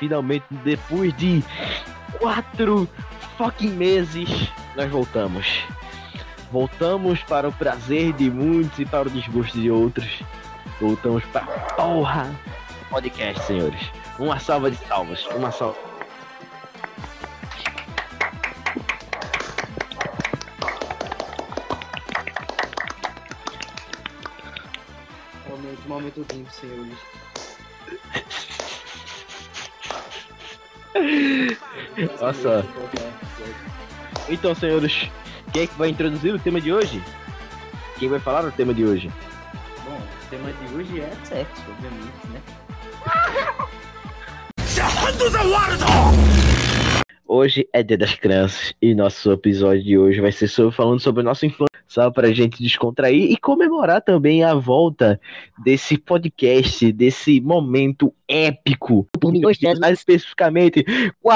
finalmente, depois de 4 fucking meses, nós voltamos. Voltamos para o prazer de muitos e para o desgosto de outros. Voltamos para a porra do podcast, senhores. Uma salva de salvas, uma salva. Momento tempo, senhores. Nossa. Então, senhores, quem é que vai introduzir o tema de hoje? Quem vai falar o tema de hoje? Bom, o tema de hoje é sexo, obviamente, né? Hoje é Dia das Crianças e nosso episódio de hoje vai ser falando sobre a nossa infância, só pra gente descontrair e comemorar também a volta desse podcast, desse momento épico. Mais especificamente,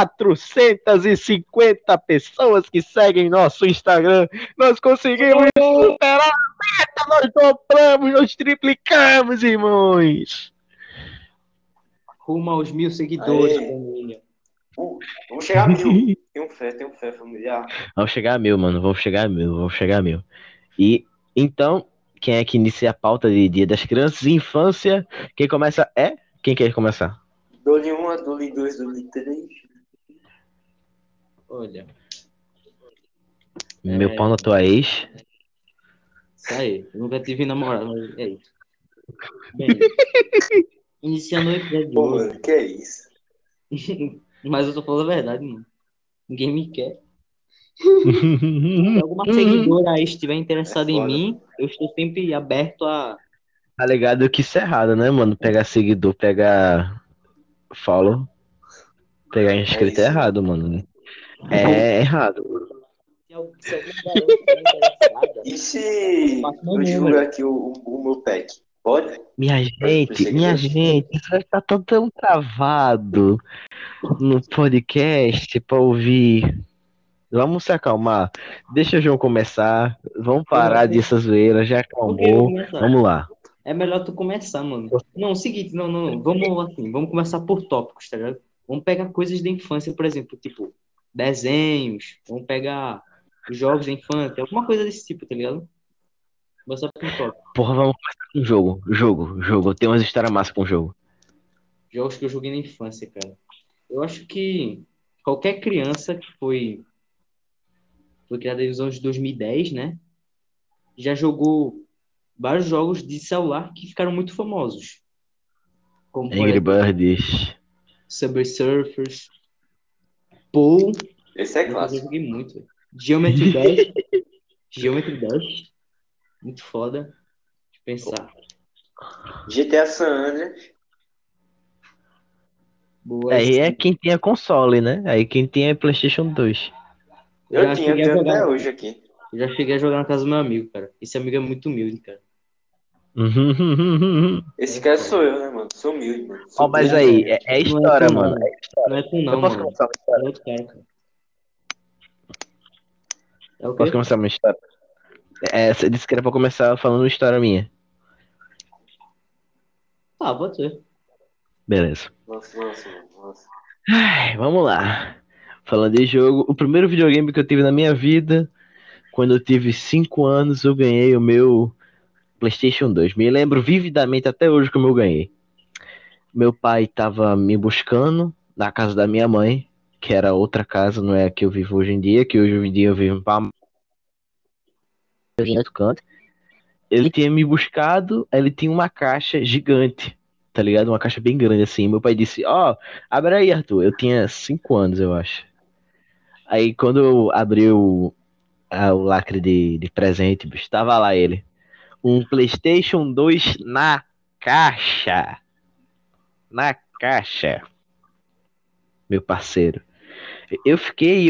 450 pessoas que seguem nosso Instagram. Nós conseguimos superar a meta, nós dobramos, nós triplicamos, irmãos. Rumo aos 1.000 seguidores, Aê. família. Vamos chegar a 1.000. Tenho fé, familiar. Vamos chegar a 1.000, mano. Vamos chegar a 1.000. E então, quem é que inicia a pauta de Dia das Crianças e Infância? Quem começa é? Quem quer começar? Dole 1, Dole 2, Dole 3. Olha. Meu pau na tua ex. Isso aí. Eu nunca tive namorado, mas é isso. Bem, iniciando o episódio de Pô, hoje. mano, que é isso? Mas eu tô falando a verdade, mano. Ninguém me quer. Se alguma seguidora aí estiver interessada em foda. mim, eu estou sempre aberto a. Tá ligado que isso é errado, né, mano? Pegar seguidor, pegar follow, pegar inscrito é isso. errado, mano. É errado. Se alguma garota estiver interessada, E se Passa meu eu divulgar número. aqui o meu pack? Pode? Minha gente, isso vai estar tão travado no podcast pra ouvir. Vamos se acalmar. Deixa o João começar. Vamos parar dessa zoeira. Já Por que eu acalmou. começar? Vamos lá. É melhor tu começar, mano. Não, seguinte, não. Vamos começar por tópicos, tá ligado? Vamos pegar coisas da infância, por exemplo, tipo, desenhos. Vamos pegar jogos da infância, alguma coisa desse tipo, tá ligado? Começar por tópico. Porra, vamos começar com jogo. Eu tenho umas histórias massas com o jogo. Jogos que eu joguei na infância, cara. Eu acho que qualquer criança que foi criada nos anos 2010, né? Já jogou vários jogos de celular que ficaram muito famosos. Como, por Angry exemplo, Birds. Subway Surfers, Pool. Esse é Eu clássico. joguei muito, velho. Geometry Dash. Geometry Dash. Muito foda. Deixa eu pensar. GTA San Andreas. Boa. Aí é quem tem a console, né? Aí quem tem é PlayStation 2. Eu já cheguei a tenho jogar. até hoje aqui. Eu já cheguei a jogar na casa do meu amigo, cara. Esse amigo é muito humilde, cara. Esse cara sou eu, né, mano? Sou humilde, mano. Ó, mas aí, é história, mano. Não é tu não, Eu posso mano. começar uma história? É outro cara. É o quê? Posso começar uma história? Você disse que era pra começar falando uma história minha. Ah, pode ser. Beleza. Nossa. Ai, vamos lá. Falando de jogo, o primeiro videogame que eu tive na minha vida, quando eu tive 5 anos, eu ganhei o meu PlayStation 2. Me lembro vividamente até hoje como eu ganhei. Meu pai tava me buscando na casa da minha mãe, que era outra casa, não é a que eu vivo hoje em dia, que hoje em dia eu vivo em Palma. Ele tinha me buscado, ele tinha uma caixa gigante, tá ligado? Uma caixa bem grande assim. Meu pai disse, ó, abre aí, Arthur. Eu tinha 5 anos, eu acho. Aí quando eu abri o lacre de presente, bicho, tava lá ele. Um PlayStation 2 na caixa. Na caixa. Meu parceiro. Eu fiquei.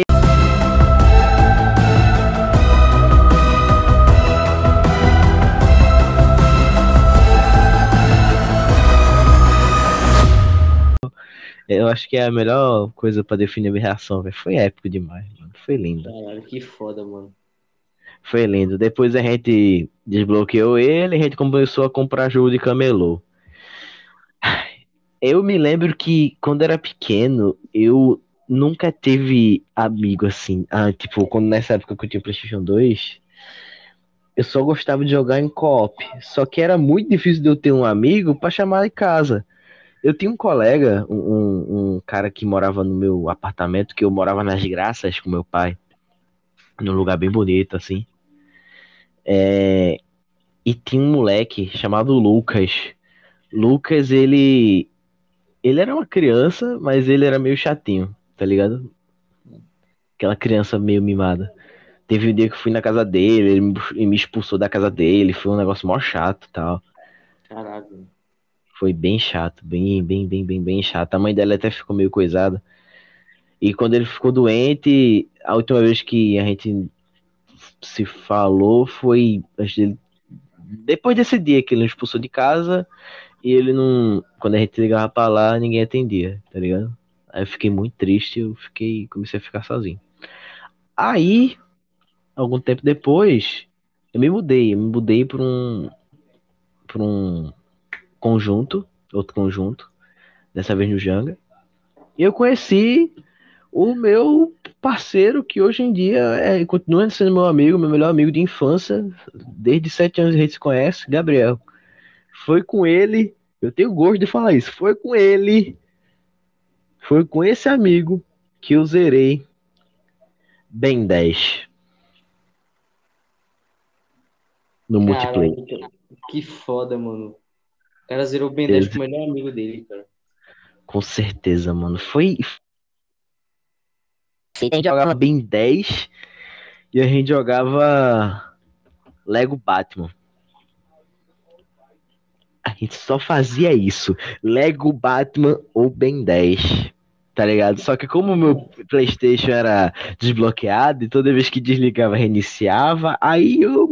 Eu acho que é a melhor coisa pra definir a minha reação, velho. Foi épico demais, mano. Foi lindo. Caralho, que foda, mano. Foi lindo. Depois a gente desbloqueou ele, a gente começou a comprar jogo de camelô. Eu me lembro que quando era pequeno, eu nunca tive amigo assim. Ah, tipo, quando nessa época que eu tinha PlayStation 2, eu só gostava de jogar em co-op. Só que era muito difícil de eu ter um amigo pra chamar em casa. Eu tinha um colega, um cara que morava no meu apartamento, que eu morava nas Graças com meu pai, num lugar bem bonito, assim. É, e tinha um moleque chamado Lucas. Lucas, ele era uma criança, mas ele era meio chatinho, tá ligado? Aquela criança meio mimada. Teve um dia que eu fui na casa dele, ele me expulsou da casa dele, foi um negócio mó chato e tal. Caralho. Foi bem chato, bem chato. A mãe dela até ficou meio coisada. E quando ele ficou doente, a última vez que a gente se falou foi antes dele, depois desse dia que ele nos expulsou de casa e ele não. Quando a gente ligava pra lá, ninguém atendia, tá ligado? Aí eu fiquei muito triste, comecei a ficar sozinho. Aí, algum tempo depois, eu me mudei para um conjunto, outro conjunto, dessa vez no Janga. E eu conheci o meu parceiro, que hoje em dia continua sendo meu amigo, meu melhor amigo de infância. Desde 7 anos a gente se conhece, Gabriel. Foi com ele, eu tenho gosto de falar isso, foi com esse amigo que eu zerei Ben 10 no multiplayer. Caralho, cara. Que foda, mano. O cara zerou o Ben 10 com Eu- o melhor amigo dele, cara. com certeza, mano. A gente jogava Ben 10 e a gente jogava Lego Batman. A gente só fazia isso. Lego Batman ou Ben 10. Tá ligado? Só que como o meu PlayStation era desbloqueado e toda vez que desligava reiniciava, aí eu.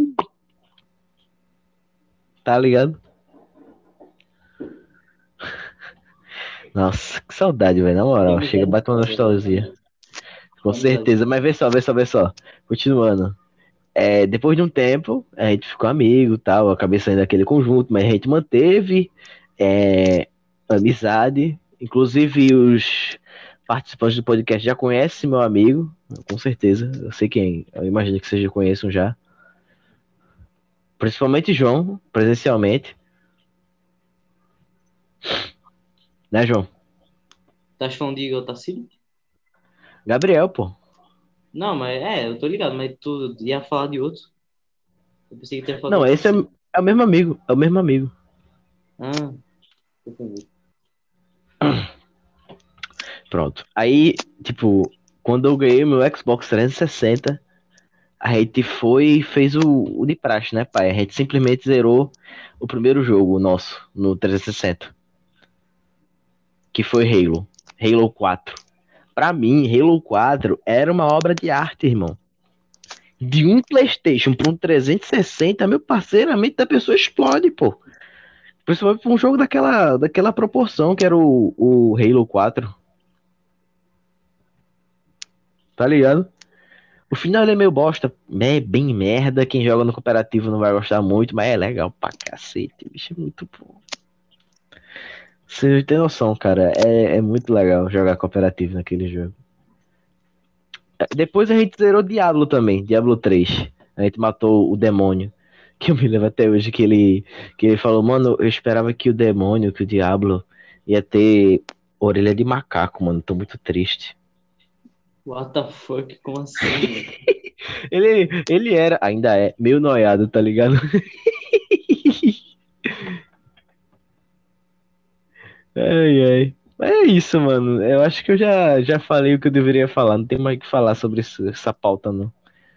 Tá ligado? Nossa, que saudade, velho. Na Que moral, chega, amizade bate uma foda, velho. nostalgia. Que Com amizade certeza. Mas vê só. Continuando. Depois de um tempo, a gente ficou amigo e tal. Eu acabei saindo daquele conjunto, mas a gente manteve amizade. Inclusive, os participantes do podcast já conhecem meu amigo, com certeza. Eu sei quem, eu imagino que vocês já conheçam já. Principalmente João, presencialmente. Né, João? Tá falando de Igor Tassilo? Gabriel, pô. Não, mas eu tô ligado, mas tu ia falar de outro. Eu pensei que tu ia falar Não, do esse é, Tassilo. é o mesmo amigo. É o mesmo amigo. Ah, entendi. Pronto. Aí, tipo, quando eu ganhei meu Xbox 360, a gente foi e fez o de praxe, né, pai? A gente simplesmente zerou o primeiro jogo nosso no 360, que foi Halo 4. Pra mim, Halo 4 era uma obra de arte, irmão. De um PlayStation para um 360, meu parceiro, a mente da pessoa explode, pô. Principalmente pra um jogo daquela proporção que era o Halo 4, tá ligado? O final ele é meio bosta, é bem merda. Quem joga no cooperativo não vai gostar muito, mas é legal pra cacete. Bicho, é muito bom. Você tem noção, cara. É muito legal jogar cooperativo naquele jogo. Depois a gente zerou Diablo também, Diablo 3. A gente matou o demônio. Que eu me lembro até hoje que ele falou, mano, eu esperava que o demônio, que o Diablo, ia ter orelha de macaco, mano. Tô muito triste. What the fuck? Como assim, mano? Ele era, ainda é, meio noiado, tá ligado? Ai, ai. Mas é isso, mano. Eu acho que eu já falei o que eu deveria falar. Não tem mais o que falar sobre essa pauta, não.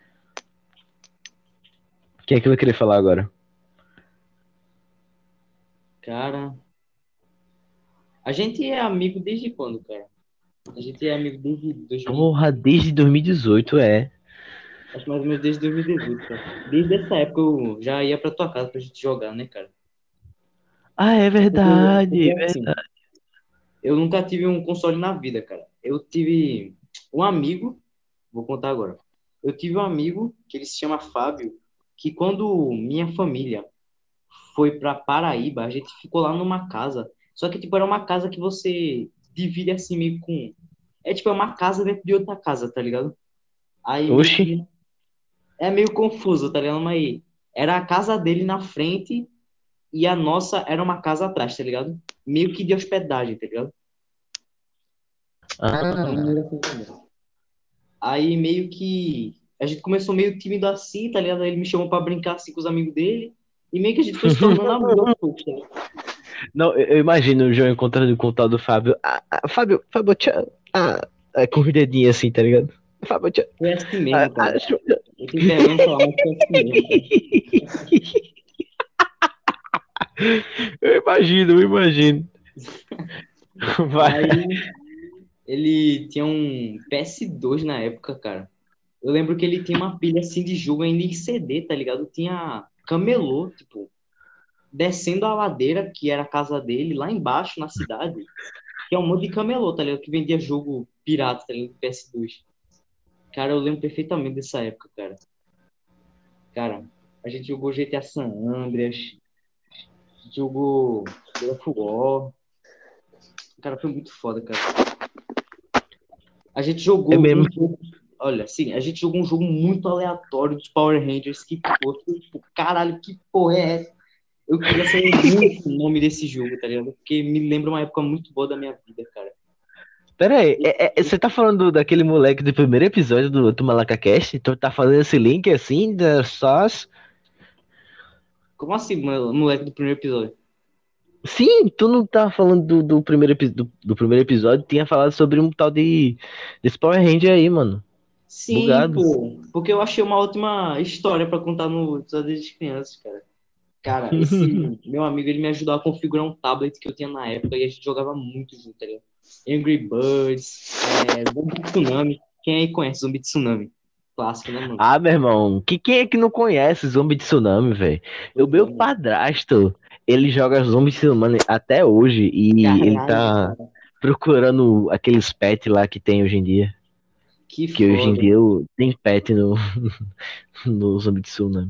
Quem é que vai querer falar agora? Cara, a gente é amigo desde quando, cara? A gente é amigo desde 2000, Porra, desde 2018, é. acho mais ou menos desde 2018, cara. Desde essa época eu já ia pra tua casa pra gente jogar, né, cara? Ah, é Porque verdade, assim, verdade. eu nunca tive um console na vida, cara. Eu tive um amigo, vou contar agora. Eu tive um amigo que ele se chama Fábio, que quando minha família foi pra Paraíba, a gente ficou lá numa casa. Só que, tipo, era uma casa que você divide assim meio com. É tipo, é uma casa dentro de outra casa, tá ligado? Aí meio Oxi. que. É meio confuso, tá ligado? Mas era a casa dele na frente e a nossa era uma casa atrás, tá ligado? Meio que de hospedagem, tá ligado? Ah, Aí meio que a gente começou meio tímido assim, tá ligado? Aí ele me chamou pra brincar assim com os amigos dele. E meio que a gente foi se tornando amigo aos poucos, tá ligado? não, eu imagino o João encontrando com o tal do Fábio. Fábio, tchau. Com os dedinhos assim, tá ligado? Fábio, tchau. Foi assim Ah, mesmo, ah, cara. Eu tenho vergonha de falar, mas foi assim mesmo, cara. eu imagino. Vai. Aí ele tinha um PS2 na época, cara. Eu lembro que ele tinha uma pilha assim de jogo ainda em CD, tá ligado? Tinha camelô, tipo, descendo a ladeira, que era a casa dele, lá embaixo na cidade, que é um monte de camelô, tá ligado? Que vendia jogo pirata, tá ligado? PS2. Cara, eu lembro perfeitamente dessa época, cara. Cara, a gente jogou GTA San Andreas, jogou God of War. Cara, foi muito foda, cara. A gente É jogou mesmo. um jogo. Olha, sim, a gente jogou um jogo muito aleatório dos Power Rangers. Que, pô, tipo, caralho, que porra é essa? Eu queria saber muito o nome desse jogo, tá ligado? Porque me lembra uma época muito boa da minha vida, cara. Pera aí, você tá falando daquele moleque do primeiro episódio do Malacacast? Tu tá fazendo esse link assim, da sós? Como assim, moleque do primeiro episódio? Sim, tu não tá falando do primeiro, do primeiro episódio, tinha falado sobre um tal desse Power Ranger aí, mano. Sim, Bugado. pô. Porque eu achei uma ótima história pra contar no episódio das crianças, cara. Cara, esse meu amigo, ele me ajudou a configurar um tablet que eu tinha na época e a gente jogava muito junto, tá ligado? Angry Birds, Zombie Tsunami. Quem aí conhece Zombie Tsunami? Clássico, né, mano? Ah, meu irmão, quem é que não conhece Zombie Tsunami, velho? O Pois é, meu mano. padrasto, ele joga Zombie Tsunami até hoje e ele Caralho, tá cara. procurando aqueles pets lá que tem hoje em dia. Que Que hoje em foda. dia tem pet no Zombie Tsunami.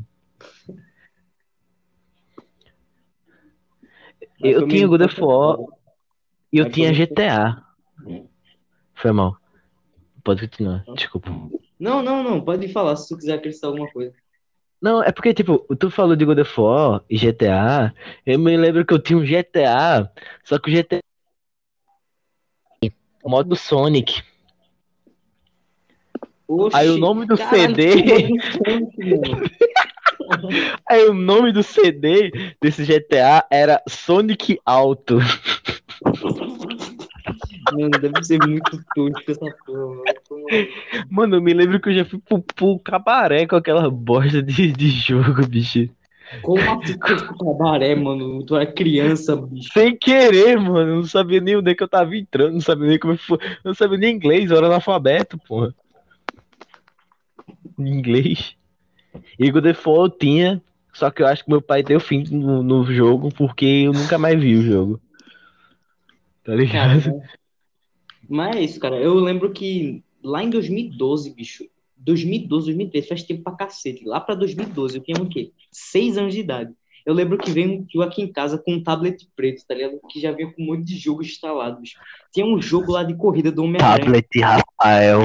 Mas Eu foi tinha mesmo God of War foda. e eu Mas foi tinha mesmo. GTA. Foi mal. Pode continuar, desculpa. Não, não, não. Pode falar se tu quiser acrescentar alguma coisa. Não, é porque, tipo, tu falou de God of War e GTA. Eu me lembro que eu tinha um GTA, só que o GTA modo Sonic. Aí o Oxi, nome do caralho, que porra CD, do Sonic, mano. aí o nome do CD desse GTA era Sonic Alto. Mano, deve ser muito tosco essa porra, mano. Como Mano, eu me lembro que eu já fui pro cabaré com aquela bosta de jogo, bicho. como assim tu foi pro cabaré, mano? Tu era criança, bicho. Sem querer, mano. Eu não sabia nem onde é que eu tava entrando, não sabia nem como é que foi. Eu não sabia nem inglês, eu era analfabeto, porra. Inglês. E God of War eu tinha, só que eu acho que meu pai deu fim no jogo porque eu nunca mais vi o jogo, tá Cara, ligado? mas é isso, cara. Eu lembro que lá em 2012, bicho. 2012, 2013, faz tempo pra cacete. Lá pra 2012, eu tinha o quê? 6 anos de idade. Eu lembro que veio um tio aqui em casa com um tablet preto, tá ligado? Que já vinha com um monte de jogo instalado, bicho. Tinha um jogo lá de corrida do Homem-Aranha. Tablet Rafael.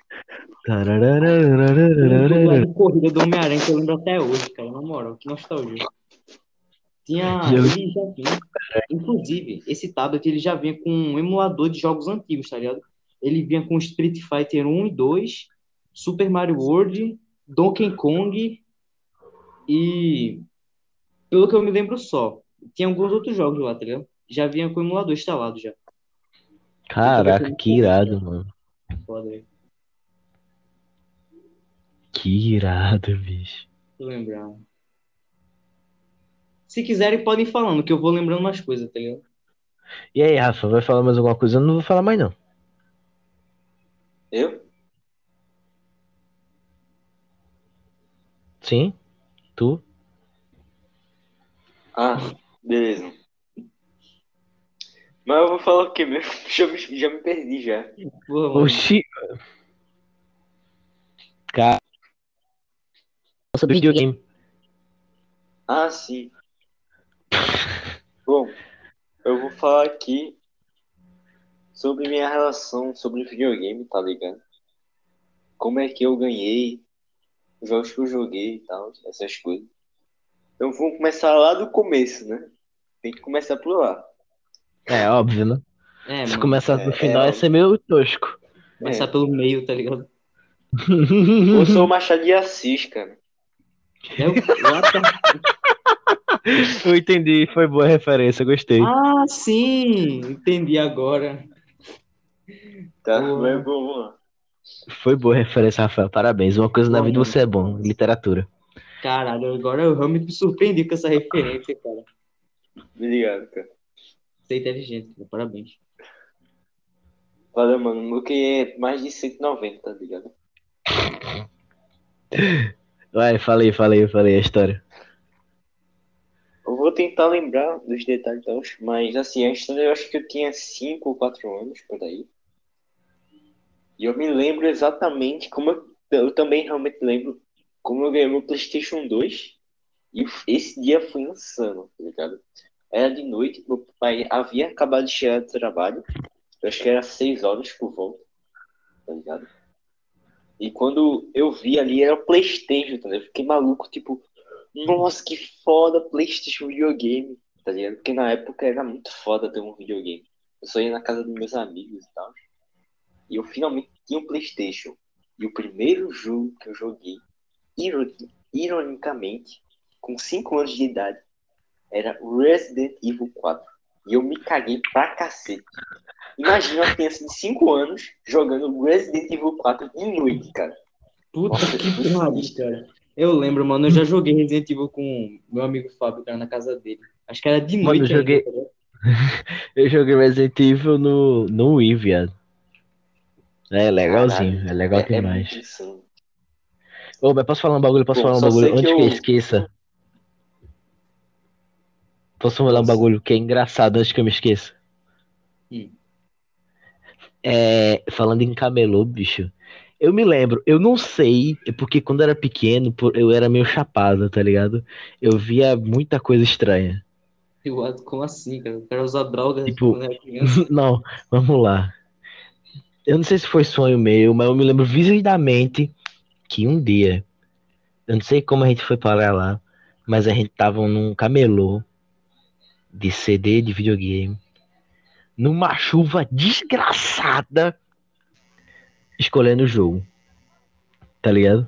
Tem um jogo lá Tararararararara. de corrida do Homem-Aranha que eu lembro até hoje, cara. Na moral, que nostalgia. Tinha, Já- ele já vinha, inclusive, esse tablet ele já vinha com um emulador de jogos antigos, tá ligado? Ele vinha com Street Fighter 1 e 2, Super Mario World, Donkey Kong e, pelo que eu me lembro só, tinha alguns outros jogos lá, tá ligado? Já vinha com o emulador instalado já. Eu joguei por Caraca, muito que tempo, irado, cara. mano. Foda, velho. Que irado, bicho. Tô lembrando. Se quiserem, podem ir falando, que eu vou lembrando mais coisas, tá ligado? E aí, Rafa, vai falar mais alguma coisa? Eu não vou falar mais, não. Eu? Sim? Tu? Ah, beleza. Mas eu vou falar o quê mesmo? Já me perdi já. Porra, mano. Oxi, cara, sobre videogame. Ah, sim. Bom, Eu vou falar aqui sobre minha relação sobre videogame, tá ligado? Como é que eu ganhei, os jogos que eu joguei e tal, essas coisas. Então vamos começar lá do começo, né? Tem que começar por lá. É óbvio, né? É, Se mano. começar do É final, ia ser óbvio. meio tosco. Começar É. pelo meio, tá ligado? Eu sou o Machado de Assis, cara. É o what the- Eu entendi, foi boa a referência, gostei. Ah, sim! Entendi agora. Tá? Mas Porra. vamos lá. Foi boa a referência, Rafael. Parabéns. Uma coisa na Boa vida mesmo. você é bom, literatura. Caralho, agora eu realmente me surpreendi com essa referência, cara. Obrigado, cara. Você é inteligente, cara. Parabéns. Valeu, mano. O meu que é mais de 190, tá ligado? Vai, falei a história. Eu vou tentar lembrar dos detalhes, e tal, mas assim, a história eu acho que eu tinha 5 ou 4 anos por aí. E eu me lembro exatamente como eu também realmente lembro como eu ganhei meu PlayStation 2. E esse dia foi insano, tá ligado? Era de noite, meu pai havia acabado de chegar do trabalho. Eu acho que era 6 horas por volta, tá ligado? E quando eu vi ali, era o PlayStation, tá ligado? Eu fiquei maluco, tipo, nossa, que foda PlayStation videogame, tá ligado? Porque na época era muito foda ter um videogame. Eu só ia na casa dos meus amigos e tal. E eu finalmente tinha um PlayStation. E o primeiro jogo que eu joguei, ironicamente, com 5 anos de idade, era Resident Evil 4. E eu me caguei pra cacete. Imagina uma criança de 5 anos jogando Resident Evil 4 de noite, cara. Puta Nossa, que foi pariu, sinistro. cara. Eu lembro, mano, eu já joguei Resident Evil com meu amigo Fábio, cara, na casa dele. Acho que era de Mano, noite ainda, tá ligado? eu joguei Resident Evil no Wii, viado. É legalzinho, Caralho, é legal é muito demais. insano. Ô, mas posso falar um bagulho? Posso Bom, falar um só bagulho sei que antes que eu eu. esqueça? Posso falar um Posso. bagulho que é engraçado antes que eu me esqueça? Hum. É, falando em camelô, bicho. Eu me lembro, eu não sei, é porque quando eu era pequeno, eu era meio chapado, tá ligado? Eu via muita coisa estranha. Como assim, cara? O cara usa droga Tipo, quando era criança. não, vamos lá. Eu não sei se foi sonho meu, mas eu me lembro vividamente que um dia, eu não sei como a gente foi parar lá, mas a gente tava num camelô de CD de videogame, numa chuva desgraçada, escolhendo o jogo, tá ligado?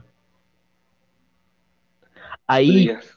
Aí, Obrigado.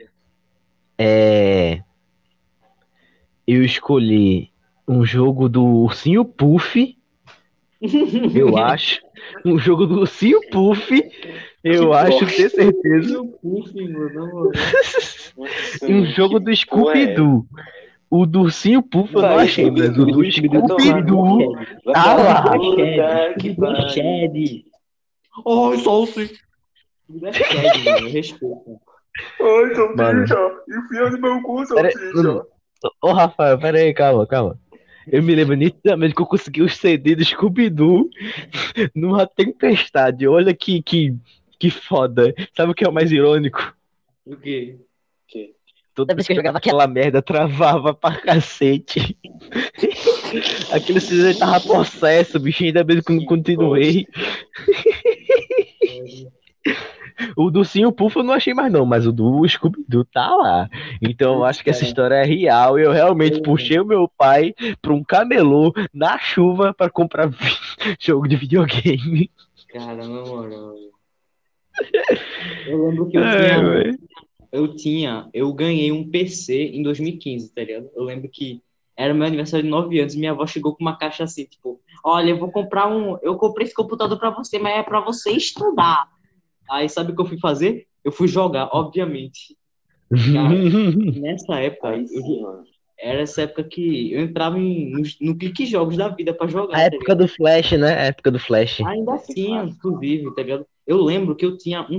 é, eu escolhi um jogo do Ursinho Puff, eu acho. Um jogo do Ursinho Puff, Que eu acho, ter bosta. certeza. Meu puff, mano, na moral. Nossa, E um mano, jogo que do porra é essa? Scooby-Doo. O do Ursinho Puff eu não Vai, achei, mas o do Scooby-Doo tomar no Scooby-Doo Shed. vai tá pra Scooby-Doo lá. é Shed. puta que Scooby-Doo é pariu. Shed. Ai, Salsi. Scooby-Doo é Shed, mano. Respeito. Ai, Mano, salsicha, enfia no meu cu, pera, salsicha. ô Rafael, pera aí, calma. Eu me lembro nitidamente que eu consegui o CD do Scooby-Doo numa tempestade. Olha que foda. Sabe o que é o mais irônico? O quê? Que? Toda vez que eu jogava aquela merda, travava pra cacete. Aquele CD tava possesso, bicho. Ainda bem que eu não Que bosta. continuei. O do Sim, o Puff eu não achei mais não, mas o do Scooby-Doo tá lá. Então eu Putz, acho que essa cara. história é real. E eu realmente Eu, puxei o meu pai pra um camelô na chuva pra comprar jogo de videogame. cara, na moral. Eu lembro que Ai, véi. eu ganhei um PC em 2015, tá ligado? Eu lembro que era meu aniversário de 9 anos e minha avó chegou com uma caixa assim, tipo, olha, eu comprei esse computador pra você, mas é pra você estudar. Aí sabe o que eu fui fazer? Eu fui jogar, obviamente. Cara, nessa época, Aí sim, mano. era essa época que eu entrava no Clique Jogos da vida pra A jogar, tá época ligado? do Flash, né? A época do Flash. Ainda Esse tinha, fácil. inclusive, tá ligado? Eu lembro que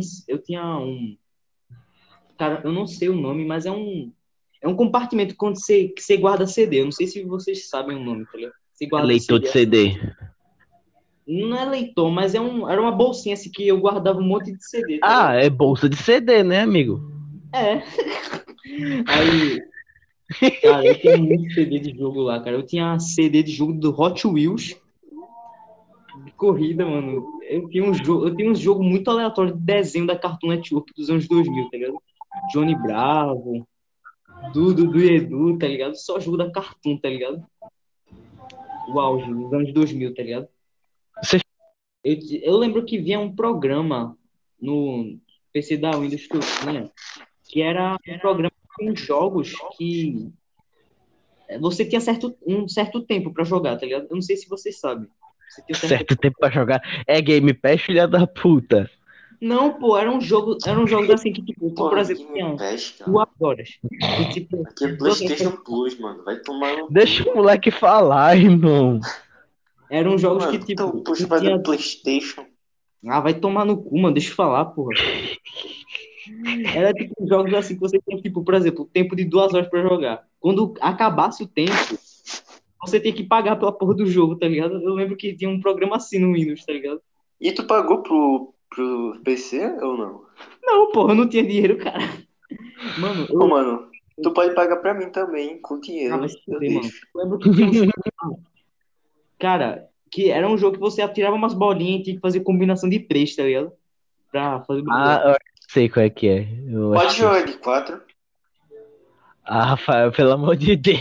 cara, eu não sei o nome, mas é um compartimento que você guarda CD. Eu não sei se vocês sabem o nome, tá ligado? Você guarda Leitor de CD assim. CD. Não é leitor, mas era uma bolsinha assim que eu guardava um monte de CD, tá Ah, ligado? é bolsa de CD, né, amigo? É. Aí Cara, eu tinha muito CD de jogo lá, cara. Eu tinha CD de jogo do Hot Wheels de corrida, mano. Eu tinha um jogo muito aleatório de desenho da Cartoon Network dos anos 2000, tá ligado? Johnny Bravo, Dudu e Edu, tá ligado? Só jogo da Cartoon, tá ligado? O auge dos anos 2000, tá ligado? Você- Eu lembro que vinha um programa no PC da Windows que eu tinha, que era um programa com jogos que você tinha um certo tempo pra jogar, tá ligado? Eu não sei se vocês sabem. Você tinha um certo tempo. Certo tempo pra jogar. É Game Pass, filha da puta. Não, pô, eram jogos assim que, tipo, por Porra, exemplo, Game tinha Pass, cara. 2 horas. E, tipo, Aqui é 2 horas PlayStation Plus, mano. Vai tomar no cu, Deixa o mano. moleque falar, irmão. eram jogos que, Mano, tu tipo, puxa tu pra do tinha. PlayStation. Ah, vai tomar no cu, mano, deixa eu falar, porra. Era tipo jogos assim que você tinha, tipo, por exemplo, tempo de 2 horas pra jogar. Quando acabasse o tempo, você tinha que pagar pela porra do jogo, tá ligado? Eu lembro que tinha um programa assim no Windows, tá ligado? E tu pagou pro PC ou não? Não, porra, eu não tinha dinheiro, cara. Mano, Ô, mano, tu pode pagar pra mim também, com Ah, vai dinheiro. se Eu fuder, mano. deixo. Eu lembro que tinha um jogo, cara, que era um jogo que você atirava umas bolinhas e tinha que fazer combinação de três, tá ligado? Pra fazer o Ah, bagulho. eu sei qual é que é. Eu Pode acho que. jogar de 4. Ah, Rafael, pelo amor de Deus.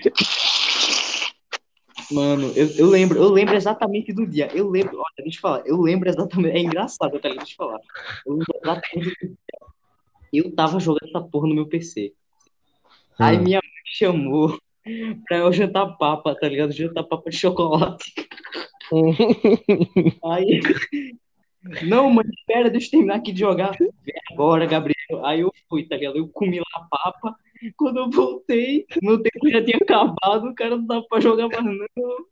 Mano, eu lembro exatamente do dia. Eu lembro, olha, deixa eu falar, eu lembro exatamente, é engraçado, tá ligado? Deixa eu falar. Eu lembro exatamente do dia. Eu tava jogando essa porra no meu PC. Aí Hum. minha mãe chamou pra eu jantar papa, tá ligado? Jantar papa de chocolate. Aí, não, mãe, espera, deixa eu terminar aqui de jogar. Vem agora, Gabriel. Aí eu fui, tá ligado? Eu comi lá a papa. Quando eu voltei, meu tempo já tinha acabado, o cara não dava pra jogar mais, não.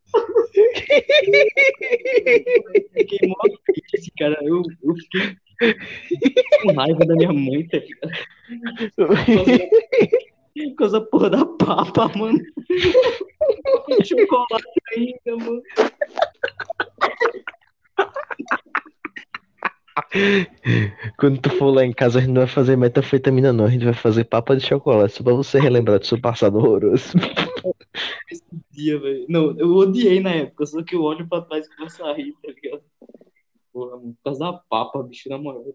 Eu fiquei mó triste, cara. Eu fiquei com raiva da minha mãe, tá ligado? Por causa da porra da papa, mano. Chocolate ainda, mano. Quando tu for lá em casa, a gente não vai fazer metanfetamina, não. A gente vai fazer papa de chocolate, só pra você relembrar do seu passado horroroso. Esse dia, velho. Não, eu odiei na época, só que eu olho pra trás e começo a rir, tá ligado? Porra, mano, por causa da papa, bicho, na moral.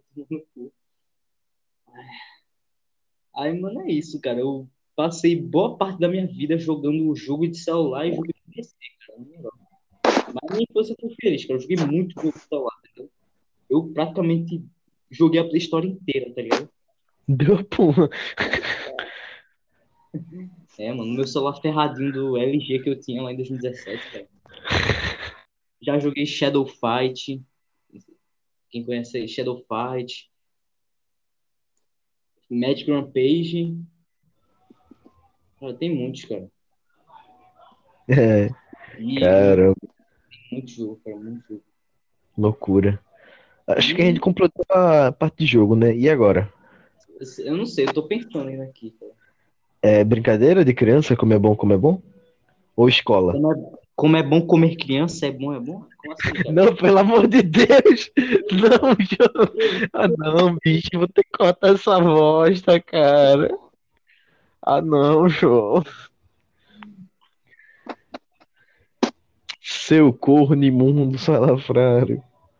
Aí, mano, é isso, cara. Eu passei boa parte da minha vida jogando jogo de celular e jogo de PC, cara. Na moral. Mas minha infância foi feliz, cara. Eu joguei muito jogo de celular, tá ligado? Eu praticamente joguei a Play Store inteira, tá ligado? Deu pum. É, mano, meu celular ferradinho do LG que eu tinha lá em 2017, cara. Já joguei Shadow Fight. Quem conhece aí, Shadow Fight, Magic Rampage. Cara, tem muitos, cara. É, E caramba, muito jogo, cara, muito jogo. loucura. Acho que a gente E completou a parte de jogo, né? E agora? eu não sei, eu tô pensando ainda aqui, cara. É brincadeira de criança, como é bom, como é bom? Ou escola? Como é bom comer criança, é bom, é bom? Como assim, cara? Não, pelo amor de Deus! Não, João! Ah, não, bicho, vou ter que cortar essa bosta, cara. Ah, não, João. Seu corno imundo salafrário.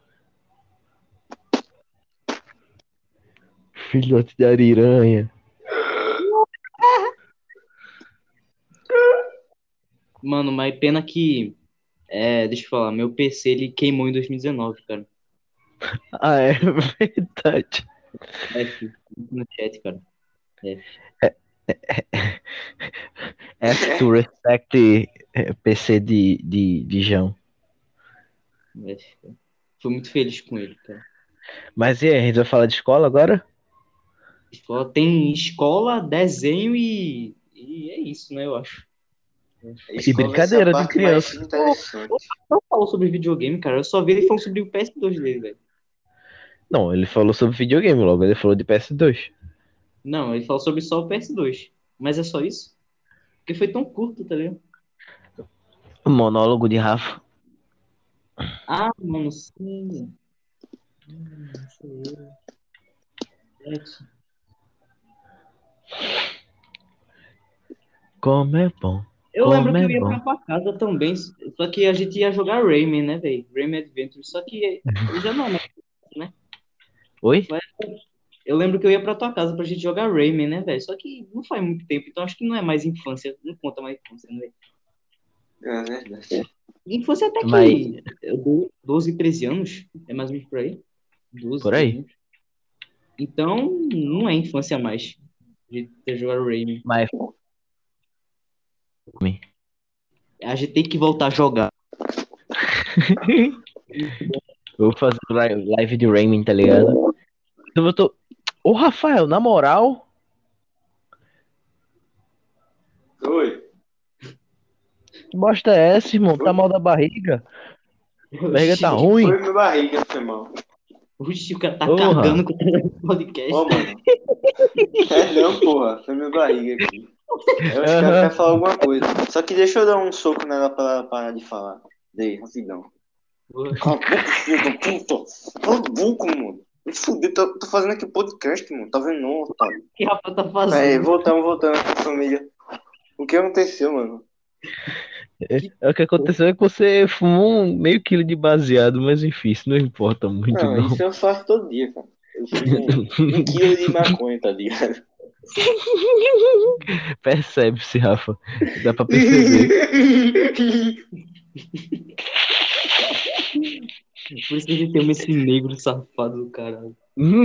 Filhote de ariranha. Mano, mas pena que, deixa eu falar, meu PC ele queimou em 2019, cara. Ah, é verdade. F, no chat, cara. F. F to respect PC de João. F, cara. Fui muito feliz com ele, cara. Mas e aí, a gente vai falar de escola agora? Escola, tem escola, desenho e é isso, né, eu acho. A E escola vai ser a brincadeira de parte mais criança. interessante. Não falou sobre videogame, cara. Eu só vi ele falando sobre o PS2 dele, velho. Não, ele falou sobre videogame logo, ele falou de PS2. Não, ele falou sobre só o PS2. Mas é só isso? Porque foi tão curto, tá ligado? O monólogo de Rafa. Ah, mano, sim. Sou eu, Jackson. Como é bom. Eu Como lembro que é eu ia bom. pra tua casa também, só que a gente ia jogar Rayman, né, velho? Rayman Adventure, só que já não é mais, né? Oi? Mas eu lembro que eu ia pra tua casa pra gente jogar Rayman, né, velho? Só que não faz muito tempo, então acho que não é mais infância, não conta mais infância, né, velho? É verdade. Infância até Mas, que 12, 13 anos, é mais ou menos por aí. 12, por 13 aí. anos. Então, não é infância mais de ter jogado Rayman. Mas, A gente tem que voltar a jogar. eu vou fazer live de Rayman, tá ligado? Então eu tô. Ô, Rafael, na moral, Oi. que bosta é essa, irmão? Tá mal da barriga? Barriga tá Oxi, Foi ruim? minha barriga, foi mal. oxi, o cara tá Porra. cagando com o podcast. Ô, mano. É não, porra. Foi minha barriga aqui. Eu acho que ela Aham. quer falar alguma coisa. Só que deixa eu dar um soco nela pra ela parar de falar. Dei, rapidão. Cala a boca, filho da puta. Cala a boca, mano. Me fuder, tô fazendo aqui podcast, mano. Tá vendo não, otário? O que Rafa tá Aí, fazendo? voltando aqui, família. O que aconteceu, mano? O que aconteceu é que você fumou meio quilo de baseado, mas enfim, isso não importa muito, Não, não. isso eu faço todo dia, cara. Eu fumo 1 quilo de maconha, tá ligado? Percebe-se, Rafa. Dá pra perceber. Por isso que a gente tem esse negro safado do caralho.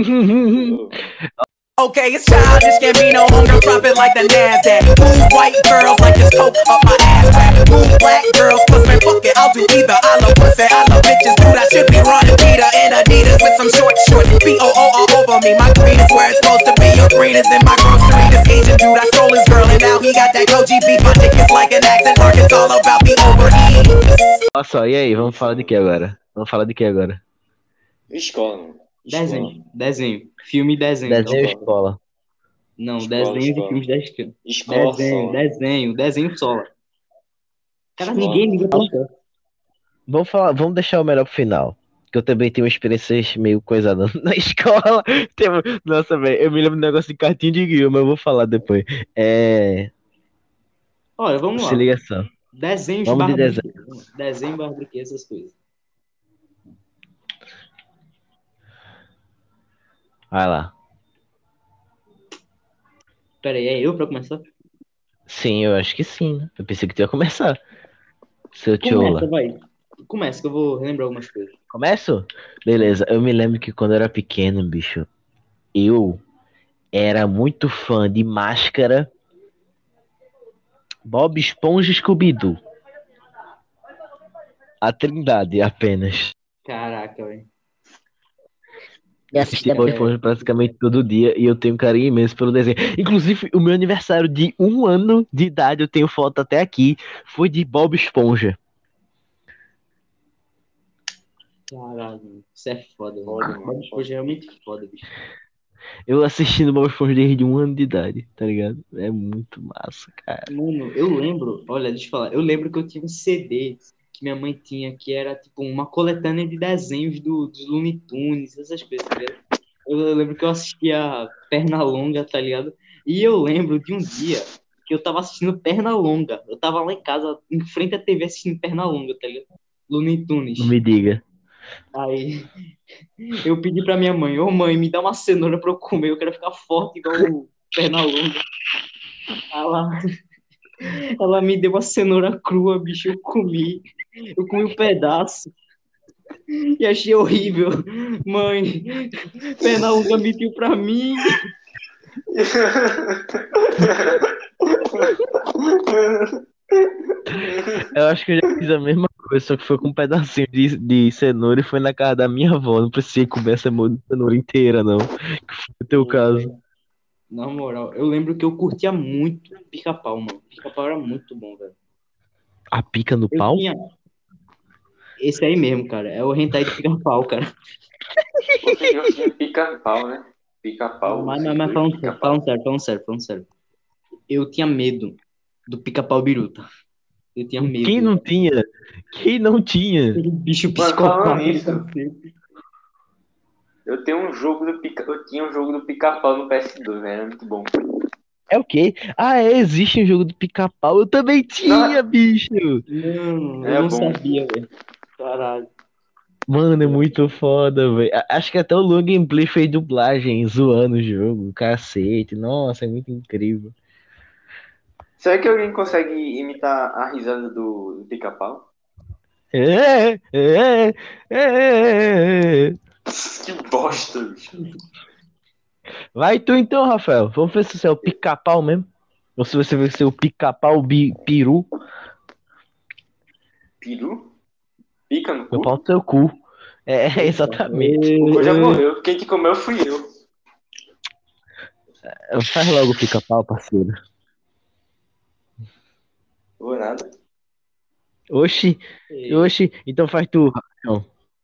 Okay, it's childish, Gambino, homegirl, drop it like the NASDAQ. Move white girls like it's coke up my ass crack. Move black girls, cause man, fuck it, I'll do either. I love pussy, I love bitches, dude, I should be running Peter in Adidas with some short shorts. B-O-O all over me, my green is where it's supposed to be. Your green is in my grocery, this Asian dude, I stole his girl, and now he got that Koji beef. My dick is like an accent mark, it's all about the overeat. Olha só, e aí, vamos falar de que agora? Vamos falar de que agora? Escola, mano. Escola. Desenho. Filme e desenho. Desenho ou Escola. escola? Não, Escola, desenho de escola. filmes da esquerda. Escola só. Desenho solo. Cara, Escola. ninguém liga pra isso. Vamos deixar o melhor pro final. Que eu também tenho experiências meio coisada na escola. Nossa, velho, eu me lembro do negócio de cartinha de guia, mas eu vou falar depois. Olha, vamos Se lá. liga só. Desenhos Vamos de barra desenho. brinquedo. Desenho barra brinquedo, essas coisas. Vai lá. Pera aí, é eu pra começar? Sim, eu acho que sim, né? Eu pensei que tu ia começar. Seu Começa, tiola. vai. Começa, que eu vou relembrar algumas coisas. Começo? Beleza, eu me lembro que quando eu era pequeno, bicho, eu era muito fã de Máscara, Bob Esponja e Scooby-Doo. A Trindade apenas. Caraca, velho. Eu assisti Bob Esponja praticamente todo dia e eu tenho um carinho imenso pelo desenho. Inclusive, o meu aniversário de 1 ano de idade, eu tenho foto até aqui, foi de Bob Esponja. Caralho, isso é foda, Foda, mano. mano. Bob Esponja é realmente foda, bicho. Eu assistindo Bob Esponja desde 1 ano de idade, tá ligado? É muito massa, cara. Mano, eu lembro, olha, deixa eu falar, eu lembro que eu tinha um CD que minha mãe tinha, que era tipo uma coletânea de desenhos dos Looney Tunes, essas coisas, tá ligado? Eu lembro que eu assistia Pernalonga, tá ligado? E eu lembro de um dia que eu tava assistindo Pernalonga. Eu tava lá em casa, em frente à TV assistindo Pernalonga, tá ligado? Looney Tunes. Não me diga. Aí eu pedi pra minha mãe, ô mãe, me dá uma cenoura pra eu comer, eu quero ficar forte igual o Pernalonga. Ela me deu uma cenoura crua, bicho, eu comi um pedaço e achei horrível. Mãe, Pernalonga mentiu pra mim. Eu acho que eu já fiz a mesma coisa, só que foi com um pedacinho de cenoura e foi na casa da minha avó. Não precisei comer essa cenoura inteira, não. Que foi o teu caso. Na moral, eu lembro que eu curtia muito Pica-Pau, mano. Pica-Pau era muito bom, velho. A pica no Eu pau? tinha... Esse aí mesmo, cara. É o hentai de Pica-Pau, cara. Você gosta de pica-pau, né? Pica-pau. Mas você curte falando pica-pau. sério. Eu tinha medo do Pica-Pau Biruta. Eu tinha medo. Quem não tinha? Quem não tinha? Aquele bicho Mas falando psicopata. nisso, eu tinha um jogo do pica-pau no PS2, velho. Era muito bom. É o quê? Ah, existe um jogo do pica-pau. Eu também tinha, bicho. Não, eu É não bom. sabia, velho. Caralho. Mano, é muito foda, velho. Acho que até o Long Gameplay fez dublagem, zoando o jogo. Cacete. Nossa, é muito incrível. Será que alguém consegue imitar a risada do Pica-Pau? É. Que bosta, bicho. Vai tu então, Rafael. Vamos ver se você é o pica-pau mesmo. Ou se você vai ser o pica-pau peru. Peru? Pica no Meu pau cu? no seu cu. É, Eita. exatamente. O cu já morreu. Quem que comeu fui eu. Faz logo o pica-pau, parceiro. Vou nada. Oxi, oxi. Então faz tu, Rafael.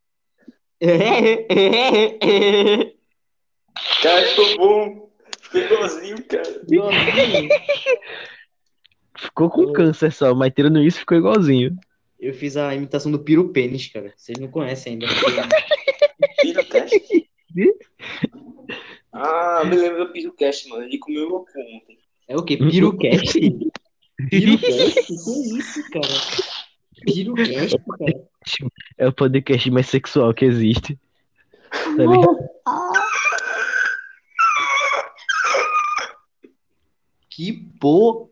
Cara, ficou bom. Ficou igualzinho, cara. Igualzinho. Ficou com câncer só, mas tirando isso ficou igualzinho. Eu fiz a imitação do Piro Pênis, cara. Vocês não conhecem ainda. Pirocast? Ah, me lembro do Pirocast, mano. Ele comeu meu cu ontem. É o quê? Pirocast? Pirocast? Que isso, cara? Pirocast, cara. É o podcast mais sexual que existe. Tá ligado? Que porra.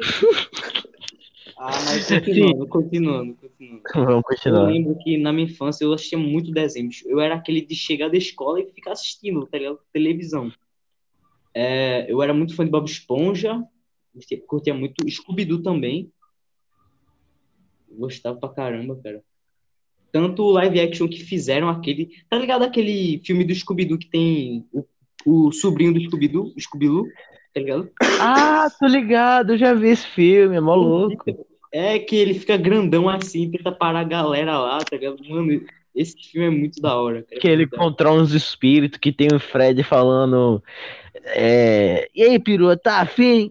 Ah, mas continuando. Vamos Eu continuar. lembro que na minha infância eu assistia muito desenho, bicho. Eu era aquele de chegar da escola e ficar assistindo, tá ligado? Televisão. Eu era muito fã de Bob Esponja, curtia muito Scooby-Doo também. Gostava pra caramba, cara. Tanto o live action que fizeram aquele. Tá ligado aquele filme do Scooby-Doo que tem o sobrinho do Scooby-Doo? Scooby-Doo? Tá ligado? Ah, tô ligado, eu já vi esse filme, é mó louco. É que ele fica grandão assim, tenta parar a galera lá, tá ligado? Mano, esse filme é muito da hora, cara. Que ele controla uns espíritos, que tem o Fred falando. E aí, perua, tá afim?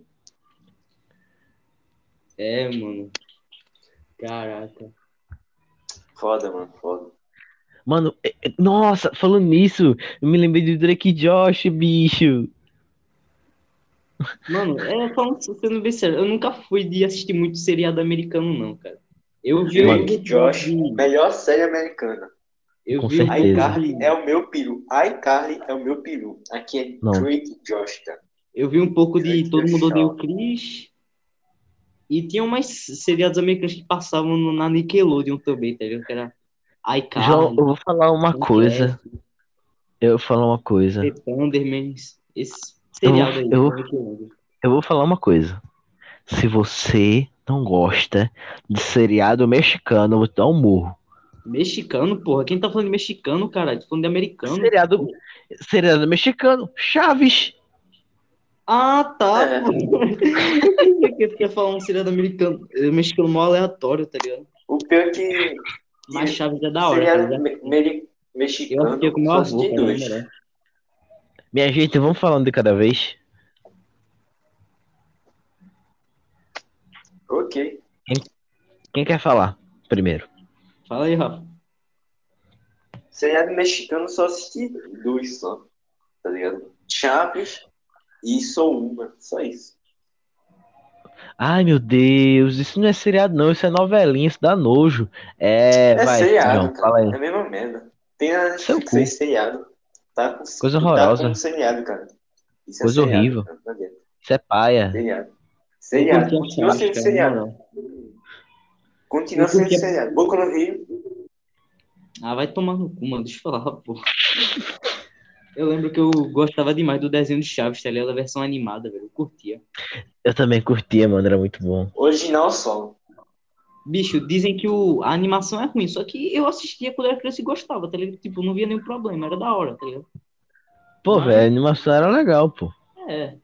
Mano. Caraca. Foda, mano. Foda. Mano, nossa, falando nisso, eu me lembrei do Drake e Josh, bicho. Mano, falando, sendo bem sério, eu nunca fui de assistir muito seriado americano, não, cara. Eu vi Mano, Drake e Josh, melhor série americana. Com certeza. iCarly é o meu peru. iCarly é o meu peru. Aqui é Não. Drake e Josh, cara. Eu vi um pouco de Drake Todo e Mundo Odeia o Josh. Chris. E tinha umas seriados americanos que passavam na Nickelodeon também, tá ligado? Que era João, iCarly, eu vou falar uma coisa. Fantastic, Eu vou falar uma coisa. The Thundermans. Esse Eu vou- seriado aí, eu vou- da Nickelodeon. Eu vou falar uma coisa. Se você não gosta de seriado mexicano, eu vou te dar um murro. Mexicano, porra. Quem tá falando de mexicano, cara? Tô falando de americano. Seriado mexicano, Chaves. Ah, tá. É. Pô. Eu pensei que ia falar um seriado americano, mexicano mó aleatório, tá ligado? O pior é que Mas Chaves é da hora, seriado cara. Eu mexicano assistia com meu só avô, assisti cara, na dois. moral. Minha gente, vamos falando de cada vez. Ok. Quem quer falar primeiro? Fala aí, Rafa. Seriado mexicano só assisti dois só. Tá ligado? Chaves e Sou Uma. Só isso. Ai, meu Deus, isso não é seriado não, isso é novelinha, isso dá nojo. É Vai, seriado, João, cara. fala aí. É a mesma merda. Tem na Seu Netflix cu. aí seriado. Tá com, Coisa tá horrorosa. como seriado, cara. Isso Coisa é seriado, horrível. cara. Não adianta. Isso é paia. Seriado. Eu Seriado. curti a Continua Chaves, sendo cara, na seriado. moral. Continua Eu sendo curti a- seriado. Boca no Rio. Ah, vai tomar no cu, mano. Deixa eu falar, pô. Eu lembro que eu gostava demais do desenho de Chaves, tá ligado? A versão animada, velho. Eu curtia. Eu também curtia, mano, era muito bom. Original solo. Bicho, dizem que a animação é ruim, só que eu assistia quando era criança e gostava, tá ligado? Tipo, não via nenhum problema, era da hora, tá ligado? Pô, Mas- velho, a animação era legal, pô. É,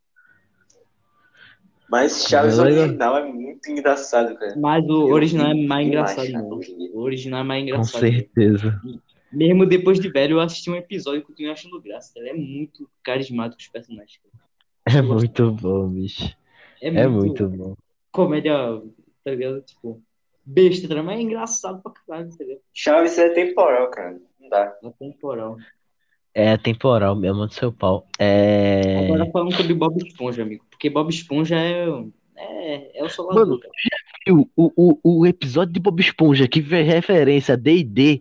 Mas Chaves Legal. original é muito engraçado, cara. mas o Eu original é ri mais demais, engraçado, cara, não. hoje em dia. O original é mais Com engraçado. Né? certeza. Mesmo depois de velho, eu assisti um episódio e continuei achando graça. Tá? É muito carismático os personagens. Cara. É muito bom, bicho. É muito bom. Comédia, tá ligado? Tipo, besta, tá? Mas é engraçado pra caralho, tá ligado? Chaves é temporal, cara. Não dá. É temporal. É temporal mesmo do seu pau. Agora falando sobre Bob Esponja, amigo. Porque Bob Esponja é o Mano, Salvador, cara. o episódio de Bob Esponja que fez referência a D&D.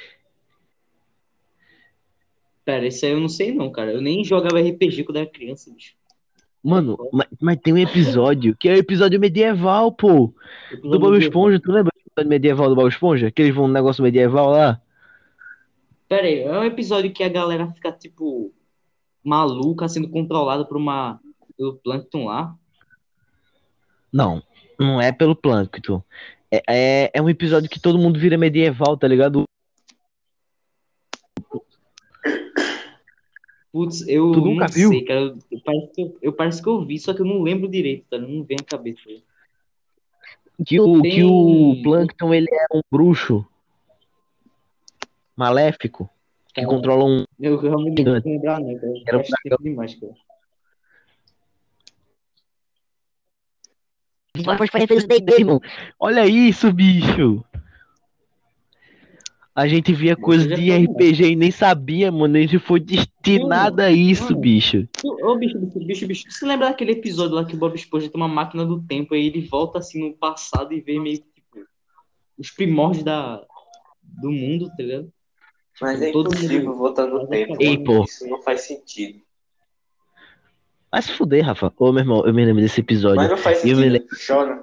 Pera, esse aí eu não sei não, cara. Eu nem jogava RPG quando era criança, bicho. Sai Mano, fora. mas tem um episódio que é o episódio medieval, pô. Do Episódio Bob medieval. Esponja. Tu lembra do episódio medieval do Bob Esponja? Que eles vão num negócio medieval lá? Pera aí, é um episódio que a galera fica, tipo, maluca, sendo controlada pelo Plankton lá. Não, não é pelo Plâncton. É um episódio que todo mundo vira medieval, tá ligado? Putz, Tu eu nunca não viu? sei, cara. Parece que eu vi, só que eu não lembro direito, tá? Não vem à cabeça. Que o Tem. Plankton ele é um bruxo maléfico que Cara, controla um eu realmente não gigante. vou lembrar, não, cara. Era um Faz tempo demais, cara. dragão. Faz referência a D&D, irmão. Olha isso, bicho. A gente via Isso coisa já de foi demais. RPG e nem sabia, mano. A gente foi destinado a isso, Mano, bicho. ô, bicho. Você lembra daquele episódio lá que o Bob Esponja tem uma máquina do tempo e ele volta assim no passado e vê meio que tipo, os primórdios do mundo, tá ligado? Mas Tipo, é todo impossível mundo voltar no quase tempo, Ei, mano. acabando. pô. Isso não faz sentido. Vai se fuder, Rafa. Ô, meu irmão, eu me lembro desse Mas episódio. não faz E sentido. Chora.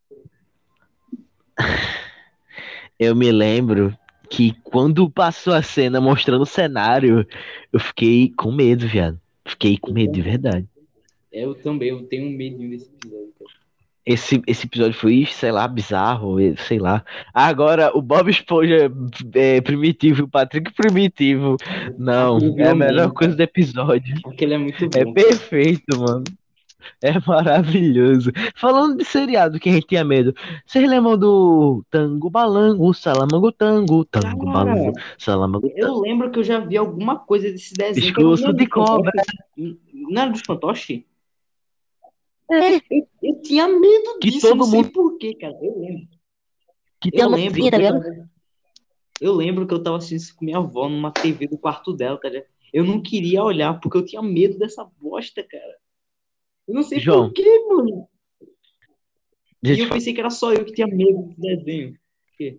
eu me lembro que quando passou a cena mostrando o cenário, eu fiquei com medo, viado. Fiquei com Eu medo de também. verdade. Eu também, eu tenho um medinho desse episódio, cara. Esse episódio foi, sei lá, bizarro, sei lá. Agora, o Bob Esponja primitivo e o Patrick primitivo. Não, Aquilo é a virou melhor meme, coisa cara. do episódio. Aquele é muito É bom, cara. perfeito, mano. É maravilhoso. Falando de seriado que a gente tinha medo. Vocês lembram do Tango Balango, Salamango Tango, Tango Cara, Balango, Salamango eu lembro que eu já vi alguma coisa desse desenho, que era, não Pescoço era de dos cobra. fantoches? Não era dos fantoches? É, Eu tinha medo que disso, eu não todo sei mundo. por quê, cara. Eu lembro. Que tem Eu uma lembro mãozinha, tá que ligado? eu lembro que eu tava assistindo isso com minha avó numa TV do quarto dela, tá ligado? Eu não queria olhar porque eu tinha medo dessa bosta, cara. Eu não sei por João, quê, mano. E deixa eu eu te falar. pensei que era só eu que tinha medo desse desenho. Por quê?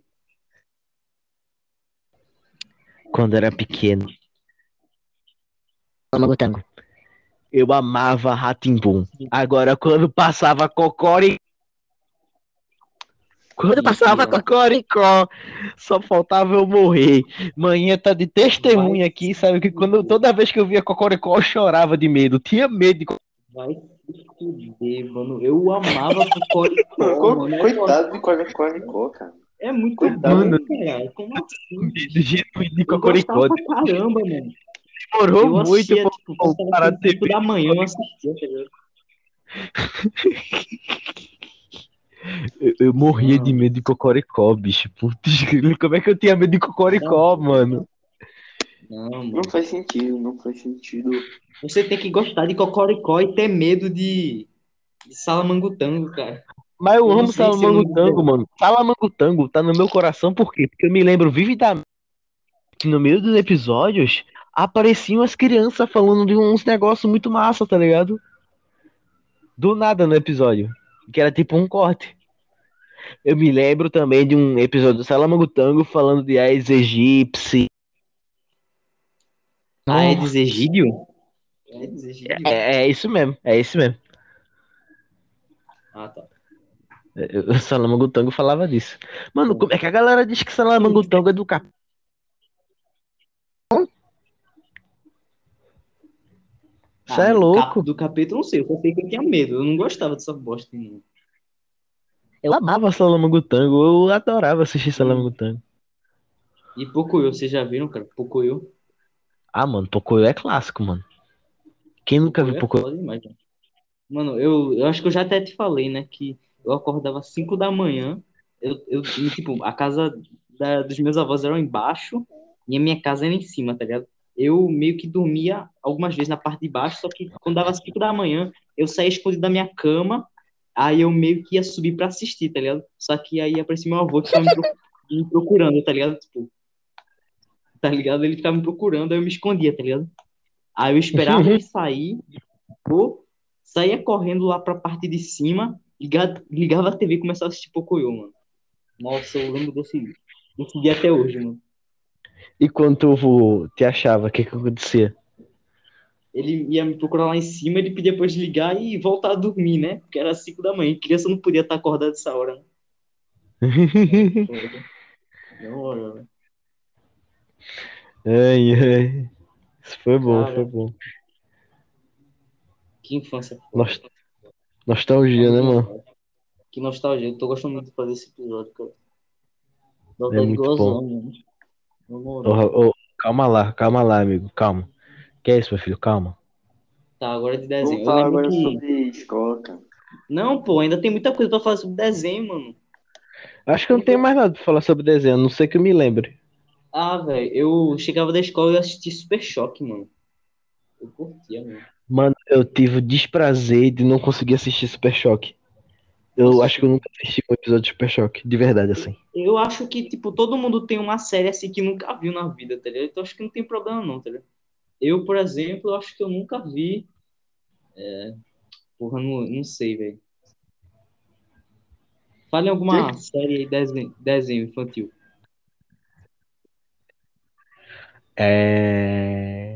Quando era pequeno, Salamango Tango, eu amava Rá-Tim-Bum. Agora, quando passava Cocoricó. Quando passava Mentira. Cocoricó, só faltava eu morrer. Manhã tá de Vai testemunha aqui, se sabe? Que fuder. toda vez que eu via Cocoricó, eu chorava de medo. Tinha medo de. Vai se fuder, mano. Eu amava Cocoricó, mano. Coitado de Cornicó, cara. É muito Coitado. Mano, bom, cara. Como assim? medo genuíno de Eu gostava Cocoricó. pra caramba, mano. Demorou Eu muito assistia, pra tipo, eu passava parar assim, de ter 5 da manhã, eu assistia, tá ligado? Eu morria de Não, medo de Cocoricó, bicho. Putz, grilo, como é que eu tinha medo de Cocoricó, mano? não, Não mano. faz sentido, não faz sentido. Você tem que gostar de Cocoricó e ter medo de Salamangutango, cara. Mas eu Eu não amo sei se eu Salamango não. Tango, mano. Salamango Tango tá no meu coração, por quê? Porque eu me lembro vividamente que no meio dos episódios apareciam as crianças falando de uns negócios muito massa, tá ligado? Do nada no episódio. Que era tipo um corte. Eu me lembro também de um episódio do Salamango Tango falando de Aes aegypti. Aedes Egídio? Aedes Egídio? É isso mesmo, é isso mesmo. Ah, tá. O Salamango Tango falava disso. Mano, como é que a galera diz que Salamango Tango é do capão? Isso é louco. Do capeta eu não sei, eu só sei que eu tinha medo. Eu não gostava dessa bosta, não. Eu amava Salamango Tango, eu adorava assistir Salamango Tango. E Pocoyo, vocês já viram, cara? Pocoyo. Ah, mano, Pocoyo é clássico, mano. Quem nunca viu Pocoyo é Pocoyo? foda demais, mano. Mano, eu acho que eu já até te falei, né? Que eu acordava às 5 da manhã. Tipo, a casa dos meus avós era embaixo e a minha casa era em cima, tá ligado? Eu meio que dormia algumas vezes na parte de baixo, só que quando dava às 5 da manhã, eu saía escondido da minha cama, aí eu meio que ia subir pra assistir, tá ligado? Só que aí aparecia meu avô que tava me procurando, tá ligado? Tipo, tá ligado? Ele ficava me procurando, aí eu me escondia, tá ligado? Aí eu esperava ele sair, pô, saía correndo lá pra parte de cima, ligava a TV e começava a assistir Pocoyo, mano. Nossa, eu lembro desse dia até hoje, mano. E quando tu te achava, o que que acontecia? Ele ia me procurar lá em cima, ele pedia pra eu desligar e voltar a dormir, né? Porque era 5 da manhã. Criança não podia estar acordada essa hora, né? Foda. Na hora, né? Ai, ai. Isso foi bom, foi Cara, bom. que infância foda. Nos- Nostalgia, né, mano? Que nostalgia. Eu tô gostando muito de fazer esse episódio, cara. Dá É vontade de muito bom. gozar, mano. Na moral. Calma lá, amigo, calma. Que é isso, meu filho? Calma. Tá, agora de Vamos desenho. Eu falar lembro agora que. sobre escola, cara. Não, pô, ainda tem muita coisa pra falar sobre desenho, mano. Acho que eu não tenho mais nada pra falar sobre desenho, a não sei que eu me lembre. Ah, velho, eu chegava da escola e assisti Super Choque, mano. Eu curtia, mano. Mano, eu tive o desprazer de não conseguir assistir Super Choque. Eu acho Nossa, que eu nunca assisti um episódio de Super Choque, de verdade, assim. eu acho que, tipo, todo mundo tem uma série assim que nunca viu na vida, tá ligado? Então acho que não tem problema não, tá ligado? Eu, por exemplo, eu acho que eu nunca vi. Porra, não sei, velho. Fale em alguma série aí, desenho infantil. É...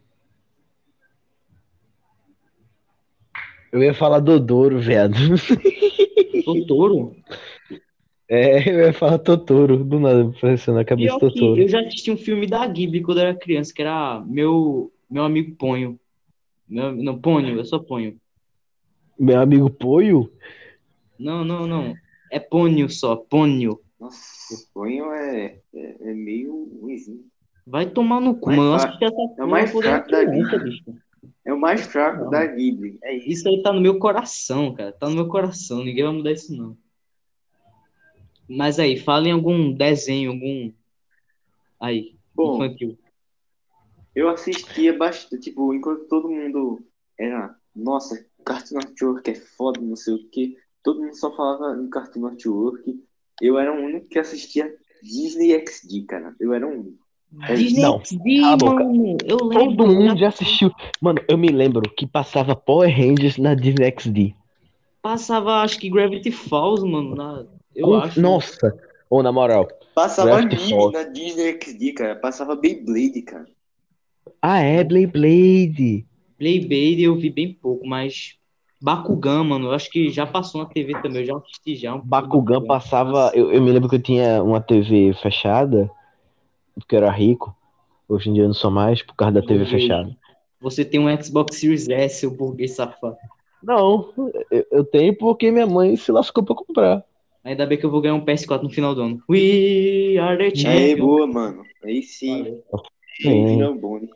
Eu ia falar Dodoro, viado. Totoro? É, eu ia falar Totoro, do nada, apareceu na cabeça Pior que eu Totoro. já assisti um filme da Ghibli quando eu era criança, que era meu amigo Ponho. Não, Ponho, eu sou Ponho. Meu amigo Poio? Não. É Ponho só, Ponho. Nossa, sonho é meio ruimzinho. Vai tomar no cu, Mais mano. Eu fra... assisti essa É o porra mais quando eu era fraco da criança, Ghibli. bicho. É o mais fraco da Não. Ghibli. É isso. Isso aí tá no meu coração, cara. Tá no meu coração. Ninguém vai mudar isso, não. Mas aí, fala em algum desenho, algum. Aí, Bom, infantil. eu assistia bastante, tipo, enquanto todo mundo era, nossa, Cartoon Network é foda, não sei o quê. Todo mundo só falava em Cartoon Network. Eu era o único que assistia Disney XD, cara. Eu era o único. Disney Não, cala a XD, boca. mano. Eu Todo lembro. mundo já assistiu. Mano, eu me lembro que passava Power Rangers na Disney XD. Passava, acho que Gravity Falls, mano. Eu acho, né? Nossa! Ou na moral, Passava Gravity anime Falls. na Disney XD, cara. Passava Beyblade, cara. Ah, é, Blade. Beyblade eu vi bem pouco, mas. Bakugan, mano. Eu acho que já passou na TV também. Eu já assisti já um pouco de Bakugan Bakugan. passava. Nossa, Eu me lembro que eu tinha uma TV fechada, porque eu era rico. Hoje em dia eu não sou mais, por causa da TV burguês. fechada. Você tem um Xbox Series S, seu burguês safado. Não, eu tenho porque minha mãe se lascou pra comprar. Ainda bem que eu vou ganhar um PS4 no final do ano. We are the Aê, champions. boa, mano. Aí sim. Valeu. Bem-vindo Sim. ao bonde.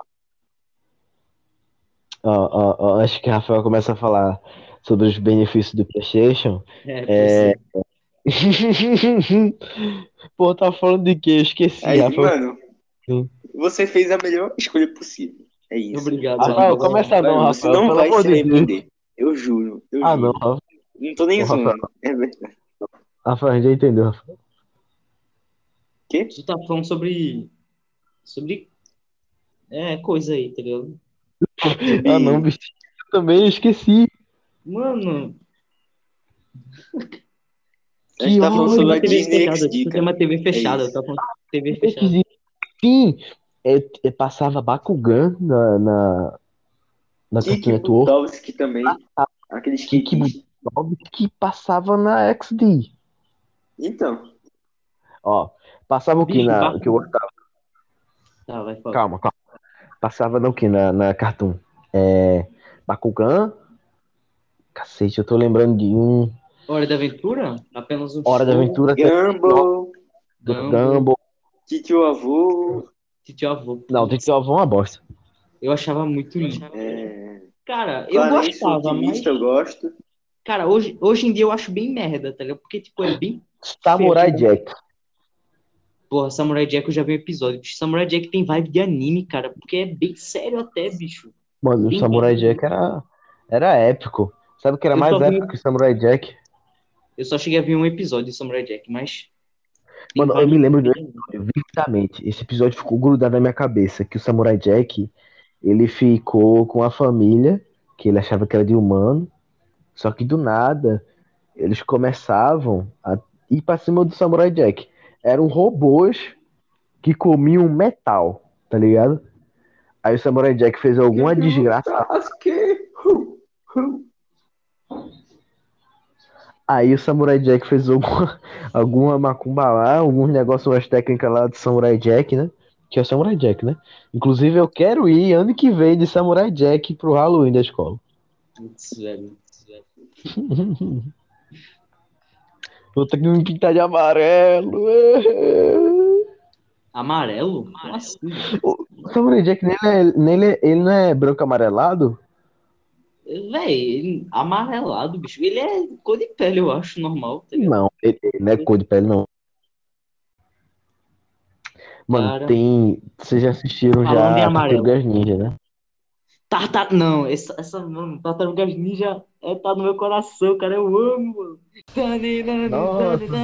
Acho que o Rafael começa a falar sobre os benefícios do PlayStation. Você. Pô, tá falando de quê? Eu esqueci, Aí, Rafael. mano, Sim. você fez a melhor escolha possível. É isso. Obrigado, Rafael, Rafa. começa não, Mano, você Rafael, não pelo vai amor se de Deus. arrepender. Eu juro, eu Ah, não, juro. Rafael. Não tô nem Ô, Rafael, zoando. É verdade. Rafael, a gente já entendeu, Rafael. Quê? Tu tá falando sobre coisa aí, tá ligado? Ah, não, Sobre. bicho. Eu também esqueci. Mano, A gente Que tá falando tu tem sobre ódio. a uma TV Disney fechada. XD, Tu tem cara. uma TV É fechada. Eu isso. tava falando TV fechada. Sim, passava Bakugan na Kiki Cartoon Network. Butovski também. Aqueles Kiki kits. Butowski que passava na XD. Então, Ó, passava o que Bicho, na. Que eu gostava. Tá, vai falar. Calma. Passava no que na Cartoon? Bakugan. Cacete, eu tô lembrando de um. Hora da Aventura? Apenas um Hora da show. Aventura também. Gumball, Gumball. Titio Avô. Titio Avô. Não, tem que ter uma bosta. Eu achava muito lindo. É... Cara, eu Clarence, o gostava, mas... otimista, eu gosto. Cara, hoje em dia eu acho bem merda, tá ligado? Porque, tipo, é bem Samurai feio. Jack. Porra, Samurai Jack eu já vi um episódio. Samurai Jack tem vibe de anime, cara. Porque é bem sério até, bicho. Mano, o Bem Samurai sério. Jack era épico. Sabe o que era Eu só mais vi, épico que o Samurai Jack? eu só cheguei a ver um episódio de Samurai Jack, mas Tem Mano, eu me vários lembro de um filmes. episódio vividamente. Esse episódio ficou grudado na minha cabeça, que o Samurai Jack, ele ficou com a família, que ele achava que era de humano, só que do nada, eles começavam a ir pra cima do Samurai Jack. Eram robôs que comiam metal, tá ligado? Aí o Samurai Jack fez alguma desgraça. Sasuke! Aí o Samurai Jack fez alguma macumba lá, alguns negócios, umas técnicas lá do Samurai Jack, né? Que é o Samurai Jack, né? Inclusive eu quero ir ano que vem de Samurai Jack pro Halloween da escola. Putz, velho. Vou ter que me pintar de amarelo. Amarelo? Como assim, velho? O Samurai Jack ele não é branco amarelado? Véi, amarelado, bicho. Ele é cor de pele, eu acho, normal, tá ligado? Não, ele não é cor de pele, não. Mano, Cara, tem. Vocês já assistiram falando em já amarelo. Tartarugas Ninja, né? Não, mano, Tartarugas Ninja tá no meu coração, cara. Eu amo, mano. Nossa.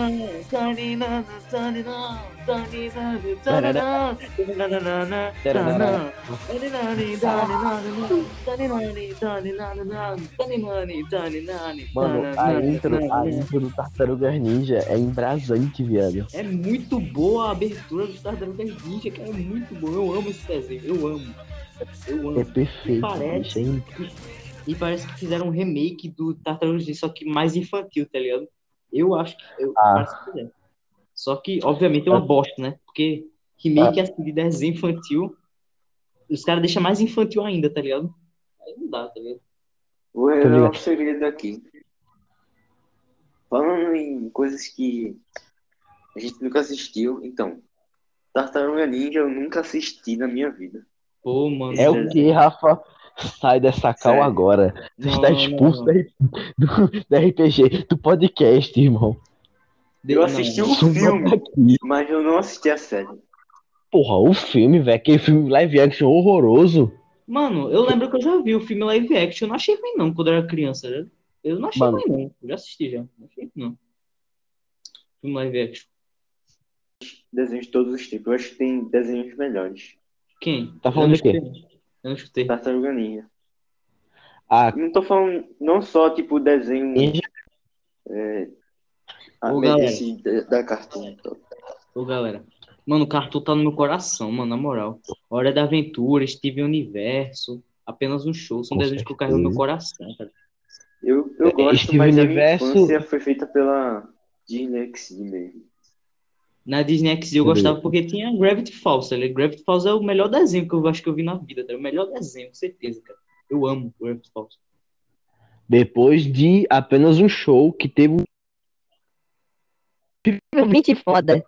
Mano, a intro do Tartarugas Ninja é embrasante, viado. É muito boa a abertura do Tartarugas Ninja, cara. É muito bom. Eu amo esse desenho. Eu amo. Eu É amo. E perfeito, bicho. É parece, incrível. e parece que fizeram um remake do Tartarugas Ninja, só que mais infantil, tá ligado? Eu acho que. Parece que Ah, fizeram. Só que, obviamente, é uma bosta, né? Porque remake ah, assim de desenho infantil, os caras deixam mais infantil ainda, tá ligado? Aí não dá, tá ligado? Vou tô revelar um ligado. segredo aqui. Falando em coisas que a gente nunca assistiu, então, Tartaruga Ninja eu nunca assisti na minha vida. Pô, mano, É Esse o que, desenho. Rafa? Sai dessa cal Sério. agora. Você está não, não, expulso não. do RPG, do podcast, irmão. Eu Não, assisti o não. Suma filme, daqui. mas eu não assisti a série. Porra, o filme, velho. Aquele filme live action horroroso. Mano, eu lembro que eu já vi o filme live action. Eu não achei ruim, não, quando eu era criança, né? Eu não achei ruim, Mano, não. Eu já assisti já. Não achei ruim, não. Filme live action. Desenhos de todos os tipos. Eu acho que tem desenhos melhores. Quem? tá Eu não falando de escutei. quê? Eu não escutei. Tartaruga Ninja. Ah, Não tô falando não só tipo desenho Ô, galera. esse da Cartoon. Ô, galera. Mano, o Cartoon tá no meu coração, mano, na moral. Hora da Aventura, Steven Universo, apenas um show. São com desenhos que eu carrego no meu certeza. coração, cara. Eu gosto, Steven mas a minha Universo. infância foi feita pela Disney XD mesmo. Na Disney XD eu gostava porque tinha Gravity Falls, tá ligado? Gravity Falls é o melhor desenho que eu acho que eu vi na vida, tá? O melhor desenho, com certeza, cara. Eu amo Gravity Falls. Depois de apenas um show que teve um. Realmente foda.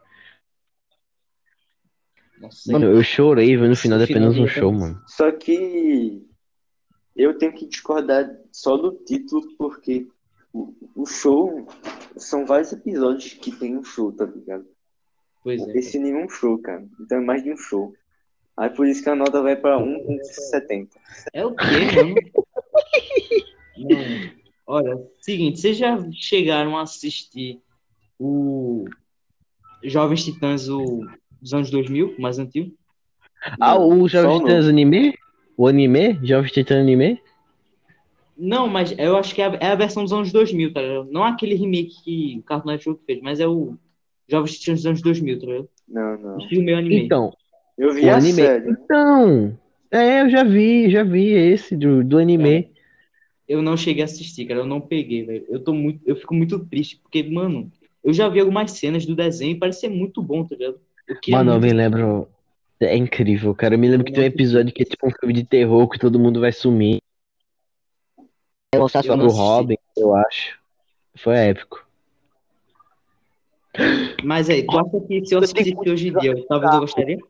Nossa, Mano, eu chorei vendo o final o de final apenas um dele show, é... mano. Só que eu tenho que discordar só do título, porque o show são vários episódios que tem um show, tá ligado? Pois é, cara. Esse é nenhum show, cara. Então é mais de um show. Aí por isso que a nota vai pra 1,70. É o quê, mano? Mano, olha, seguinte, vocês já chegaram a assistir o Jovens Titãs dos anos 2000, mais antigo? Ah, Não, o só Jovens o Titãs novo. anime? O anime? Jovens Titãs anime? Não, mas eu acho que é a versão dos anos 2000, tá ligado? Não aquele remake que o Cartoon Network fez, mas é o Jovens Titãs dos anos 2000, tá ligado? Não, não. Estilo meio anime. Então, Eu vi o a anime. série. Então, eu já vi esse do Cara, anime. eu não cheguei a assistir, cara, eu não peguei, velho. Eu fico muito triste, porque, mano, eu já vi algumas cenas do desenho e parece ser muito bom, tá ligado? Eu queria Mano, eu muito me assistir, lembro. É incrível, cara. Eu me lembro eu que não tem um assisti. episódio que é tipo um filme de terror que todo mundo vai sumir. É mostrar Eu só não pro assisti. Robin, eu acho. Foi épico. Mas aí, tu acha que se eu Eu tenho assistisse muito hoje em dia, episódio talvez eu bizarro. gostaria?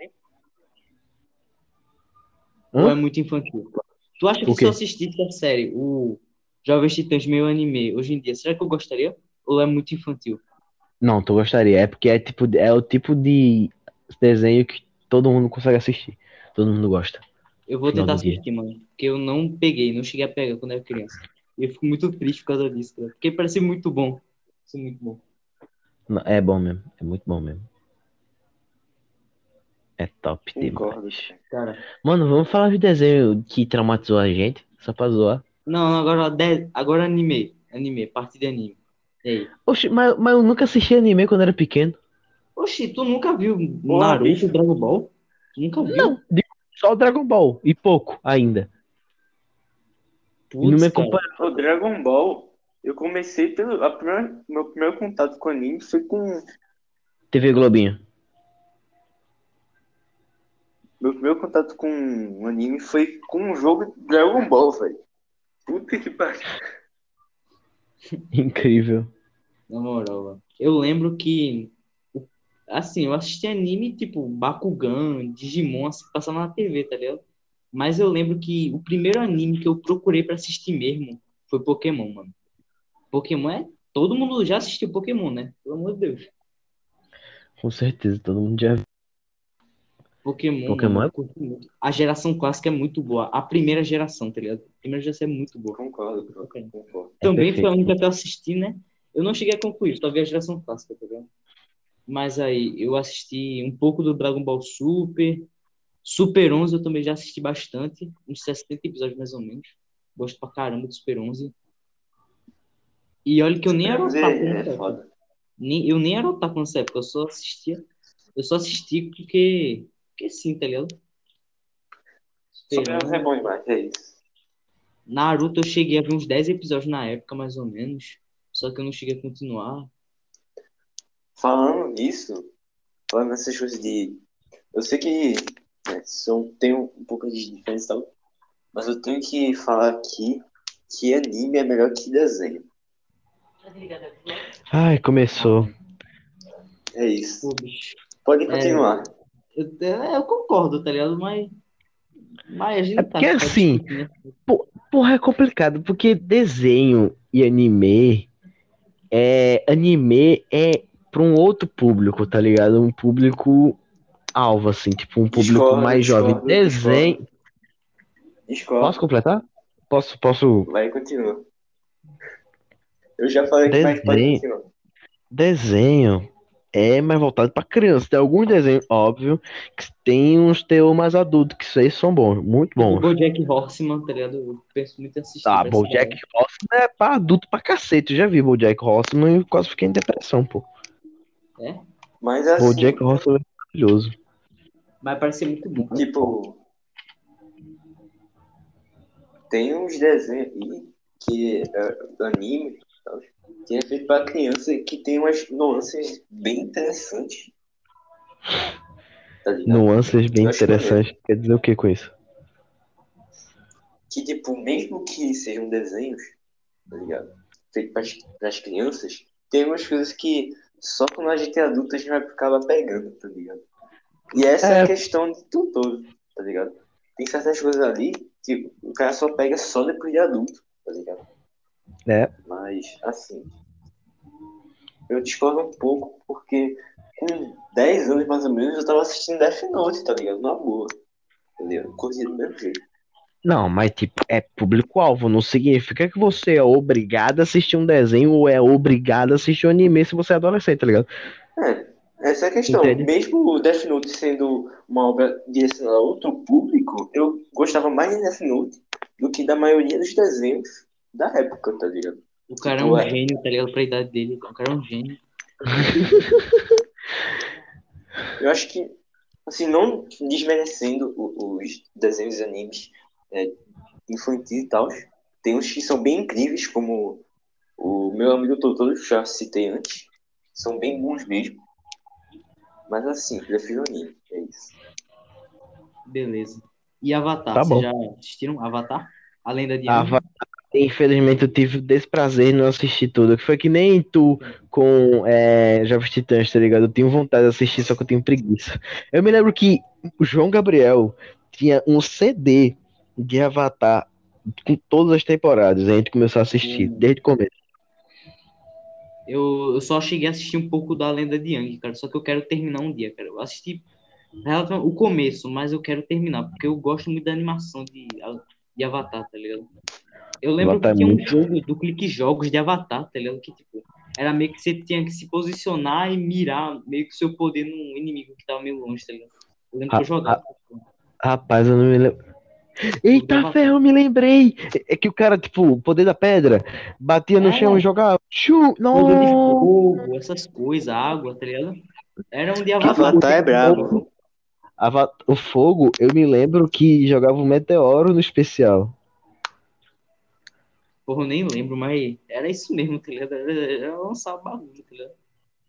Ou é Hã? muito infantil? Tu acha que O se eu quê? assistisse a série, o Jovens Titãs meio anime, hoje em dia, será que eu gostaria? Ou é muito infantil? Não, tu gostaria. É porque é o tipo de desenho que todo mundo consegue assistir. Todo mundo gosta, Eu no vou final tentar do dia. assistir, mano. Porque eu não peguei, não cheguei a pegar quando era criança. E eu fico muito triste por causa disso, cara. Porque parece muito bom. Parece muito bom. É bom mesmo. É muito bom mesmo. É top Concordo, demais. cara. Cara, Mano, vamos falar de desenho que traumatizou a gente? Só pra zoar. não, agora anime. Anime, parte de anime. E aí? Oxe, mas eu nunca assisti anime quando era pequeno. Oxi, tu nunca viu Porra, Naruto, bicho. Dragon Ball? Tu nunca viu? Não, digo só o Dragon Ball. E pouco ainda. E não me Putz, cara. acompanha. O Dragon Ball, eu comecei pelo. Meu primeiro contato com anime foi com. TV Globinho. Meu primeiro contato com um anime foi com um jogo de Dragon Ball, velho. Puta que pariu. Incrível. Na moral, mano. Eu lembro que, assim, eu assisti anime tipo Bakugan, Digimon, assim, passando na TV, tá ligado? Mas eu lembro que o primeiro anime que eu procurei pra assistir mesmo foi Pokémon, mano. Pokémon é. Todo mundo já assistiu Pokémon, né? Pelo amor de Deus. Com certeza, todo mundo já viu. Pokémon, mano, Pokémon eu é curto muito. A geração clássica é muito boa. A primeira geração, tá ligado? A primeira geração é muito boa. Concordo, Curto bro. pra caramba. Concordo. é Também foi a perfeito. única que eu assisti, né? Eu não cheguei a concluir, só vi a geração clássica, tá ligado? Mas aí eu assisti um pouco do Dragon Ball Super. Super 11 eu também já assisti bastante. Uns 60 episódios mais ou menos. Gosto pra caramba do Super 11. E olha que eu nem era Supremos otaku é nessa época. foda. Eu nem era otaku nessa época. Eu só assistia. Eu só assisti porque sim, tá ligado? Super Supremos é 11. bom demais, é isso. Naruto eu cheguei a ver uns 10 episódios na época, mais ou menos. Só que eu não cheguei a continuar. Falando nisso, falando nessas coisas de. Eu sei que tem um pouco de diferença e tal, mas eu tenho que falar aqui que anime é melhor que desenho. Ai, Ah, começou. mano. É isso. Pô, bicho. Pode É, continuar. eu concordo, tá ligado? Mas a É gente tá porque só assim, discutindo. porra, é complicado, porque desenho e anime é pra um outro público, tá ligado? Um público alvo, assim, tipo um público Discordo, mais jovem. discordo, discordo. Desenho. Posso Discordo. completar? Posso. Vai, continua. Eu já falei que mais pode Desenho. continuar. Desenho é mais voltado pra criança. Tem alguns desenhos, óbvio, que tem uns teor mais adultos, que isso aí são bons, muito Tipo bons. BoJack Horseman, tá ligado? Eu penso muito em assistir, Ah, vai ser da BoJack hora. Horseman é pra adulto pra cacete. Eu já vi BoJack Horseman e quase fiquei em depressão, pô. É? Mas assim, BoJack Horseman é maravilhoso. Vai parecer muito bom. tipo, tem uns desenhos aí que anime, tal, que é feito pra criança que tem umas nuances bem interessantes, tá ligado? Nuances bem Eu acho maneiro. interessantes. Quer dizer o que com isso? Que, tipo, mesmo que sejam desenhos, tá ligado? Feito pras crianças, tem umas coisas que só quando a gente é adulto a gente vai acabar pegando, tá ligado? E essa é a É, questão de tudo todo, tá ligado? Tem certas coisas ali que o cara só pega só depois de adulto, tá ligado? é. Mas, assim, eu discordo um pouco porque com 10 anos mais ou menos eu tava assistindo Death Note, tá ligado? Na boa, tá ligado? Curti do mesmo jeito. Não, mas tipo, é público-alvo. Não significa que você é obrigado a assistir um desenho ou é obrigado a assistir um anime se você é adolescente, tá ligado? Essa é a questão. Entende? Mesmo o Death Note sendo uma obra direcionada a outro público, eu gostava mais de Death Note do que da maioria dos desenhos da época, tá ligado? O cara é Tipo, um gênio, tá ligado? Pra idade dele. O cara é um gênio. eu acho que, assim, não desmerecendo os desenhos e animes é, infantis e tal, tem uns que são bem incríveis, como o meu amigo Totoro, que já citei antes, são bem bons mesmo. Mas assim, prefiro anime, é isso. Beleza. E Avatar, Tá vocês bom. já assistiram Avatar? A Lenda de Ah, Aang? infelizmente eu tive o desprazer de não assistir tudo. Que foi que nem tu com Jovens Titãs, tá ligado? Eu tenho vontade de assistir, só que eu tenho preguiça. Eu me lembro que o João Gabriel tinha um CD de Avatar com todas as temporadas. A gente começou a assistir desde o começo. Eu só cheguei a assistir um pouco da Lenda de Aang, cara. Só que eu quero terminar um dia, cara. Eu assisti o começo, mas eu quero terminar, porque eu gosto muito da animação de Avatar, tá ligado? Eu lembro Avatar que é tinha um muito. jogo do Clique Jogos de Avatar, tá ligado? Que, tipo, era meio que você tinha que se posicionar e mirar meio que o seu poder num inimigo que tava meio longe, tá ligado? Eu lembro que eu Ra- jogava. Rapaz, eu não me lembro. Jogo de Eita Avatar. ferro, me lembrei! É que o cara, tipo, o poder da pedra, batia no chão e É, jogava. Tchu, poder de não! fogo, essas coisas, água, tá ligado? Era um de Que Avatar. Avatar é brabo. fogo. O fogo, eu me lembro que jogava um meteoro no especial. Porra, eu nem lembro, mas era isso mesmo, tá ligado? Era lançar bagulho, tá ligado?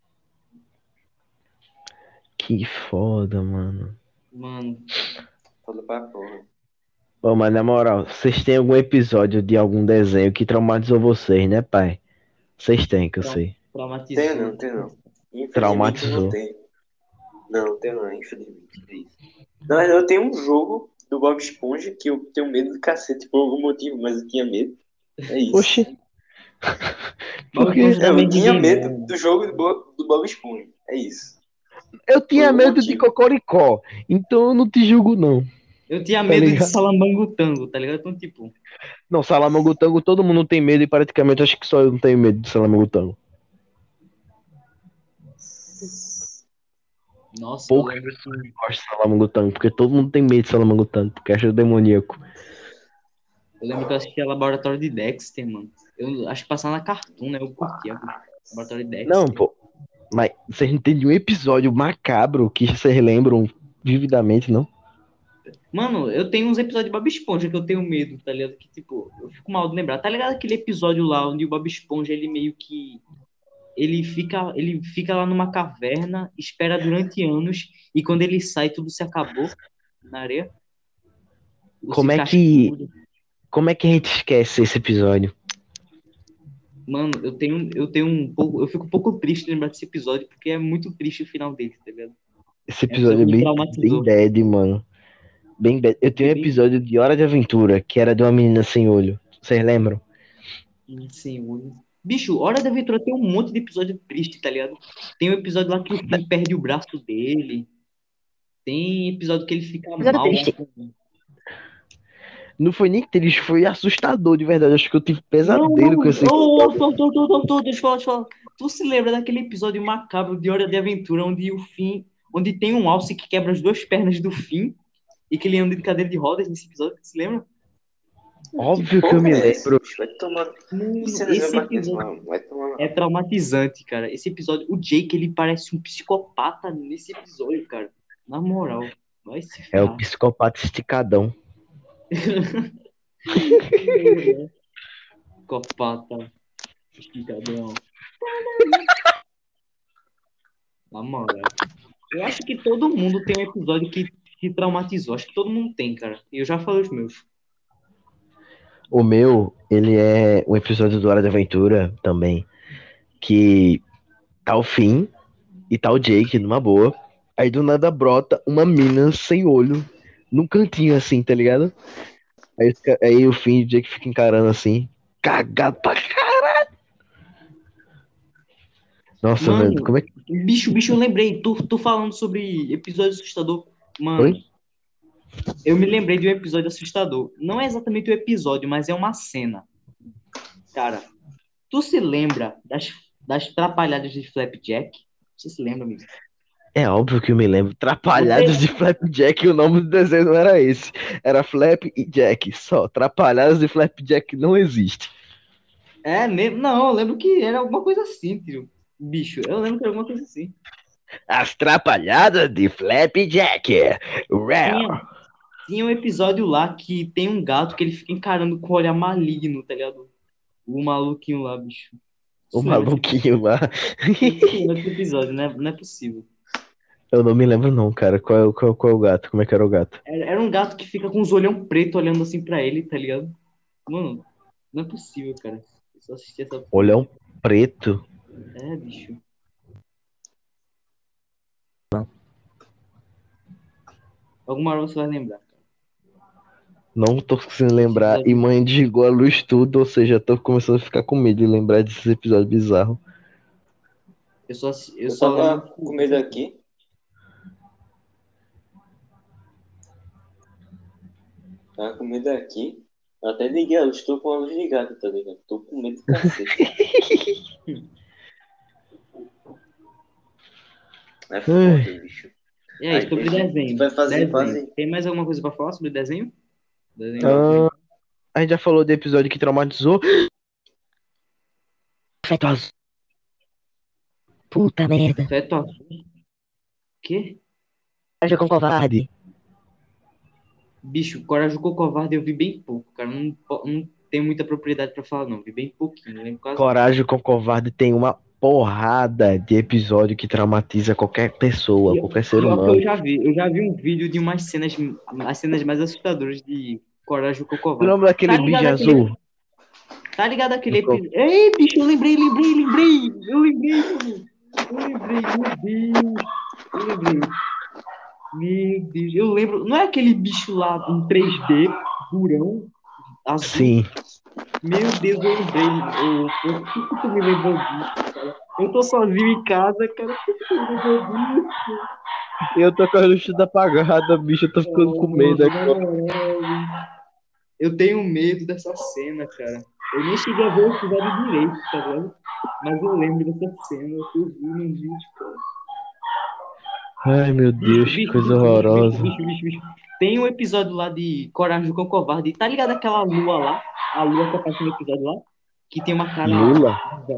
Que foda, mano. Mano, Foda pra porra. Ô, mas na moral, vocês têm algum episódio de algum desenho que traumatizou vocês, né, pai? Vocês têm, que eu sei. traumatizou. Tem não. Infelizmente eu não Traumatizou. tenho. Não, tem não, infelizmente. É isso. Na verdade, eu tenho um jogo do Bob Esponja que eu tenho medo do cacete por algum motivo, mas eu tinha medo. É isso. Oxi. Bob Porque Esponja não é Eu meio tinha ninguém, medo não. do jogo do Bob Esponja. É isso. eu Por tinha algum medo de motivo. Cocoricó, então eu não te julgo, não. Eu tinha Tá medo de ligado? Salamangutango, tá ligado? Então, tipo, Não, Salamangutango todo mundo tem medo e praticamente acho que só eu não tenho medo de Salamangutango. nossa, eu Poucas lembro que. pessoas gostam de Salamangutango, porque todo mundo tem medo de Salamangutango, porque acha demoníaco. Eu lembro que eu assistia Laboratório de Dexter, mano. Eu acho que passava na Cartoon, né? Eu curtia, pô. Laboratório de Não, Dexter. pô, mas vocês não tem nenhum episódio macabro que vocês lembram vividamente, não? Mano, eu tenho uns episódios de Bob Esponja que eu tenho medo, tá ligado? Que, tipo, eu fico mal de lembrar. Tá ligado aquele episódio lá onde o Bob Esponja, ele meio que. Ele fica lá numa caverna, espera durante anos, e quando ele sai, tudo se acabou na areia. Tudo se Como é fica que, escuro. como é que a gente esquece esse episódio? Mano, eu tenho um pouco. Eu fico um pouco triste de lembrar desse episódio, porque é muito triste o final dele, tá ligado? Esse É um episódio episódio é que me bem traumatizou. bad, mano. Bem bad. Eu tenho um Fiquei bem episódio de Hora de Aventura, que era de uma menina sem olho. Vocês lembram? sem olho. Bicho, Hora da Aventura tem um monte de episódio triste, tá ligado? Tem um episódio lá que o Finn perde o braço dele. Tem episódio que ele fica Episódio mal lá triste. também. Não foi nem triste, foi assustador de verdade. Acho que eu tive Não, pesadelo com não. esse Ô, episódio. deixa eu falar, deixa eu falar. Tu se lembra daquele episódio macabro de Hora de Aventura, onde o Finn, onde tem um alce que quebra as duas pernas do Finn e que ele anda de cadeira de rodas nesse episódio, tu se lembra? Que Óbvio que eu porra me é essa, lembro. bicho? Vai tomar. Isso Mano, é esse lembrar disso, episódio mano. Vai tomar. é traumatizante, cara. Esse episódio, o Jake, ele parece um psicopata nesse episódio, cara. Na moral, vai se É o ferrar. psicopata esticadão. Psicopata, esticadão. Na moral. Eu acho que todo mundo tem um episódio que traumatizou. Acho que todo mundo tem, cara. E eu já falei os meus. O meu, ele é um episódio do Hora de Aventura também. Que tá o Finn e tá o Jake numa boa. Aí do nada brota uma mina sem olho num cantinho assim, tá ligado? Aí o Finn e o Jake ficam encarando assim. Cagado pra caralho. Nossa, velho, Mano, como é que bicho, eu lembrei. Tu falando sobre episódio assustador. foi? Mano, eu me lembrei de um episódio assustador. Não é exatamente o episódio, mas é uma cena. Cara, tu se lembra das trapalhadas de Flapjack? Você se lembra, amigo? É óbvio que eu me lembro. Trapalhadas Você. de Flapjack, o nome do desenho não era esse. Era Flap e Jack, só. Trapalhadas de Flapjack não existe. É mesmo? Não, eu lembro que era alguma coisa assim, tio. Bicho, eu lembro que era alguma coisa assim. As Trapalhadas de Flapjack. Tinha, Rare. tinha um episódio lá que tem um gato que ele fica encarando com o olhar maligno, tá ligado? O maluquinho lá, bicho. O Você lembra desse episódio? maluquinho lá. Você lembra desse episódio, né? Não é possível. Eu não me lembro não, cara. Qual é o gato? Como é que era o gato? Era um gato que fica com os olhão preto olhando assim pra ele, tá ligado? Mano, não é possível, cara. Eu só assisti essa porra. Olhão preto. É, bicho. Alguma hora você vai lembrar, cara. Não tô conseguindo Esse lembrar. E episódio. mãe desligou a luz tudo, ou seja, tô começando a ficar com medo de lembrar desses episódios bizarros. Eu Eu só tava lembro. com medo aqui. Tava com medo aqui. Eu até liguei a luz, tô com a luz ligada, tá ligado? Tô com medo do cacete. É foda, bicho. E aí, sobre A gente desenho? vai fazer, Desenho. Tem mais alguma coisa pra falar sobre desenho? Desenho. Ah, a gente já falou do episódio que traumatizou. Feto azul. Puta merda. Feto azul. Quê? Coragem com covarde. Bicho, Coragem com o Covarde eu vi bem pouco, cara. Não tenho muita propriedade pra falar, não. Vi bem pouquinho, não lembro quase nada. Coragem com covarde tem uma porrada de episódio que traumatiza qualquer pessoa, qualquer ser Pior que humano. eu já vi um vídeo de umas cenas, as cenas mais assustadoras de Coragem com o Tu Covarde. lembra daquele Tá bicho ligado aquele, azul? tá ligado aquele episódio? Ei, bicho, eu lembrei. Eu lembrei, mano. Eu lembrei. Meu Deus, eu lembro. Não é aquele bicho lá em 3D, durão, azul? Sim. Meu Deus, eu lembrei. Por que tu me lembrou disso, cara? Eu tô sozinho em casa, cara. Por que tu me lembrou disso? Eu tô com a luz toda apagada, bicho. Eu tô ficando com medo Mano, na agora. moral, eu tenho medo dessa cena, cara. Eu nem cheguei a ver o episódio direito, tá ligado? Mas eu lembro dessa cena que eu vi num vídeo, cara. Ai, meu Deus, que coisa horrorosa. Bicho. Tem um episódio lá de Coragem com o Covarde. Tá ligado aquela lua lá? A lua que aparece no episódio lá? Que tem uma cara. Lula?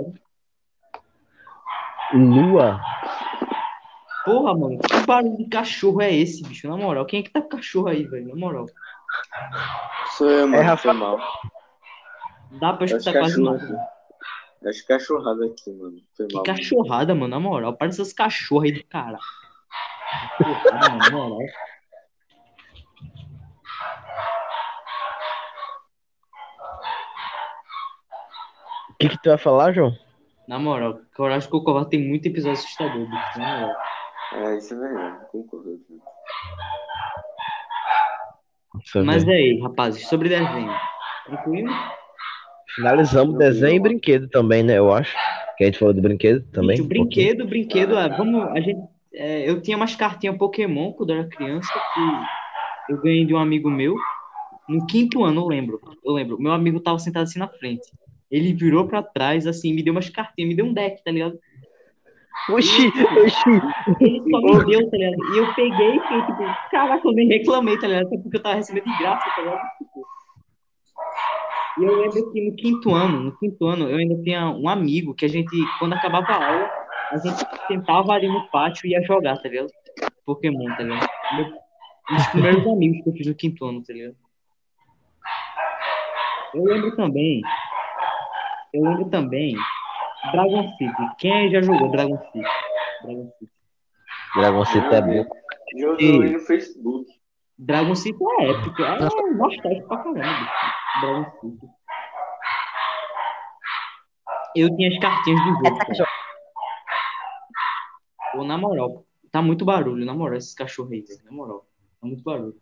Lua? Porra, mano, que barulho de cachorro é esse, bicho? Na moral, quem é que tá com cachorro aí, velho? Na moral. Sou eu, mano, Rafa. foi mal. Não dá pra As escutar quase cachorras nada. aqui. As cachorradas aqui, mano. Foi Que mal. cachorrada, mano, na moral. Parece essas cachorras aí do cara. Cachorrada, mano, na moral. O que tu vai falar, João? Na moral, Coragem com o Covarde tem muito episódio assustador, bicho. Na moral. É, isso é verdade, concordo. Nossa, Mas velho. aí, rapazes, sobre desenho. Tranquilo? Finalizamos desenho e brinquedo também, né? Eu acho. Que a gente falou de brinquedo também. Bicho, Um pouquinho. brinquedo, eu tinha umas cartinhas Pokémon quando eu era criança que eu ganhei de um amigo meu. No quinto ano, eu lembro. Meu amigo tava sentado assim na frente. Ele virou pra trás, assim, me deu umas cartinhas, me deu um deck, tá ligado? Oxi. Ele só me deu, tá ligado? E eu peguei e fiquei, tipo, caraca, eu nem reclamei, tá ligado? Até porque eu tava recebendo de graça, tá ligado? E eu lembro que no quinto ano, eu ainda tinha um amigo que a gente, quando acabava a aula, a gente sentava ali no pátio e ia jogar, tá ligado? Pokémon, tá ligado? Um dos primeiros amigos que eu fiz no quinto ano, tá ligado? Eu lembro também, Dragon City. Quem aí já jogou Dragon City? Dragon City é bom. Joguei no Facebook. Dragon City é épico, é nostálgico pra caramba, bicho. Dragon City. Eu tinha as cartinhas do jogo, cara. Pô, na moral, tá muito barulho, na moral, esses cachorros aí, velho, na moral. Tá muito barulho.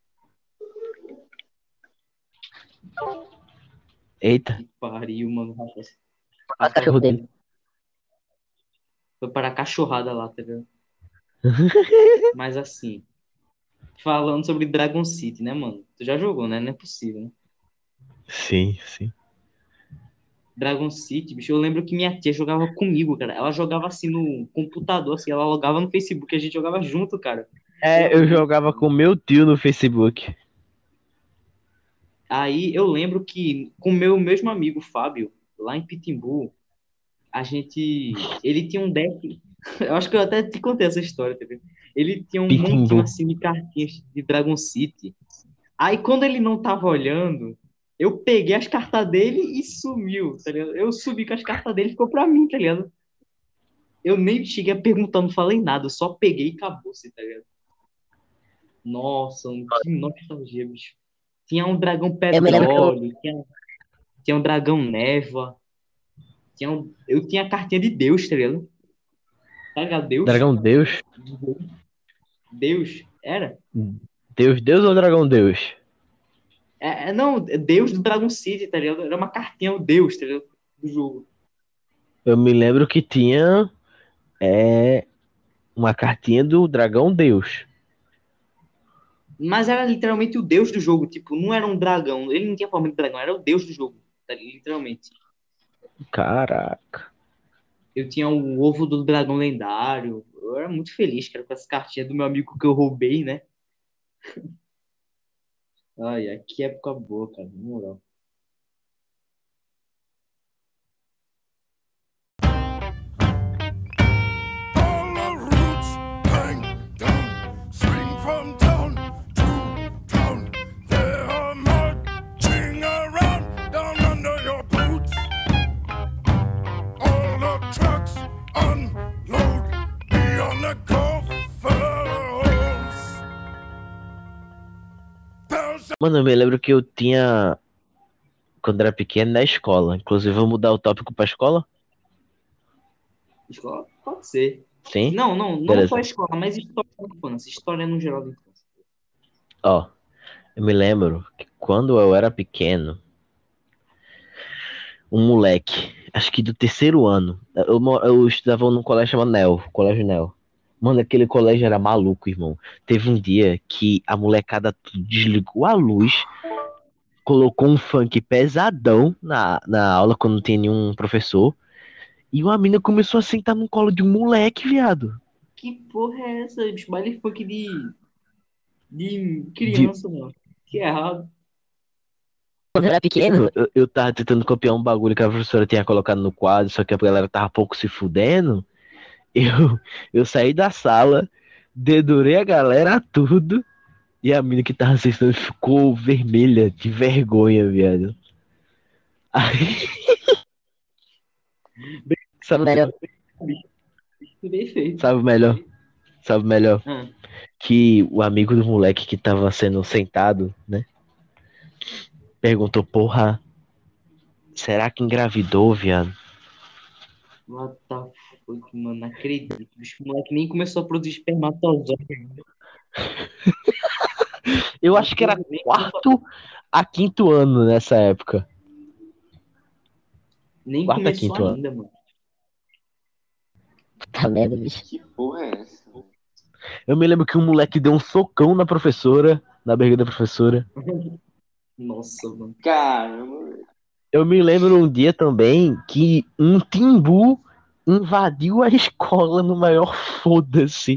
Eita. Que pariu, mano, rapaz. Olha o cachorro dele. Foi para a cachorrada lá, tá vendo? Mas assim, falando sobre Dragon City, né, mano? Tu já jogou, né? Não é possível, né? Sim. Dragon City, bicho, eu lembro que minha tia jogava comigo, cara. Ela jogava assim no computador, assim, ela logava no Facebook, a gente jogava junto, cara. Eu jogava com meu tio no Facebook. Aí eu lembro que com o meu mesmo amigo Fábio, lá em Pitimbu, ele tinha um deck. Eu acho que eu até te contei essa história, tá vendo? Ele tinha um montinho assim de cartinhas de Dragon City. Aí quando ele não tava olhando, eu peguei as cartas dele e sumiu, tá ligado? Eu subi com as cartas dele e ficou pra mim, tá ligado? Eu nem cheguei a perguntar, não falei nada, eu só peguei e acabou, tá ligado? Nossa, que nostalgia, bicho. Tinha um dragão petróleo, tinha um dragão névoa, eu tinha a cartinha de Deus, tá ligado? Tá ligado? Deus? Dragão Deus? Deus? Era? Deus ou Dragão Deus? Não, Deus do Dragon City, tá ligado? Era uma cartinha, o Deus, tá ligado? Do jogo. Eu me lembro que tinha uma cartinha do Dragão Deus. Mas era literalmente o Deus do jogo, tipo, não era um dragão, ele não tinha forma de dragão, era o Deus do jogo, tá, literalmente. Caraca. Eu tinha o ovo do dragão lendário, Eu era muito feliz, cara, com essa cartinha do meu amigo que eu roubei, né? Ai, que época boa, cara, na moral. All the roots hang down, swing from town to town. They are marching around down under your boots. All the trucks unload beyond the coffers. Mano, eu me lembro que eu tinha, quando era pequeno, na escola. Inclusive, vou mudar o tópico pra escola? Escola? Pode ser. Sim? Não Beleza. só escola, mas história da infância. História no geral da infância. Ó, eu me lembro que quando eu era pequeno, um moleque, acho que do terceiro ano, eu estudava num colégio chamado Nel, Colégio Nel. Mano, aquele colégio era maluco, irmão. Teve um dia que a molecada desligou a luz, colocou um funk pesadão na aula quando não tinha nenhum professor, e uma mina começou a sentar no colo de um moleque, viado. Que porra é essa? De baile funk de criança, mano. Que errado. Quando eu era pequeno, eu tava tentando copiar um bagulho que a professora tinha colocado no quadro, só que a galera tava pouco se fudendo. Eu saí da sala, dedurei a galera tudo, e a mina que tava assistindo ficou vermelha de vergonha, viado. Aí, sabe melhor? Bem feito. Sabe melhor? Ah, Que o amigo do moleque que tava sendo sentado, né? Perguntou, porra, será que engravidou, viado? what the fuck, mano. Não acredito. O moleque nem começou a produzir espermatozoide ainda. Eu acho que era quarto a quinto ano nessa época. Nem Quarta, começou quinto ano. ainda, mano. Tá merda, bicho. Que porra é essa? Eu me lembro que um moleque deu um socão na professora, na barriga da professora. Nossa, mano. Caramba. Eu me lembro um dia também que um timbu invadiu a escola no maior foda-se.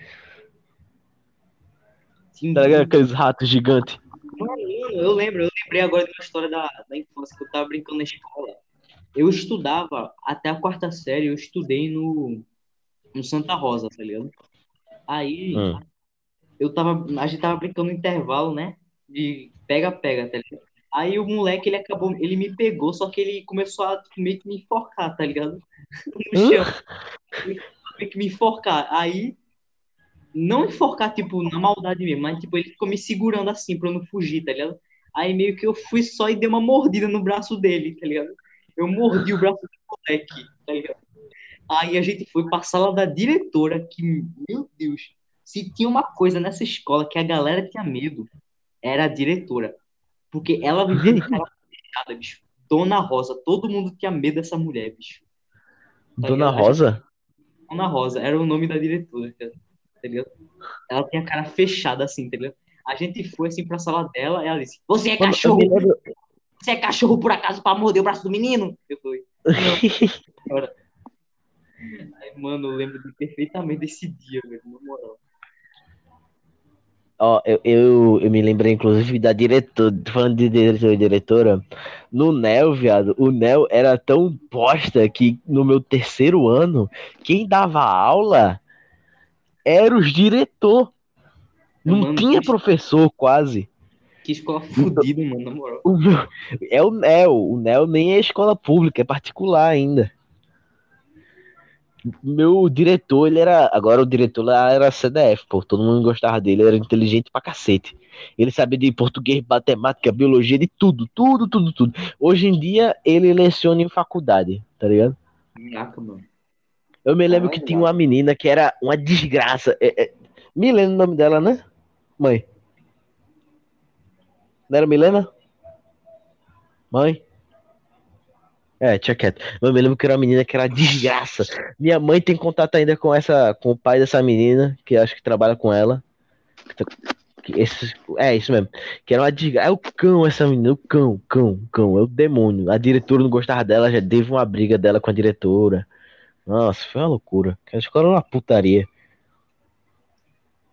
Tá ligado? Aqueles ratos gigantes. Mano, eu lembrei agora de uma história da infância que eu tava brincando na escola. Eu estudava até a quarta série, eu estudei no Santa Rosa, tá ligado? Aí a gente tava brincando no intervalo, né? De pega-pega, tá ligado? Aí o moleque, ele me pegou, só que ele começou a meio que me enforcar, tá ligado? No chão. Ele meio que me enforcar. Aí, não enforcar, tipo, na maldade mesmo, mas tipo, ele ficou me segurando assim pra eu não fugir, tá ligado? Aí meio que eu fui só e dei uma mordida no braço dele, tá ligado? Eu mordi o braço do moleque, tá ligado? Aí a gente foi pra sala da diretora, que, meu Deus, se tinha uma coisa nessa escola que a galera tinha medo, era a diretora. Porque ela vivia de cara fechada, bicho. Dona Rosa, todo mundo tinha medo dessa mulher, bicho. Tá Dona ligado? Rosa? Dona Rosa, era o nome da diretora, tá ligado? Ela tinha a cara fechada assim, tá ligado? A gente foi assim pra sala dela e ela disse: Você é Mano, cachorro? eu me lembro- Você é cachorro por acaso pra morder o braço do menino? Eu falei: Não. Aí, mano, eu lembro perfeitamente desse dia, velho, na moral. Ó, eu me lembrei, inclusive, da diretora, falando de diretor e diretora, no Nel, viado, o Nel era tão bosta que no meu terceiro ano, quem dava aula era os diretor. Não Mano, tinha professor, quase. que escola fodida, mano, na moral. É o Nel nem é escola pública, é particular ainda. Meu diretor, ele era. Agora o diretor lá era CDF, pô. Todo mundo gostava dele, ele era inteligente pra cacete. Ele sabia de português, matemática, biologia, de tudo, tudo, tudo, tudo. Hoje em dia, ele leciona em faculdade, tá ligado? Caraca, mano. Eu me lembro que tinha uma menina que era uma desgraça. Milena o nome dela, né? Mãe. Não era Milena? Mãe? Tinha quieto. Eu me lembro que era uma menina que era desgraça. Minha mãe tem contato ainda com o pai dessa menina, que acho que trabalha com ela. Isso mesmo. Que era uma desgraça. É o cão essa menina, o cão, é o demônio. A diretora não gostava dela, já teve uma briga dela com a diretora. Nossa, foi uma loucura. A escola era uma putaria.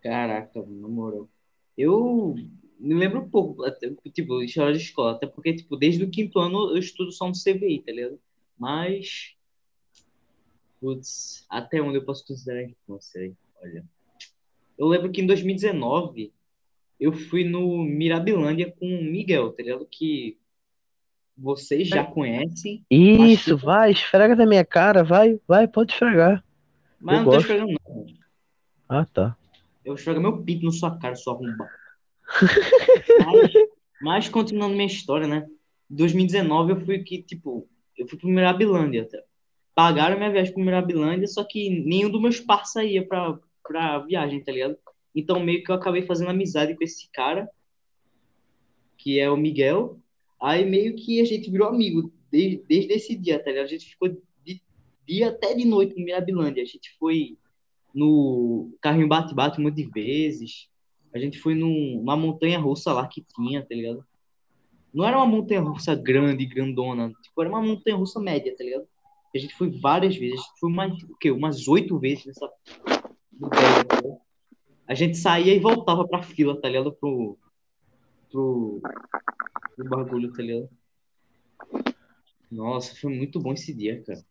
Caraca, mano, na moral. Eu me lembro um pouco, tipo, história de escola, até porque, tipo, desde o quinto ano eu estudo só no CVI, tá ligado? Mas, putz, até onde eu posso considerar infância aí? Olha. Eu lembro que em 2019 eu fui no Mirabilândia com o Miguel, tá ligado? Que vocês já conhecem, mas, Isso, vai, esfrega na minha cara, vai, pode esfregar. mas Eu eu não tô gosto. esfregando, não. Ah, tá. Eu vou esfregar meu pinto na sua cara, sua arromba. Mas, mas continuando minha história, né? Em 2019 eu fui que, tipo, eu fui pro Mirabilândia. Tá? Pagaram minha viagem pro Mirabilândia, só que nenhum dos meus parça ia pra viagem, tá ligado? Então meio que eu acabei fazendo amizade com esse cara, que é o Miguel. Aí meio que a gente virou amigo desde esse dia, tá ligado? A gente ficou de dia até de noite no Mirabilândia. A gente foi no carrinho bate-bate um monte de vezes. A gente foi numa montanha-russa lá que tinha, tá ligado? Não era uma montanha-russa grande, grandona. Tipo, era uma montanha-russa média, tá ligado? A gente foi várias vezes. A gente foi o quê? Umas 8 vezes nessa bodega, tá ligado? A gente saía e voltava pra fila, tá ligado? Pro, pro bagulho, tá ligado? Nossa, foi muito bom esse dia, cara.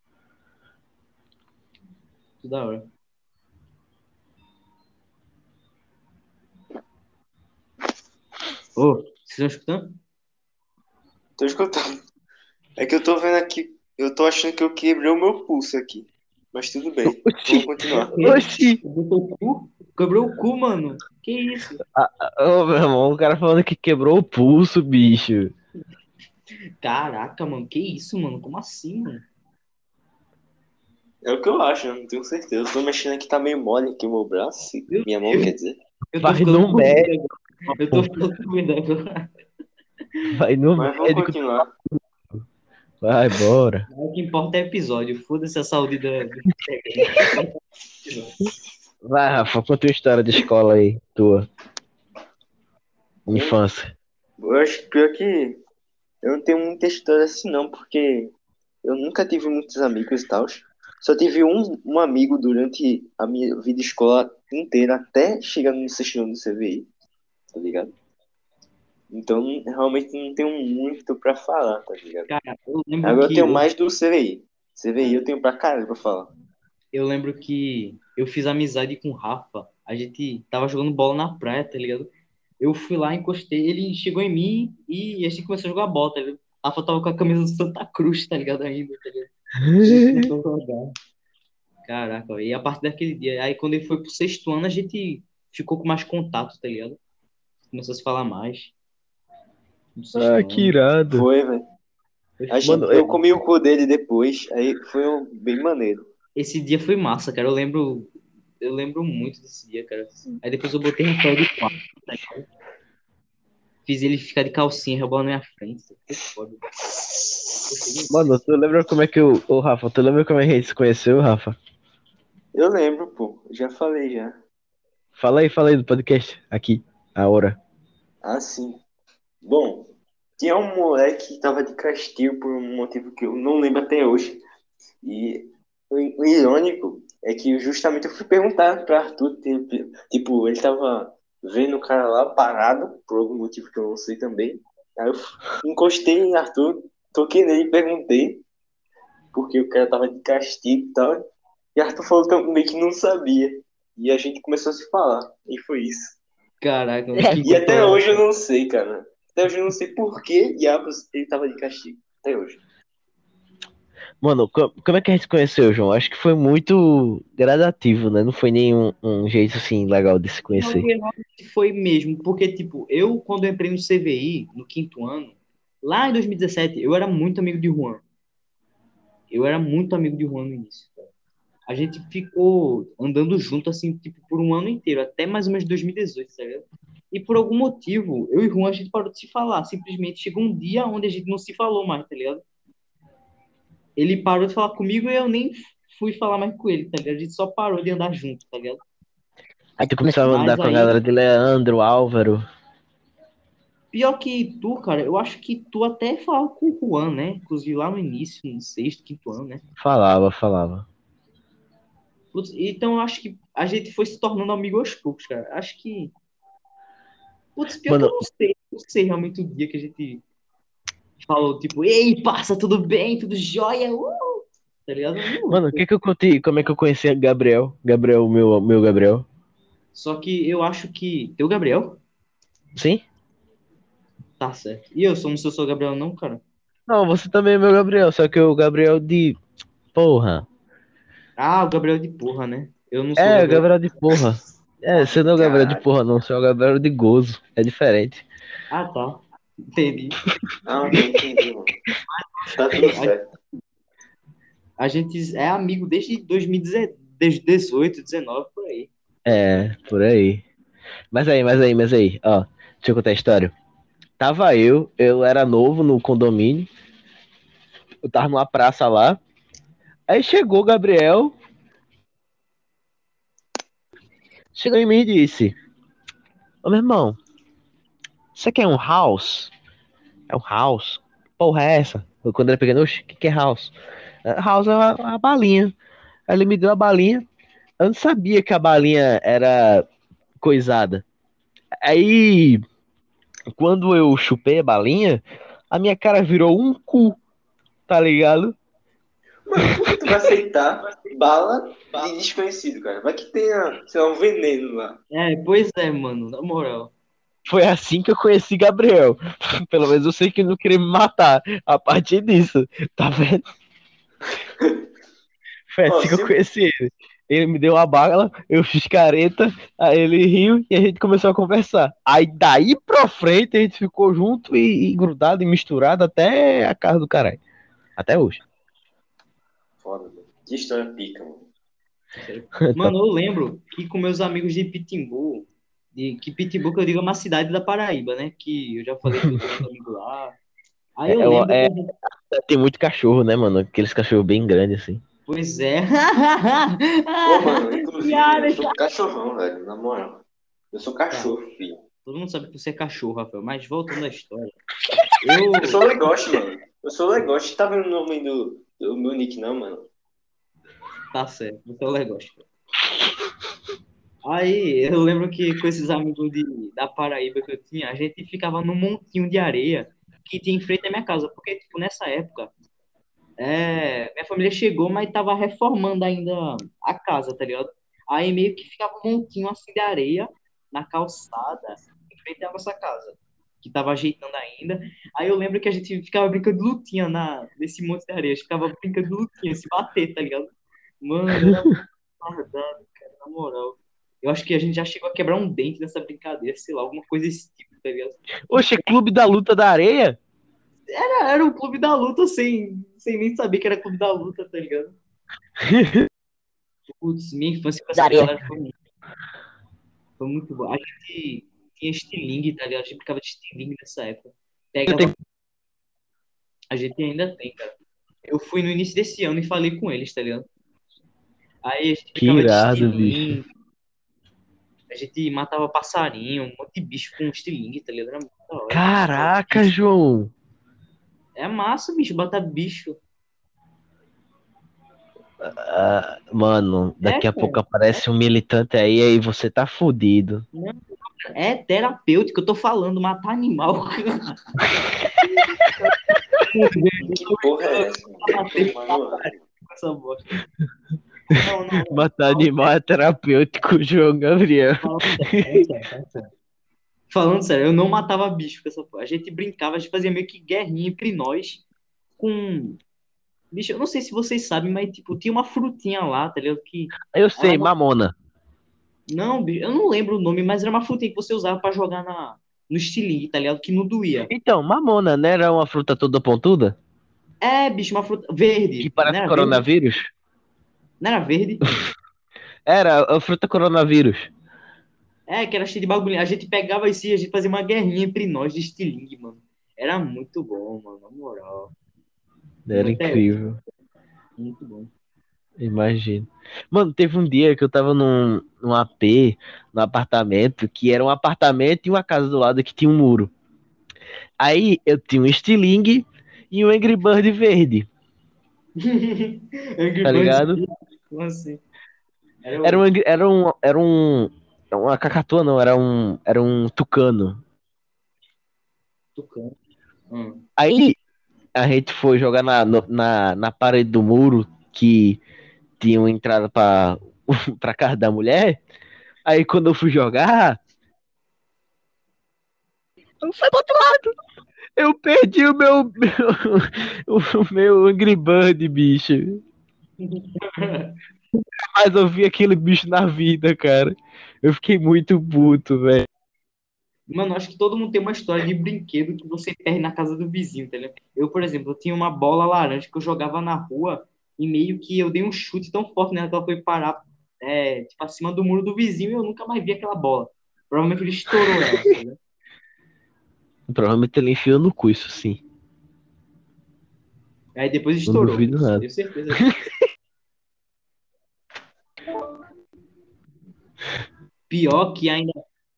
Muito da hora. Ô, vocês estão escutando? Tô escutando. É que eu tô vendo aqui, eu tô achando que eu quebrei o meu pulso aqui. Mas tudo bem, vamos Oxi, continuar. oxi. Quebrou o cu? Quebrou o cu, mano. Que isso? Ô, meu irmão, o cara falando que quebrou o pulso, bicho. Caraca, mano. Que isso, mano? Como assim, mano? É o que eu acho, eu não tenho certeza. Eu tô mexendo aqui, tá meio mole aqui o meu braço. Meu Minha mão, Deus, quer dizer. eu tô Vai ficando no com medo médico, agora. Eu tô ficando com medo agora. vai no Mas vamos médico. continuar. Vai, bora. O que importa é episódio. Foda-se a saúde do integrante. O que importa é o episódio. Vai, Rafa, conta uma história de escola aí, tua Eu, infância. eu acho que pior que eu não tenho muita história assim não, porque eu nunca tive muitos amigos e tal. Só tive um amigo durante a minha vida escolar inteira, até chegar no sexto ano do CVI, tá ligado? Então, realmente não tenho muito pra falar, tá ligado? Cara, eu lembro Agora eu que tenho mais do CVI. CVI eu tenho pra caralho pra falar. eu fiz amizade com o Rafa. A gente tava jogando bola na praia, tá ligado? Eu fui lá, encostei, ele chegou em mim e a gente começou a jogar bola, tá ligado? Rafa tava com a camisa do Santa Cruz, tá ligado? Ainda, tá ligado? A gente começou a jogar. Caraca, e a partir daquele dia, aí quando ele foi pro sexto ano, a gente ficou com mais contato, tá ligado? Começou a se falar mais no Ah, sexto que ano. irado. Foi, velho. Foi Mano, Eu comi o cu dele depois, aí foi bem maneiro. Esse dia foi massa, cara. Eu lembro muito desse dia, cara. Aí depois eu botei Rafael de quatro, tá ligado? Fiz ele ficar de calcinha, rebolando na minha frente. Foi foda. Gostei mano, demais. tu lembra como é que o. Ô, Rafa, tu lembra como é que a gente se conheceu, Rafa? Eu lembro, pô. Já falei já. Fala aí do podcast, aqui, a hora. Ah, sim. Bom, tinha um moleque que tava de castigo por um motivo que eu não lembro até hoje. E o irônico é que justamente eu fui perguntar pra Arthur, tipo, ele tava vendo o cara lá parado, por algum motivo que eu não sei também. Aí eu encostei em Arthur, toquei nele e perguntei, porque o cara tava de castigo e tal. E Arthur falou também que não sabia. E a gente começou a se falar. E foi isso. Caraca, mano, que E até culpa. hoje eu não sei, cara. Até hoje eu não sei por que diabos ele tava de castigo. Até hoje. Mano, como é que a gente se conheceu, João? Acho que foi muito gradativo, né? Não foi nenhum um jeito assim legal de se Não, conhecer. foi mesmo, porque, tipo, eu, quando eu entrei no CVI, no quinto ano, lá em 2017, eu era muito amigo de Juan. Eu era muito amigo de Juan no início, cara. A gente ficou andando junto, assim, tipo, por um ano inteiro, até mais ou menos 2018, tá ligado? E por algum motivo, eu e Juan, a gente parou de se falar. Simplesmente chegou um dia onde a gente não se falou mais, tá ligado? Ele parou de falar comigo e eu nem fui falar mais com ele, tá ligado? A gente só parou de andar junto, tá ligado? Aí tu começava a andar Mas com a galera aí, de Leandro, Álvaro. pior que tu, cara, eu acho que tu até falava com o Juan, né? Inclusive lá no início, no sexto, quinto ano, né? Falava. Putz, então eu acho que a gente foi se tornando amigo aos poucos, cara. Acho que. Putz, pior que eu Mano, não sei. Não sei realmente o dia que a gente falou, tipo, ei, passa, tudo bem, tudo jóia, tá ligado? Eu não mano, o lembro. que que eu contei? Como é que eu conheci a Gabriel? Gabriel, meu Gabriel. Só que eu acho que. Teu Gabriel? Sim? Tá certo. E eu sou um seu Gabriel, não, cara? Não, você também é meu Gabriel, só que o Gabriel de. Porra. Ah, o Gabriel de porra, né? Eu não sou o É, o Gabriel. Gabriel de porra. É, você não é o Gabriel de Caralho. porra, não, você é o Gabriel de gozo. É diferente. Ah, tá. Entendi. Não, já entendi, mano. Tá tudo certo. A gente é amigo desde 2018, desde 18, 19, por aí. É, por aí. Mas aí, ó. Deixa eu contar a história. Tava eu era novo no condomínio, eu tava numa praça lá. Aí chegou o Gabriel, chegou em mim e disse: Ô meu irmão, você quer um house? É um house? Porra, é essa? Eu, quando ele peguei, oxe, o que é house? House é uma balinha. Aí ele me deu a balinha. Eu não sabia que a balinha era coisada. Aí, quando eu chupei a balinha, a minha cara virou um cu, tá ligado? Mano, por que tu vai aceitar bala de desconhecido, cara? Vai que tenha, sei lá, um veneno lá. É, pois é, mano, na moral. Foi assim que eu conheci Gabriel. Pelo menos eu sei que ele não queria me matar. A partir disso, tá vendo? Foi Ó, assim que eu se o conheci ele. Ele me deu uma bala, eu fiz careta, aí ele riu e a gente começou a conversar. Aí daí pra frente a gente ficou junto e grudado e misturado até a casa do caralho. Até hoje. Foda, mano. Que história pica, mano. Sério. Mano, eu lembro que com meus amigos de Pitimbu, que Pitimbu que eu digo é uma cidade da Paraíba, né? Que eu já falei que eu tenho uns amigos lá. Aí eu lembro que É, a gente. tem muito cachorro, né, mano? Aqueles cachorros bem grandes assim. Pois é. Pô, mano, inclusive, eu Piada. sou cachorrão, velho, na moral. Eu sou Tá. cachorro, filho. Todo mundo sabe que você é cachorro, Rafael, mas voltando à história. Eu Eu. sou legoste, mano. Eu sou legoste. Tá vendo o nome do meu nick, não, mano? Tá certo, você é o Legoste. Aí eu lembro que com esses amigos da Paraíba que eu tinha, a gente ficava num montinho de areia que tinha em frente à minha casa, porque, tipo, nessa época, minha família chegou, mas tava reformando ainda a casa, tá ligado? Aí meio que ficava um montinho assim de areia na calçada, em frente à nossa casa, que tava ajeitando ainda. Aí eu lembro que a gente ficava brincando de lutinha nesse monte de areia, a gente ficava brincando de lutinha, se bater, tá ligado? Mano, era muito retardado, cara, na moral. Eu acho que a gente já chegou a quebrar um dente nessa brincadeira, sei lá, alguma coisa desse tipo, tá ligado? Oxe, Clube da Luta da Areia? Era o clube da luta sem nem saber que era clube da luta, tá ligado? Putz, minha infância com essa Areia. galera foi muito boa. A gente tinha estilingue, tá ligado? A gente brincava de estilingue nessa época. Eu tenho... Pegava. A gente ainda tem, cara. Eu fui no início desse ano e falei com eles, tá ligado? Aí a gente Que brincava de irado, bicho. estilingue, a gente matava passarinho, um monte de bicho com estilingue, tá ligado? Era muito da hora. Matava Caraca, bicho. João. É massa, bicho, matar bicho. Ah, mano, É, daqui a pouco cara. aparece um militante aí você tá fudido. É terapêutico, eu tô falando, matar animal. Que porra é essa, mano? Tomar no ar. Essa bosta. Não, não, não. Matar animal é terapêutico, João Gabriel. Falando sério, eu não matava bicho com essa porra. A gente brincava, a gente fazia meio que guerrinha entre nós com. Bicho, eu não sei se vocês sabem, mas tipo, tinha uma frutinha lá, tá ligado? Que Eu ela sei, mamona. não, bicho, eu não lembro o nome, mas era uma frutinha que você usava pra jogar no estilingue, tá ligado? Que não doía. Então, mamona, né? Era uma fruta toda pontuda? É, bicho, uma fruta Que verde. Não parece era verde? coronavírus? Não era verde? Era a fruta coronavírus. É, que era cheio de bagulho. A gente pegava isso e a gente fazia uma guerrinha entre nós de estilingue, mano. Era muito bom, mano, na moral. Era Lembro até hoje. incrível. Muito bom. Imagino. Mano, teve um dia que eu tava num AP, num apartamento, que era um apartamento e uma casa do lado que tinha um muro. Aí eu tinha um estilingue e um Angry Bird verde, Angry tá Birds, ligado? como assim? Era um, uma cacatua, não, era um tucano. Tucano. Hum. Aí a gente foi jogar na parede do muro que tinha uma entrada pra casa da mulher. Aí quando eu fui jogar, eu fui pro outro lado. Eu perdi o meu Angry Bird, bicho. Mas eu vi aquele bicho na vida, cara. Eu fiquei muito puto, velho. Mano, acho que todo mundo tem uma história de brinquedo que você perde na casa do vizinho, tá ligado? Eu, por exemplo, eu tinha uma bola laranja que eu jogava na rua e meio que eu dei um chute tão forte nela que ela foi parar, tipo, acima do muro do vizinho e eu nunca mais vi aquela bola. Provavelmente ele estourou ela, tá ligado? Provavelmente ele enfiou no cu, isso sim. Aí depois Não estourou. duvido nada. Tenho certeza. Pior que ainda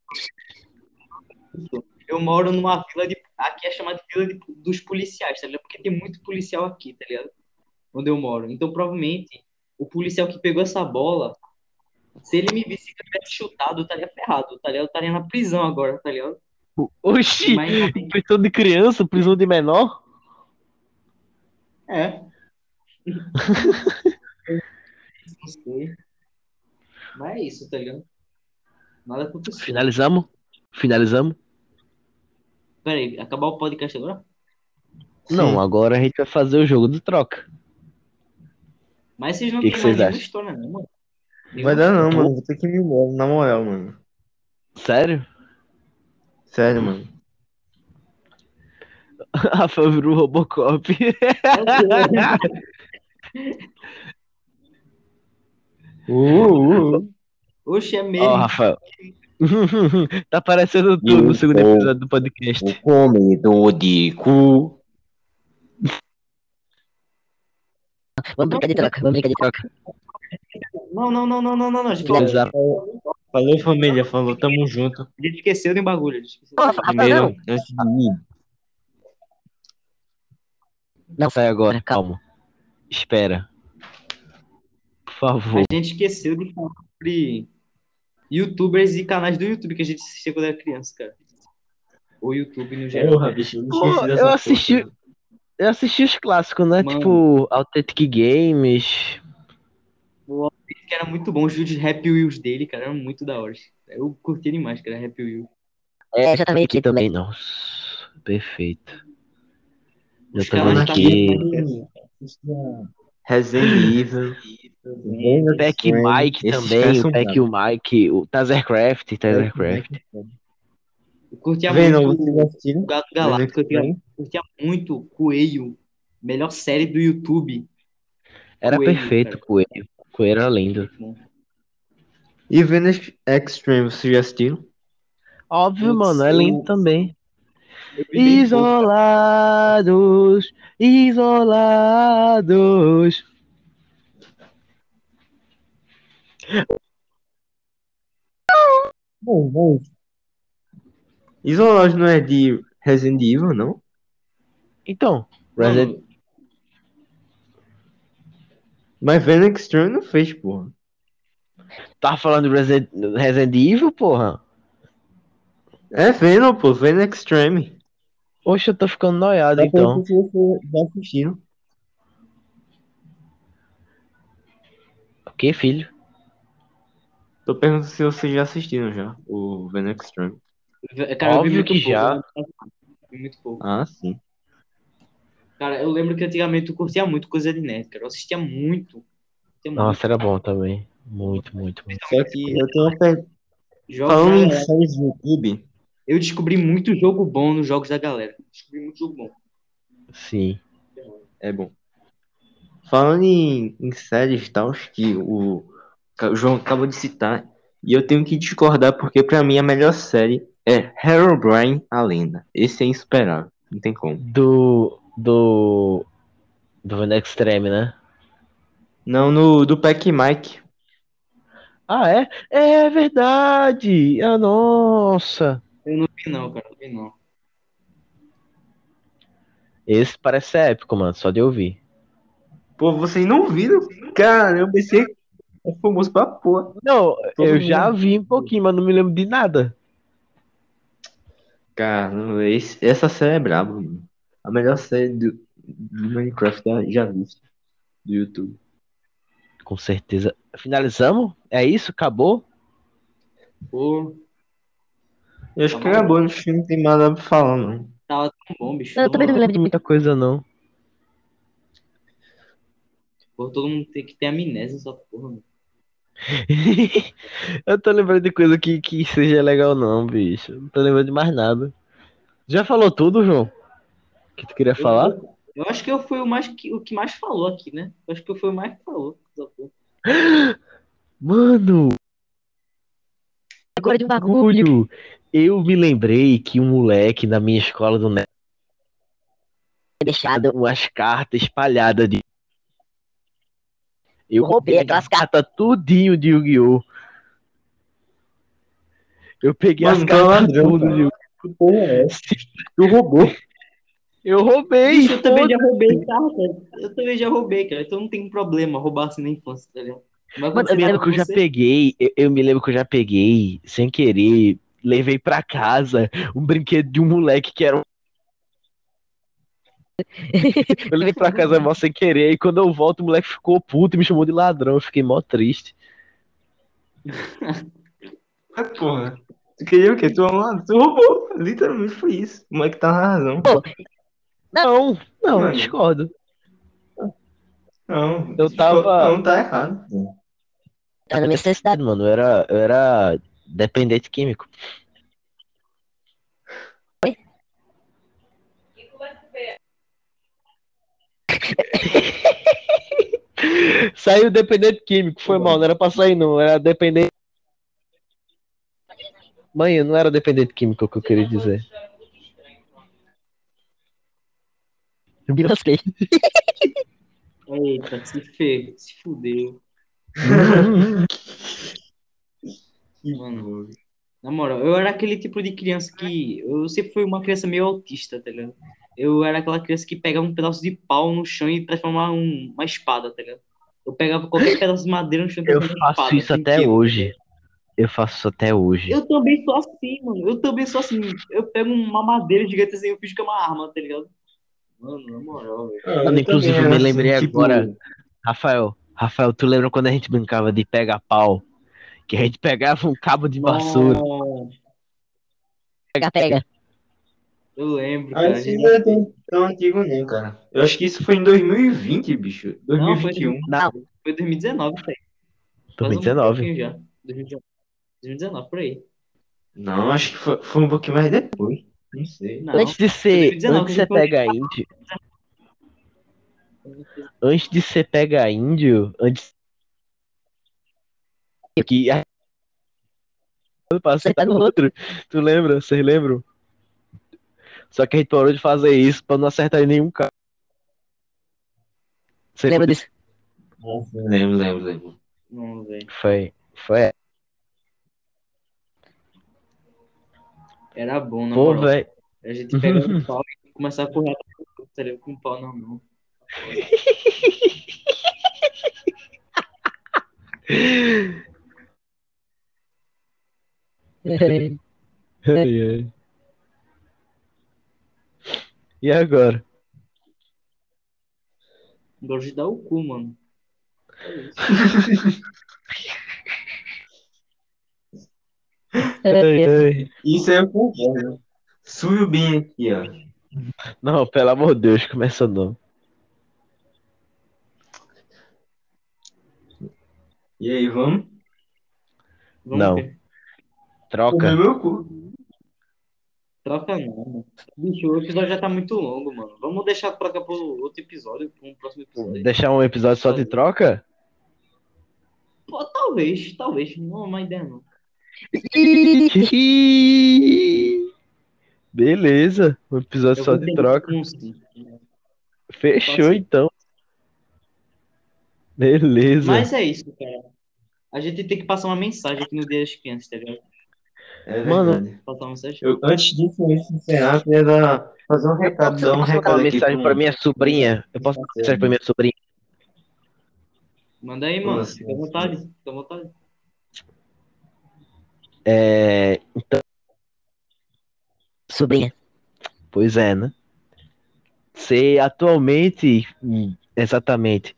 eu moro numa vila de. Aqui é chamada de dos policiais, tá ligado? Porque tem muito policial aqui, tá ligado? Onde eu moro. Então, provavelmente, o policial que pegou essa bola, se ele me visse que eu tivesse chutado, eu estaria ferrado, tá ligado? Eu estaria na prisão agora, tá ligado? Oxi! Mas ainda bem. Prisão de criança, prisão de menor? É, não sei. Mas é isso, tá ligado? Nada aconteceu. Finalizamos? Finalizamos? Pera aí, acabar o podcast agora? Não, Sim. agora a gente vai fazer o jogo de troca. Mas vocês O não que têm mais vocês nenhuma acham? história, não, mano. Vai Nenhuma dar não, história. mano. Vou ter que me embora, na moral, mano. Sério? Sério, mano. Rafael virou Robocop. Oxe, é Ó, mesmo. Rafael. Tá parecendo tu no Eu segundo sou episódio do podcast. o comedor de cu. Vamos brincar de troca, vamos brincar de troca. Não, não, não, não, não, não, não. Finalizar. Falou, família. Falou, tamo junto. A gente esqueceu de um bagulho. A gente esqueceu de um bagulho. Primeiro, antes de mim. Não sai agora, calma. Espera. Por favor. A gente esqueceu de falar sobre YouTubers e canais do YouTube que a gente assistia quando era criança, cara. Ou YouTube no geral. Porra, bicho, eu Pô, esqueci dessa porra. eu assisti os clássicos, né? Mano. Tipo, Authentic Games. Que era muito bom, os vídeos de Happy Wheels dele, cara, eram muito da hora. Eu curtia demais, cara, Happy Wheels. É, já também aqui também. Nossa, perfeito. Os Eu também canais aqui. Resident Evil. O Pac Mike também, o Pac Mike, o Tazercraft. Eu curtia Venom, muito você já assistiu? o Gato Galáctico, eu curtia muito Coelho, melhor série do YouTube. Era Coelho, perfeito, cara. Coelho. Coelho era lindo. E Venom Extreme, você já assistiu? Óbvio, Putz, mano, é lindo também. eu vi bem pouco, Isolados. Bom. Isolados não é de Resident Evil, não? Então, Mano, Mas Venom Extreme não fez, porra. tá falando de Resident Evil, porra? É Venom, pô, Venom Extreme. Oxe, eu tô ficando noiado, Tá então. perguntando se você já assistiu. O que, filho? Tô perguntando se vocês já assistiram já, o Venom Extreme. cara, eu vi Óbvio muito que pouco, já. né? Vi muito pouco. Ah, sim. Cara, eu lembro que antigamente eu curtia muito coisa de nerd, cara. Eu assistia muito. Nossa, era bom também. Muito, muito, muito. Só que eu tenho uma pergunta. Jogos Falando da em galera. séries do YouTube, Eu descobri muito jogo bom nos jogos da galera. Descobri muito jogo bom. Sim. é bom. Falando em séries e tal, que o João acabou de citar, e eu tenho que discordar porque pra mim a melhor série é Herobrine, a Lenda. Esse é insuperável, não tem como. Do Venom Extreme, né? Não, do Pac Mike. Ah, é? É verdade! Ah, nossa! Eu não vi não, cara. Não vi não. Esse parece ser épico, mano, só de ouvir. Pô, vocês não viram? Caramba, esse É famoso pra porra. Não, Todo eu mundo. já vi um pouquinho, mas não me lembro de nada. Cara, essa série é braba, mano. A melhor série do Minecraft já vista do YouTube. Com certeza. Finalizamos? É isso? Acabou? Pô, Eu acho Tá que maluco. acabou, no filme não tem mais nada pra falar, não. tava tão bom, bicho. Eu também não lembro de muita coisa, não. Pô, todo mundo tem que ter amnésia nessa porra, mano. Eu tô lembrando de coisa que seja legal, não, bicho. Não tô lembrando de mais nada. Já falou tudo, João? Que tu queria falar? Eu acho que eu fui o que mais falou aqui, né? Eu acho que eu fui o mais que falou. Essa porra. Mano, agora de um bagulho. Eu me lembrei que um moleque na minha escola do Neto deixado umas cartas espalhadas de. Eu roubei aquelas cartas tudinho de Yu-Gi-Oh! Eu peguei Mano, as tu é cartas ladrão, tudo cara. de Que porra é essa? Tu roubou? Eu roubei, Bicho, eu também já foda. roubei carta. Eu também já roubei, cara. Então não tem problema roubar assim na infância, tá ligado? Vai Mano, eu me acontecer lembro nada que com eu já você. peguei. Eu me lembro que eu já peguei, sem querer, levei pra casa um brinquedo de um moleque que era. Eu levei pra casa mó sem querer, e quando eu volto, o moleque ficou puto e me chamou de ladrão. Eu fiquei mó triste. É, porra. Tu queria o quê? Tu roubou. Literalmente foi isso. O moleque tá na razão. Não, não, Mano, discordo. não. Eu tava. Não, tá errado. Era na necessidade, mano. Eu era dependente químico. Saiu dependente químico, foi mal, não era pra sair, não. Era dependente. Mãe, não era dependente químico que eu queria dizer. Eu me lasquei. Eita, se fudeu. Mano, na moral, eu era aquele tipo de criança que. Eu sempre fui uma criança meio autista, tá ligado? Eu era aquela criança que pegava um pedaço de pau no chão e transformava uma espada, tá ligado? Eu pegava qualquer pedaço de madeira no chão e Eu transformava uma faço espada, isso até brinquedo, tá hoje. ligado? Eu faço isso até hoje. Eu também sou assim, mano. Eu também sou assim. Eu pego uma madeira gigante assim, eu fiz que é uma arma, tá ligado? Mano, na moral, velho. Mano, Eu também inclusive, eu era me assim, lembrei tipo. agora. Rafael, tu lembra quando a gente brincava de pega-pau? Que a gente pegava um cabo de vassoura. Nossa, Pega. eu lembro, Ah, cara. A isso gente não já é fez. tão antigo, não, cara. Eu acho que isso foi em 2020, bicho. Não, foi 2021. 2019. Foi 2019, isso aí. Faz um 2019. tempinho já. 2019, por aí. Não, acho que foi um pouquinho mais depois. Não sei. Não, Antes de foi ser. 2019, Antes de que a ser gente foi. pega índio. Antes de ser pega índio. Antes. Que passei para o outro. Tu lembra? Vocês lembram? Só que a gente parou de fazer isso pra não acertar em nenhum carro. Você lembra disso? Lembro. Não, velho. Foi. Era bom, na Pô, moral. velho. A gente pegava o pau e começava a correr atrás do outro, tá ligado? Com o pau na mão. Ai, ai. E agora? Gosto de dar o cu, mano. É isso. Ai. Isso aí eu concordo. Subiu bem aqui, ó. Não, pelo amor de Deus, começa não. E aí, vamos? Vamos Não. ver. Comer Troca. meu cu. Troca não, mano. Bicho, o episódio já tá muito longo, mano. Vamos deixar a troca pro outro episódio, pro um próximo episódio. Deixar um episódio só de troca? Pô, talvez. Não é uma ideia, não. Beleza. Um episódio Eu só vou de ter troca. um sim. Fechou, Pode ser. então. Beleza. Mas é isso, cara. A gente tem que passar uma mensagem aqui no Dia das Crianças, tá ligado? É Mano, verdade. Passar uma mensagem. Antes disso, encerrar, eu queria fazer um recado, dar um Posso mandar recado uma aqui mensagem pra minha sobrinha? Eu posso mandar uma mensagem pra minha sobrinha? Manda aí, mano. Fica à vontade. Fica à vontade. Então, sobrinha. Pois é, né? Você atualmente, exatamente,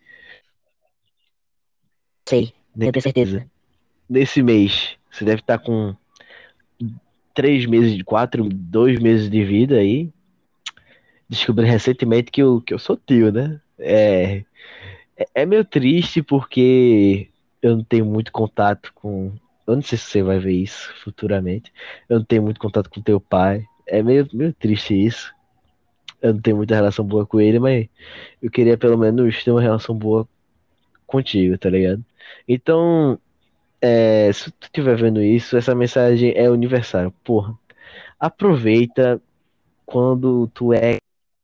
sei, eu tenho certeza. Nesse mês, você deve estar com 3 meses, 2 meses de vida aí. Descobri recentemente que eu sou tio, né? É meio triste porque eu não tenho muito contato com. Eu não sei se você vai ver isso futuramente. Eu não tenho muito contato com teu pai. É meio triste isso. Eu não tenho muita relação boa com ele, mas eu queria pelo menos ter uma relação boa contigo, tá ligado? Então, se tu estiver vendo isso, essa mensagem é universal. Porra, aproveita quando tu é.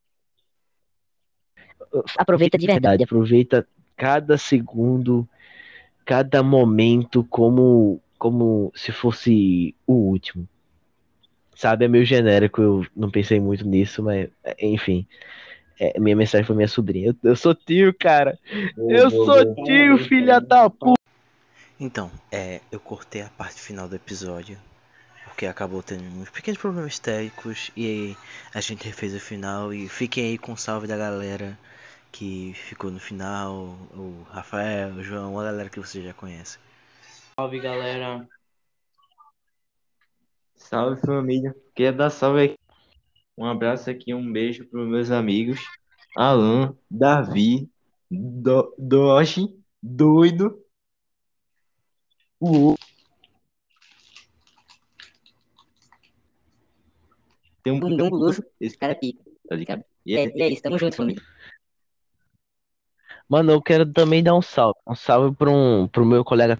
Aproveita de verdade, aproveita cada segundo, cada momento como se fosse o último. Sabe, é meio genérico, eu não pensei muito nisso, mas enfim. Minha mensagem foi minha sobrinha. Eu sou tio, cara. Eu sou tio, filha da puta. Então, eu cortei a parte final do episódio, porque acabou tendo uns pequenos problemas técnicos e a gente refez o final. E fiquem aí com o salve da galera que ficou no final, o Rafael, o João, a galera que você já conhece. Salve, galera. Salve família. Queria dar salve aqui. Um abraço aqui, um beijo para meus amigos Alan, Davi, Doge, Doido, o tem um bundão guloso. Esse cara aqui, tá ligado? E é isso, tamo junto, família. Mano, eu quero também dar um salve. Um salve pro meu colega.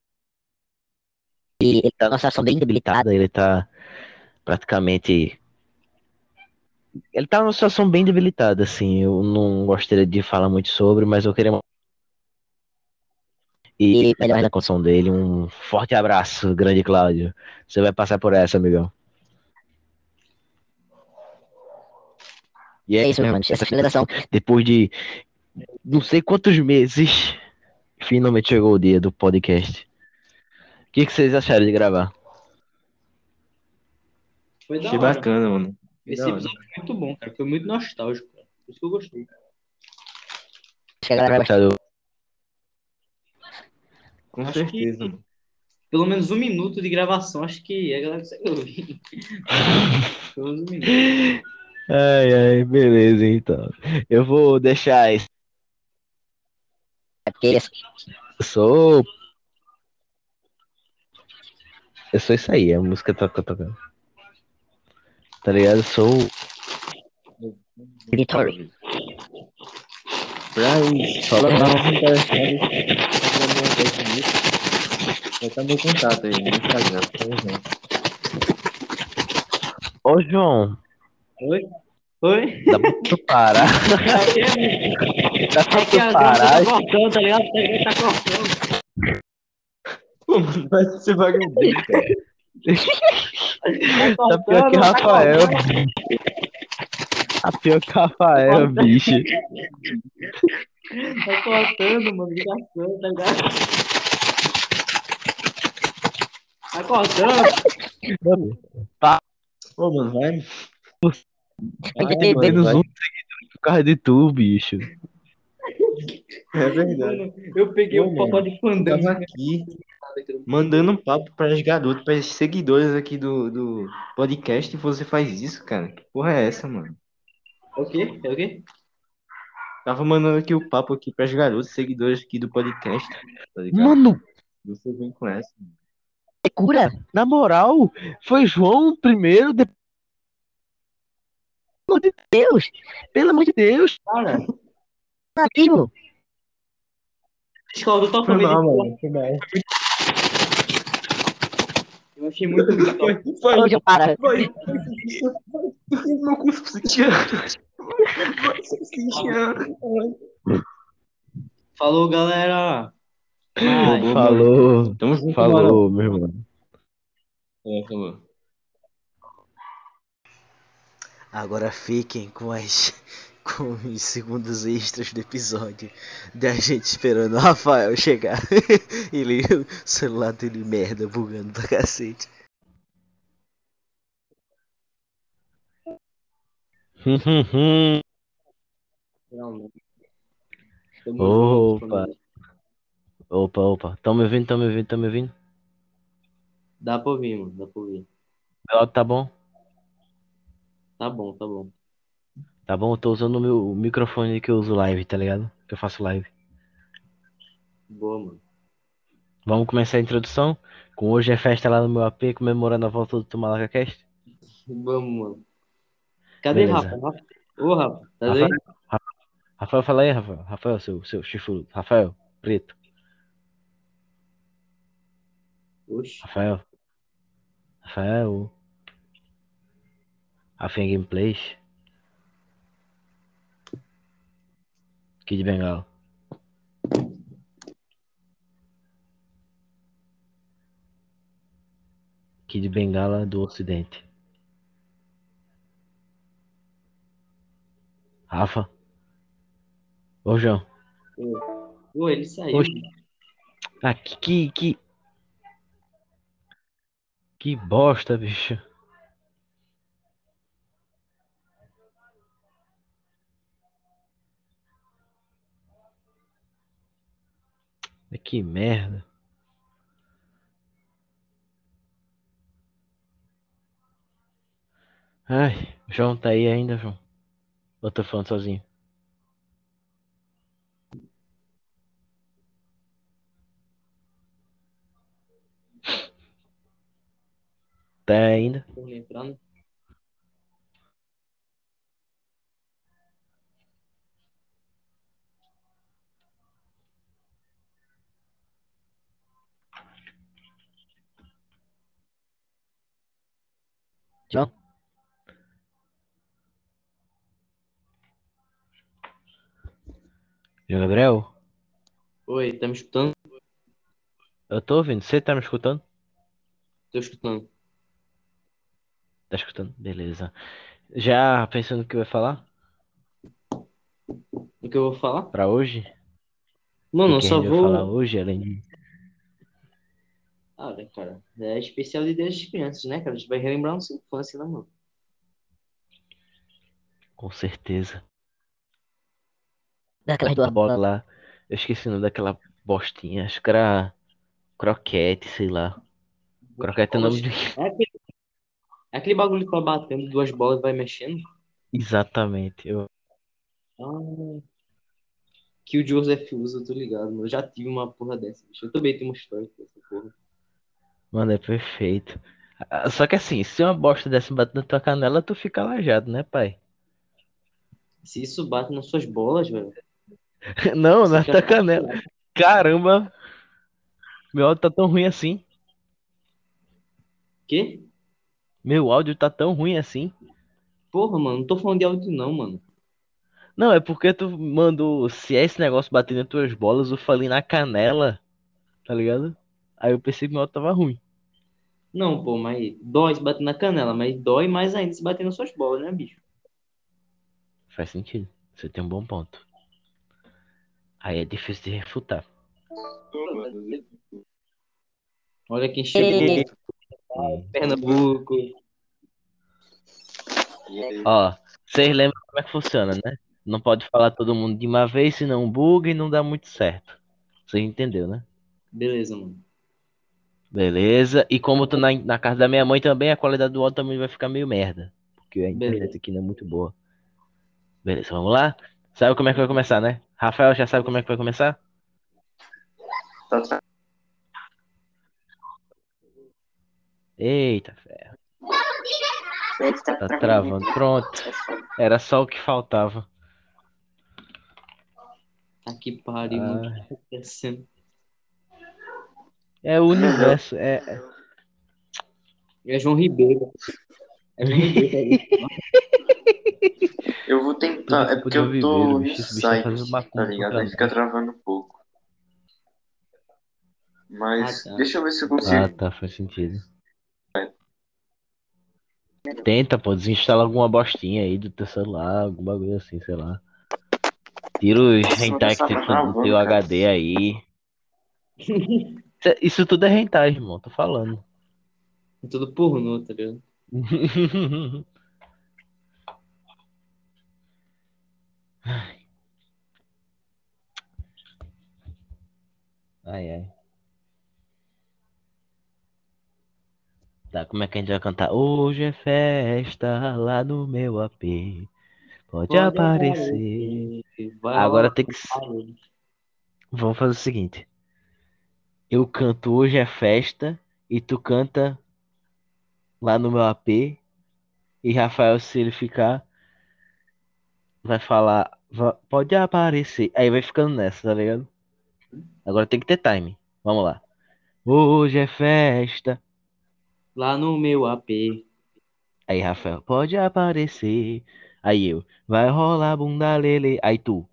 Ele tá numa situação bem debilitada. Ele tá praticamente. Ele tá numa situação bem debilitada, assim. Eu não gostaria de falar muito sobre, mas eu queria. E melhor na condição dele. Um forte abraço, grande Cláudio. Você vai passar por essa, amigão. E é isso, meu irmão. Essa finalização, depois de não sei quantos meses, finalmente chegou o dia do podcast. O que vocês acharam de gravar? Foi da Achei hora. bacana, mano. Esse Da hora. episódio foi muito bom, cara. Foi muito nostálgico, cara. Por isso que eu gostei. Acho que a galera vai gostar do. Com Acho certeza, que mano. pelo menos 1 minuto de gravação, acho que a galera consegue ouvir. Pelo menos 1 minuto. Ai, ai, beleza, então. Eu vou deixar esse. É porque eu sou. Eu sou isso aí, a música tá tocando. Tá ligado? Eu sou. Vitória. Pra isso, só pra mais interessados, vai estar meu contato aí no Instagram. Tamo junto. Ô, João, Oi? Oi? dá pra tu parar? Dá pra É que tu a grama parar? tá cortando, tá ligado? Tá cortando. Pô, mano, vai ser vagabundo, cara. Tá pior que Rafael. Tá pior que Rafael, bicho. Tá cortando, mano. Ligação, tá ligado? Tá cortando. Pô, mano, vai. Ainda tem Vai, menos vai. um seguidor por causa de tu, bicho. É verdade. Mano, eu peguei Pô, um pacote de fandango. Tava aqui mandando um papo para as garotas, para os seguidores aqui do podcast e você faz isso, cara. Que porra é essa, mano? É o quê? É o quê? Tava mandando aqui o papo aqui para as garotas, seguidores aqui do podcast, tá ligado? Mano, Você vem com essa. é cura. Na moral, foi João primeiro, depois. Pelo amor de Deus. Pelo amor de Deus. Cara, Amigo. discordo Foi totalmente. mal, mano. Foi mal. Eu achei muito legal. Foi. Hoje eu para. Vai. Não consigo. Falou, galera. Ai, Falou. Tamo junto, Falou, meu irmão. Falou. Agora fiquem com as com os segundos extras do episódio da gente esperando o Rafael chegar. Ele, o celular dele merda, bugando pra cacete. Realmente. Tamo junto, Opa, família. opa. Tão me ouvindo, tão me ouvindo, tão me ouvindo? Dá pra ouvir, mano. Dá pra ouvir. Meu áudio tá bom? Tá bom, tá bom. Tá bom? Eu tô usando o meu microfone que eu uso live, tá ligado? Que eu faço live. Boa, mano. Vamos começar a introdução? Com hoje é festa lá no meu AP, comemorando a volta do Tumalaca Cast. Vamos, mano. Cadê Rafa? Beleza. Rafa? Ô, Rafa, tá Rafael, aí? Rafael, fala aí, Rafael. Rafael, seu chifrudo. Rafael, preto. Oxe. Rafael, Rafael. Rafael Gameplays. Kid Bengala. Kid Bengala do Ocidente. Rafa. Ô, João. Ô, ele saiu. Oxe. Ah, que bosta, bicho. Que merda. Ai, o João tá aí ainda, João? Eu tô falando sozinho. Tá aí ainda? Tô lembrando. João? João Gabriel? Oi, tá me escutando? Eu tô ouvindo. Você tá me escutando? Tô escutando. Tá escutando? Beleza. Já pensando no que vai falar O que eu vou falar? pra hoje? O Mano, que eu que a só gente vai falar vou. hoje, além de... Ah, né, cara. É especial de Dia das Crianças, né, cara? A gente vai relembrar nossa infância, né, mano? Com certeza. Daquela duas bolas lá. Eu esqueci o nome daquela bostinha. Acho que era croquete, sei lá. Croquete é o nome de... Oxe, é aquele bagulho que vai batendo duas bolas e vai mexendo. Exatamente. Ah, que o Joseph usa, eu tô ligado, mano. Eu já tive uma porra dessa, bicho. Eu também tenho uma história com essa porra. Mano, é perfeito. Ah, só que assim, se uma bosta dessa bater na tua canela, tu fica alajado, né, pai? Se isso bate nas suas bolas, velho, Não, você na fica tua canela. parado. Caramba, meu áudio tá tão ruim assim. Quê? Meu áudio tá tão ruim assim. Porra, mano, não tô falando de áudio, não, mano. Não, é porque tu mandou. Se é esse negócio bater nas tuas bolas, eu falei na canela, tá ligado? Aí eu pensei que meu áudio tava ruim. Não, pô, mas dói se bater na canela, mas dói mais ainda se bater nas suas bolas, né, bicho? Faz sentido. Você tem um bom ponto. Aí é difícil de refutar. Olha quem chegou, Hum. Pernambuco. Ó, vocês lembram como é que funciona, né? Não pode falar todo mundo de uma vez, senão buga e não dá muito certo. Você entendeu, né? Beleza, mano. Beleza. E como eu tô na casa da minha mãe também, a qualidade do áudio também vai ficar meio merda. Porque a internet Beleza. aqui não é muito boa. Beleza, vamos lá? Sabe como é que vai começar, né? Rafael já sabe como é que vai começar? Tá Eita, ferro. Tá travando travando. aqui. Pronto. Era só o que faltava. Tá que pariu, mano. O que Ah, tá acontecendo? é o universo. É João Ribeiro. É João Ribeiro. Eu vou Tudo é tentar. É culpa porque de João eu Ribeiro, tô no bicho. Esse bicho tá fazendo site, tá macumba ligado? contra Aí fica nós. travando um pouco. Ah, Mas tá. deixa eu ver se eu Ah, consigo. tá, faz sentido. Tenta, pô, desinstala alguma bostinha aí do teu celular, algum bagulho assim, sei lá. Tira os Nossa, meu hentai Deus, que tem tá do teu gravando, cara. HD aí. Isso tudo é hentai, irmão, tô falando. É tudo pornô, tá ligado? Ai, ai. Tá, como é que a gente vai cantar? Hoje é festa lá no meu AP. Pode Pode aparecer. aparecer, vai Agora rolar tem que. Vamos fazer o seguinte. Eu canto Hoje é festa e tu canta lá no meu AP. E Rafael, se ele ficar, vai falar. Pode aparecer. Aí vai ficando nessa, tá ligado? Agora tem que ter time. Vamos lá. Hoje é festa. lá no meu AP. Aí, Rafael, pode aparecer. Aí eu, vai rolar bunda lele. Aí tu,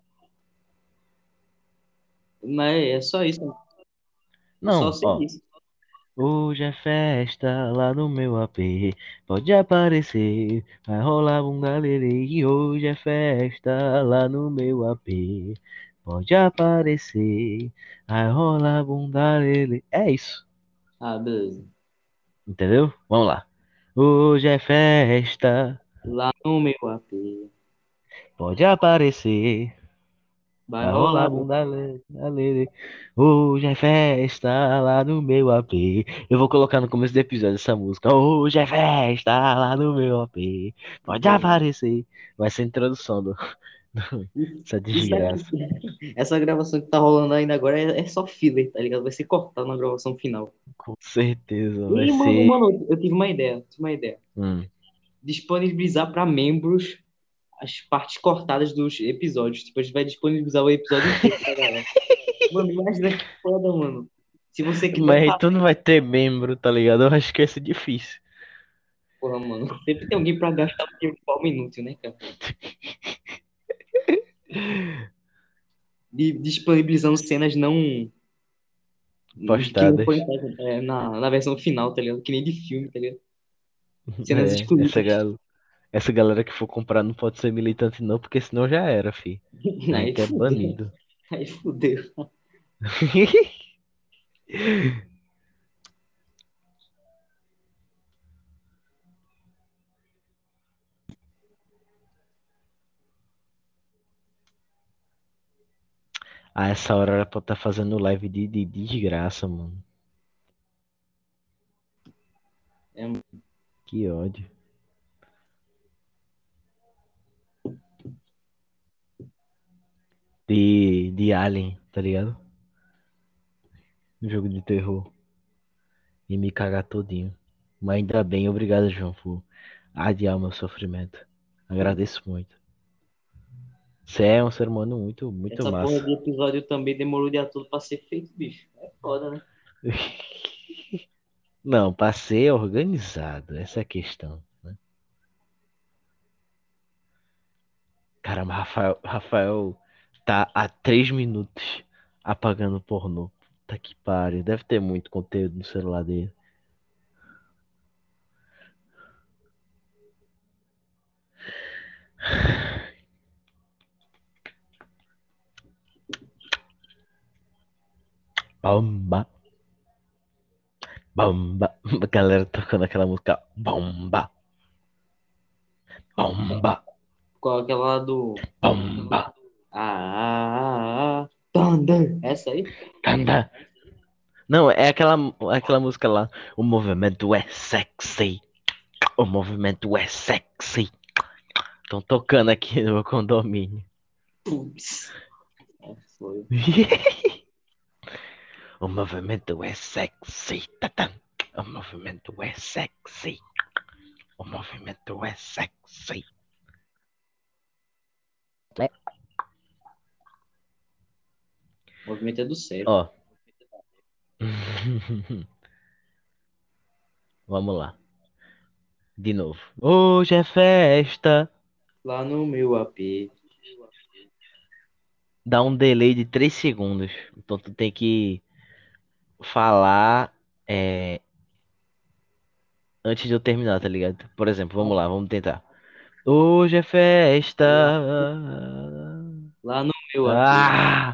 Mas é só isso, eu só não, sei ó. isso. Hoje é festa lá no meu AP. Pode aparecer, vai rolar bunda lele. E hoje é festa lá no meu AP. Pode aparecer, vai rolar bunda lele. É isso, Ah, beleza. entendeu? Vamos lá. Hoje é festa, Lá no meu AP. pode aparecer. Vai Vai rolar rolar. bunda lele. Hoje é festa lá no meu AP. Eu vou colocar no começo do episódio essa música. Hoje é festa lá no meu AP. Pode Bom, aparecer. Vai ser a introdução dessa isso aqui, desgraça. essa gravação que tá rolando ainda agora é só filler, tá ligado? Vai ser cortado na gravação final. Com certeza vai E, mano, ser. mano, eu tive uma ideia. Hum. Disponibilizar para membros as partes cortadas dos episódios. Tipo, a gente vai disponibilizar o episódio inteiro pra galera. Mano, imagina que foda, mano. Se você quiser Mas aí falar, tu não vai ter membro, tá ligado? Eu acho que vai ser difícil. porra, mano, sempre tem alguém pra gastar o dinheiro de forma inútil, né, cara? Disponibilizando cenas não. Que não Postadas. foi na versão final, tá ligado? Que nem de filme, tá ligado? Cenas É, exclusivas. essa galera que for comprar não pode ser militante, não, porque senão já era, fi. A Aí gente é fudeu. banido. Aí fudeu. Ah, essa hora era pra estar fazendo live de desgraça, mano. É, Que ódio. De Alien, tá ligado? Um jogo de terror. E me cagar todinho. Mas ainda bem, obrigado, João, por adiar o meu sofrimento. Agradeço muito. Você é um ser humano muito, muito essa porra massa. de episódio também demorou o dia todo pra ser feito, bicho. É foda, né? Não, passei organizado. Essa é a questão, né? Caramba, Rafael tá há 3 minutos apagando pornô. Tá que pariu. Deve ter muito conteúdo no celular dele. Bomba, bomba. A galera tocando aquela música. Bomba, bomba, Qual aquela lá do. bomba. Thunder. Essa aí? Tanda. Não, é aquela música lá. O movimento é sexy. O movimento é sexy. Estão tocando aqui no meu condomínio. Putz. É, foi. O movimento é sexy. Tatam. O movimento é sexy. O movimento é sexy. É. O movimento é do cérebro. Ó. Vamos lá. De novo. Hoje é festa. Lá no meu AP. Dá um delay de 3 segundos. Então tu tem que falar. É, Antes de eu terminar, tá ligado? Por exemplo, vamos lá, vamos tentar. Hoje é festa. Lá no meu, Arthur. Ah!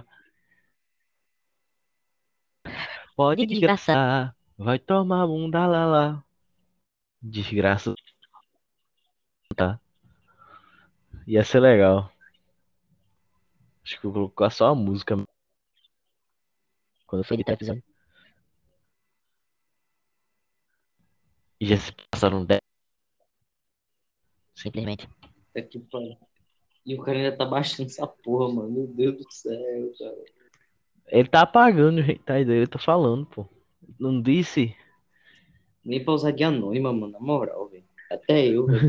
Pode desgraçar. Vai tomar um dalalá. Desgraça, tá? Ia ser legal. Acho que eu vou colocar só a música quando eu for editar o episódio. E já se passaram 10. Simplesmente. Tá aqui, pariu. E o cara ainda tá baixando essa porra, mano. Meu Deus do céu, cara. Ele tá apagando, gente. Tá aí, ele tá falando, pô. Não disse? Nem pra usar de anônima, mano. Na moral, velho. Até eu, velho.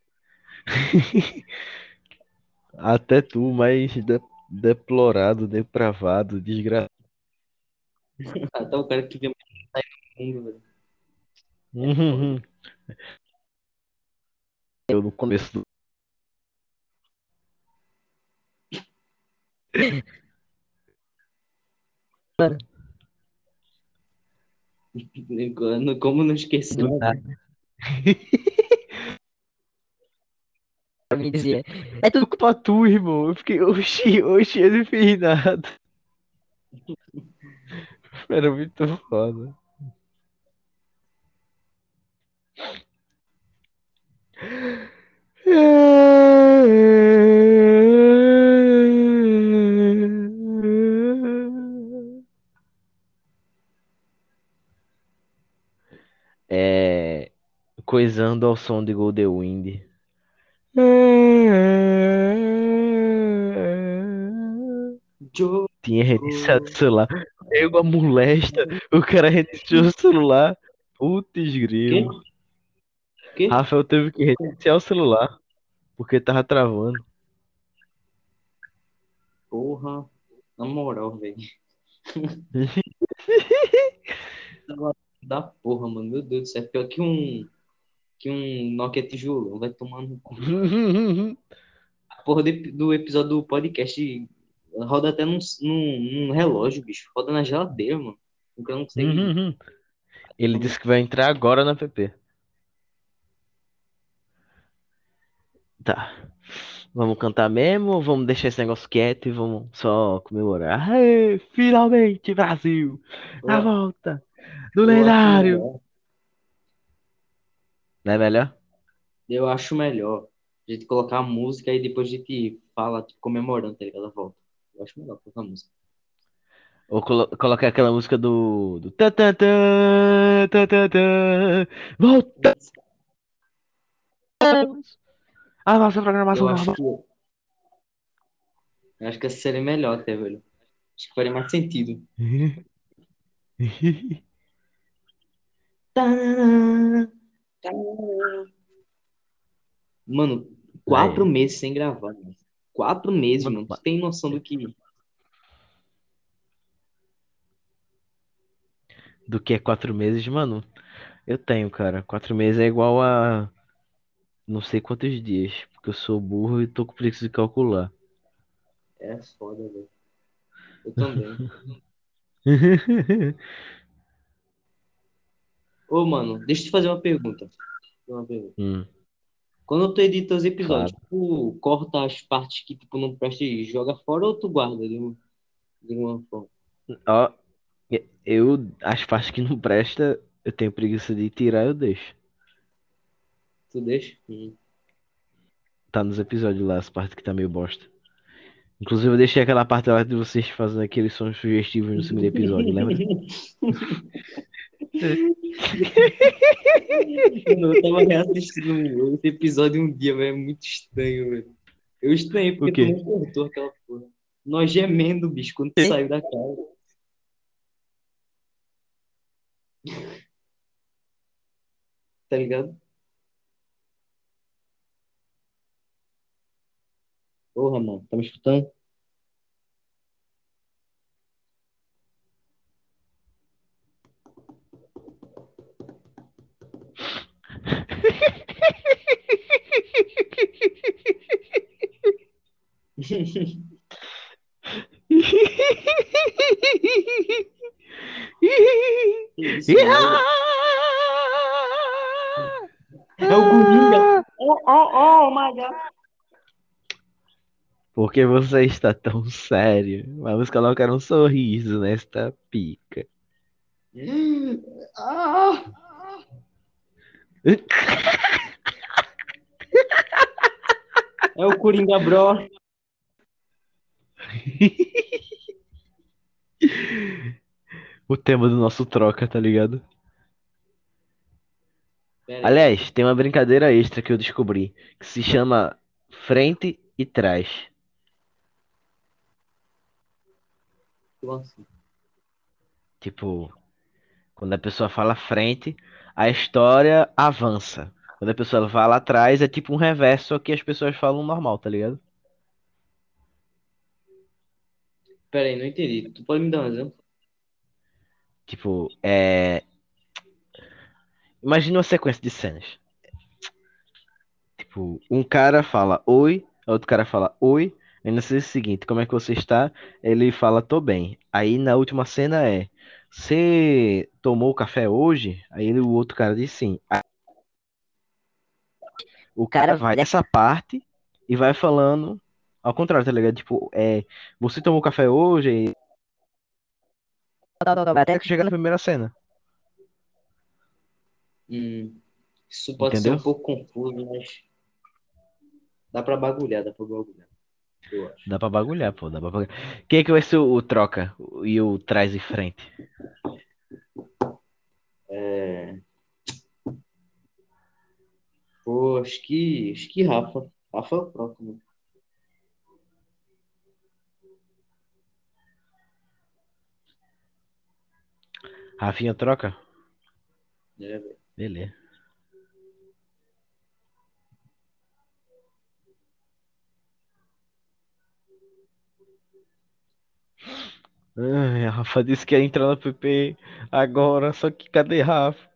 Até tu, mais deplorado, depravado, desgraçado. Até o cara que vem mais no mundo, velho. Eu no começo do. Como não esquecer? Me dizia, é tudo culpa tua, irmão. Eu fiquei, oxi, eu não fiz nada. Era muito foda. É. Coisando ao som de Golden Wind. Joe. Tinha reiniciado o celular. Pegou a molesta. O cara reiniciou o celular. Putz, Quê? grilo. Quê? Rafael teve que reiniciar o celular. Porque tava travando. Porra. Na moral, velho. Da porra, mano. Meu Deus do céu. Pior que um Nokia tijolão. Vai tomar no cu. A porra do episódio do podcast roda até num relógio, bicho. Roda na geladeira, mano. O cara não consegue. Ele disse que vai entrar agora na PP. Tá. Vamos cantar mesmo ou vamos deixar esse negócio quieto e vamos só comemorar? Aê, finalmente, Brasil! Na Eu, volta do eu acho lendário! melhor. Não é melhor? Eu acho melhor a gente colocar a música e depois a gente fala, tipo, comemorando, tá ligado? A volta. Eu acho melhor colocar a música. Ou colocar aquela música do tã, tã, tã, tã, tã, tã. Voltamos à nossa programação Eu acho normal. que, eu acho que essa seria melhor até, velho. Acho que faria mais sentido. Tarará, tarará. Mano, 4 meses sem gravar, mano. 4 meses, Mano, mano. Tu tem noção do que é 4 meses, mano? Eu tenho, cara. 4 meses é igual a não sei quantos dias, porque eu sou burro e tô com preguiça de calcular. É foda, velho. Eu também. Ô, mano, deixa eu te fazer uma pergunta. Uma pergunta. Hum, Quando tu edita os fala. episódios, tu corta as partes que tipo, não presta e joga fora ou tu guarda de uma forma? Ó, as partes que não presta, eu tenho preguiça de tirar, eu deixo. Tu deixa? Tá nos episódios lá, as partes que tá meio bosta. Inclusive, eu deixei aquela parte lá de vocês fazendo aqueles sons sugestivos no segundo episódio, lembra? Mano, eu tava reassistindo esse episódio um dia, velho. É muito estranho, velho. Eu estranhei O porque tu quê? não cortou aquela porra. Nós gemendo, bicho, quando tu saiu da casa. Tá ligado? Porra, mano. Tá me escutando? Que isso, mano? É o Coringa. Oh my God. Por que você está tão sério? Vamos colocar um sorriso nesta pica. Ah, é o Coringa Bro. O tema do nosso troca, tá ligado? Pera aí. Aliás, tem uma brincadeira extra que eu descobri, que se chama frente e trás. Nossa. Tipo, quando a pessoa fala frente, a história avança. Quando a pessoa fala atrás, é tipo um reverso, só que as pessoas falam normal, tá ligado? Pera aí, não entendi. Tu pode me dar um exemplo? Tipo, imagina uma sequência de cenas. Tipo, um cara fala oi, outro cara fala oi. Aí na cena seguinte, como é que você está? Ele fala, tô bem. Aí na última cena você tomou café hoje? O outro cara diz sim. Aí o cara vai nessa parte e vai falando ao contrário, tá ligado? Tipo, você tomou café hoje? Até que chega na primeira cena, Hum, isso pode ser um entendeu? pouco confuso, mas dá pra bagulhar, eu acho. Dá pra bagulhar, pô, dá pra bagulhar. Quem é que vai ser o troca e o trás e frente? É, pô, acho que Rafa. Rafa é o próximo. Rafinha troca? Né, velho? Beleza. Ai, a Rafa disse que ia entrar no PP agora, só que cadê Rafa?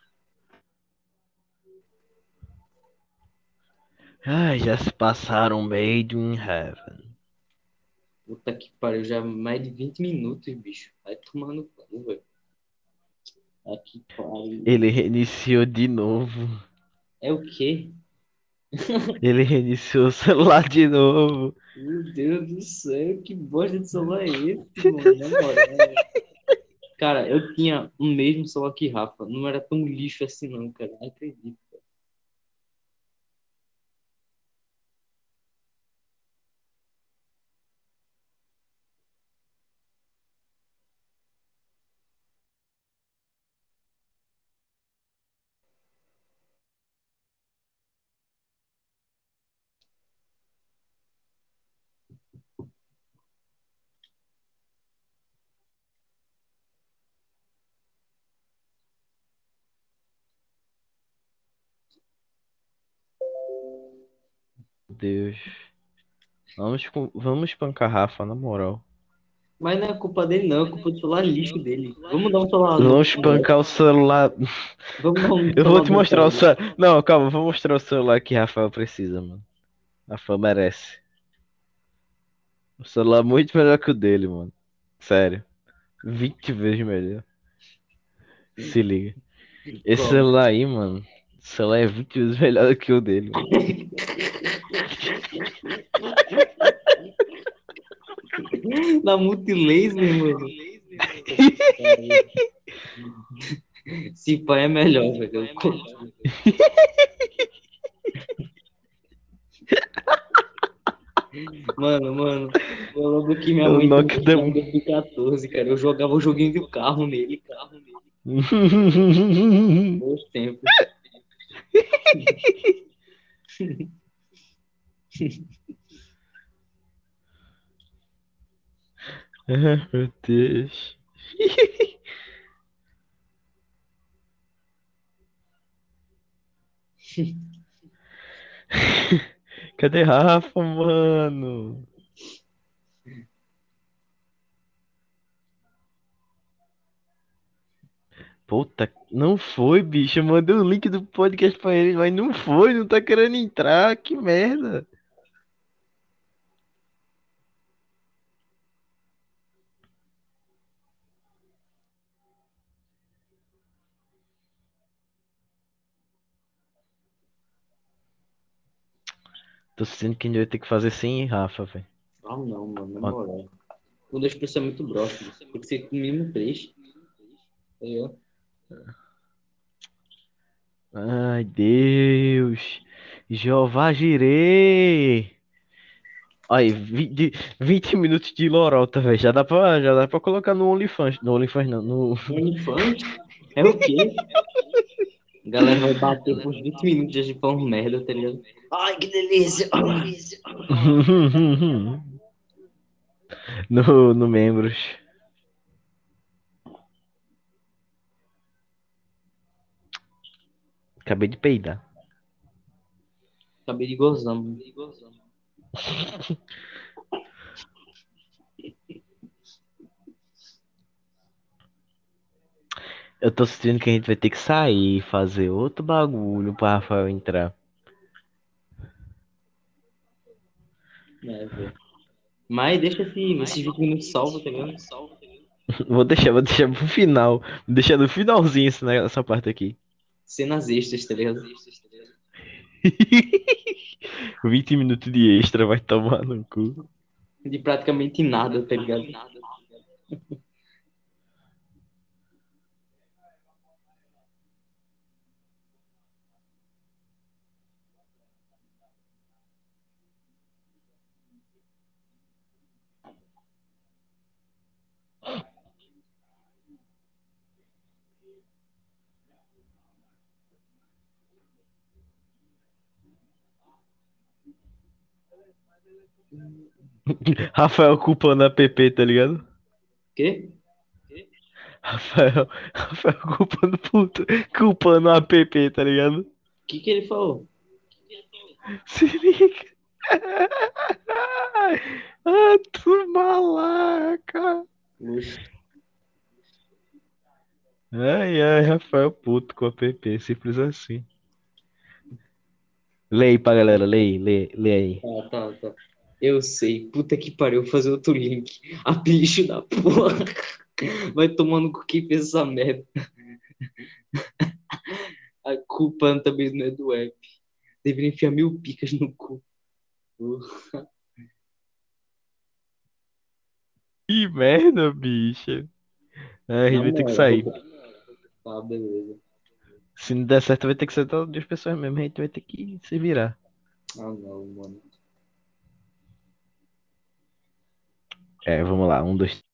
Ai, já se passaram Made in Heaven. Puta que pariu, já mais de 20 minutos, bicho. Vai tomando cu, velho. Aqui, pariu. Ele reiniciou de novo. É o quê? Ele reiniciou o celular de novo. Meu Deus do céu, que bosta de celular é esse, mano? Na moral. Cara, eu tinha o mesmo celular que Rafa. Não era tão lixo assim, não, cara. Não acredito. Meu Deus. Vamos espancar Rafa, na moral. Mas não é culpa dele, não. É culpa do celular lixo dele. Vamos dar um celular novo Vamos pra ele. espancar o celular. Vamos dar um Eu vou celular te novo pra mostrar o ele. celular. Não, calma, eu vou mostrar o celular que Rafael precisa, mano. Rafael merece. O celular é muito melhor que o dele, mano. Sério. 20 vezes melhor. Se liga. Esse Qual? celular aí, mano. O celular é 20 vezes melhor do que o dele, mano. Na multilaser, mano. Se pá é melhor, velho. Eu confio. Mano. Eu lembro que minha O mãe tem um Nokia Nokia deu. 2014, cara. Eu jogava o joguinho do carro nele, cara. Bons tempos. Ai, meu Deus. Cadê Rafa, mano? Puta, não foi, bicho. Eu mandei o link do podcast pra ele, mas não foi, não tá querendo entrar. Que merda. Tô sentindo que a gente vai ter que fazer sem Rafa, velho. Ah, não, mano, na Ó. moral. O 2% é muito próximo. Tem que ser com mínimo 3. Entendeu? Ai, Deus. Jeová Jireh. Aí, 20 minutos de lorota, velho. Já dá pra colocar no OnlyFans. No OnlyFans não, no... OnlyFans? É o quê? A galera vai bater por 20 minutos de falando merda, tá ligado? Ai, que delícia! no membros. Acabei de peidar. Acabei de gozar, mano. Eu tô sentindo que a gente vai ter que sair, fazer outro bagulho pra Rafael entrar. É, velho. Mas deixa esses 20 minutos salvo, tá ligado? Vou deixar pro final. Vou deixar no finalzinho essa parte aqui. Cenas extras, tá ligado? 20 minutos de extra, vai tomar no cu. De praticamente nada, tá ligado? Rafael culpando a PP, tá ligado? Quê? Rafael culpando a PP, tá ligado? O que ele falou? Se liga. Ah, tu malaca. Oxe. Ai, ai, Rafael puto com a PP, simples assim. Lê aí pra galera, lê aí. Tá. Eu sei. Puta que pariu, vou fazer outro link. A bicho da porra. Vai tomando com quem fez essa merda. A culpa também não é do app. Deveria enfiar 1000 picas no cu. Que merda, bicha. Ah, a gente Na vai ter que moral. sair. Tá, beleza. Se não der certo, vai ter que ser todas as pessoas mesmo. A gente vai ter que se virar. Ah, não, mano. É, vamos lá. 1, 2,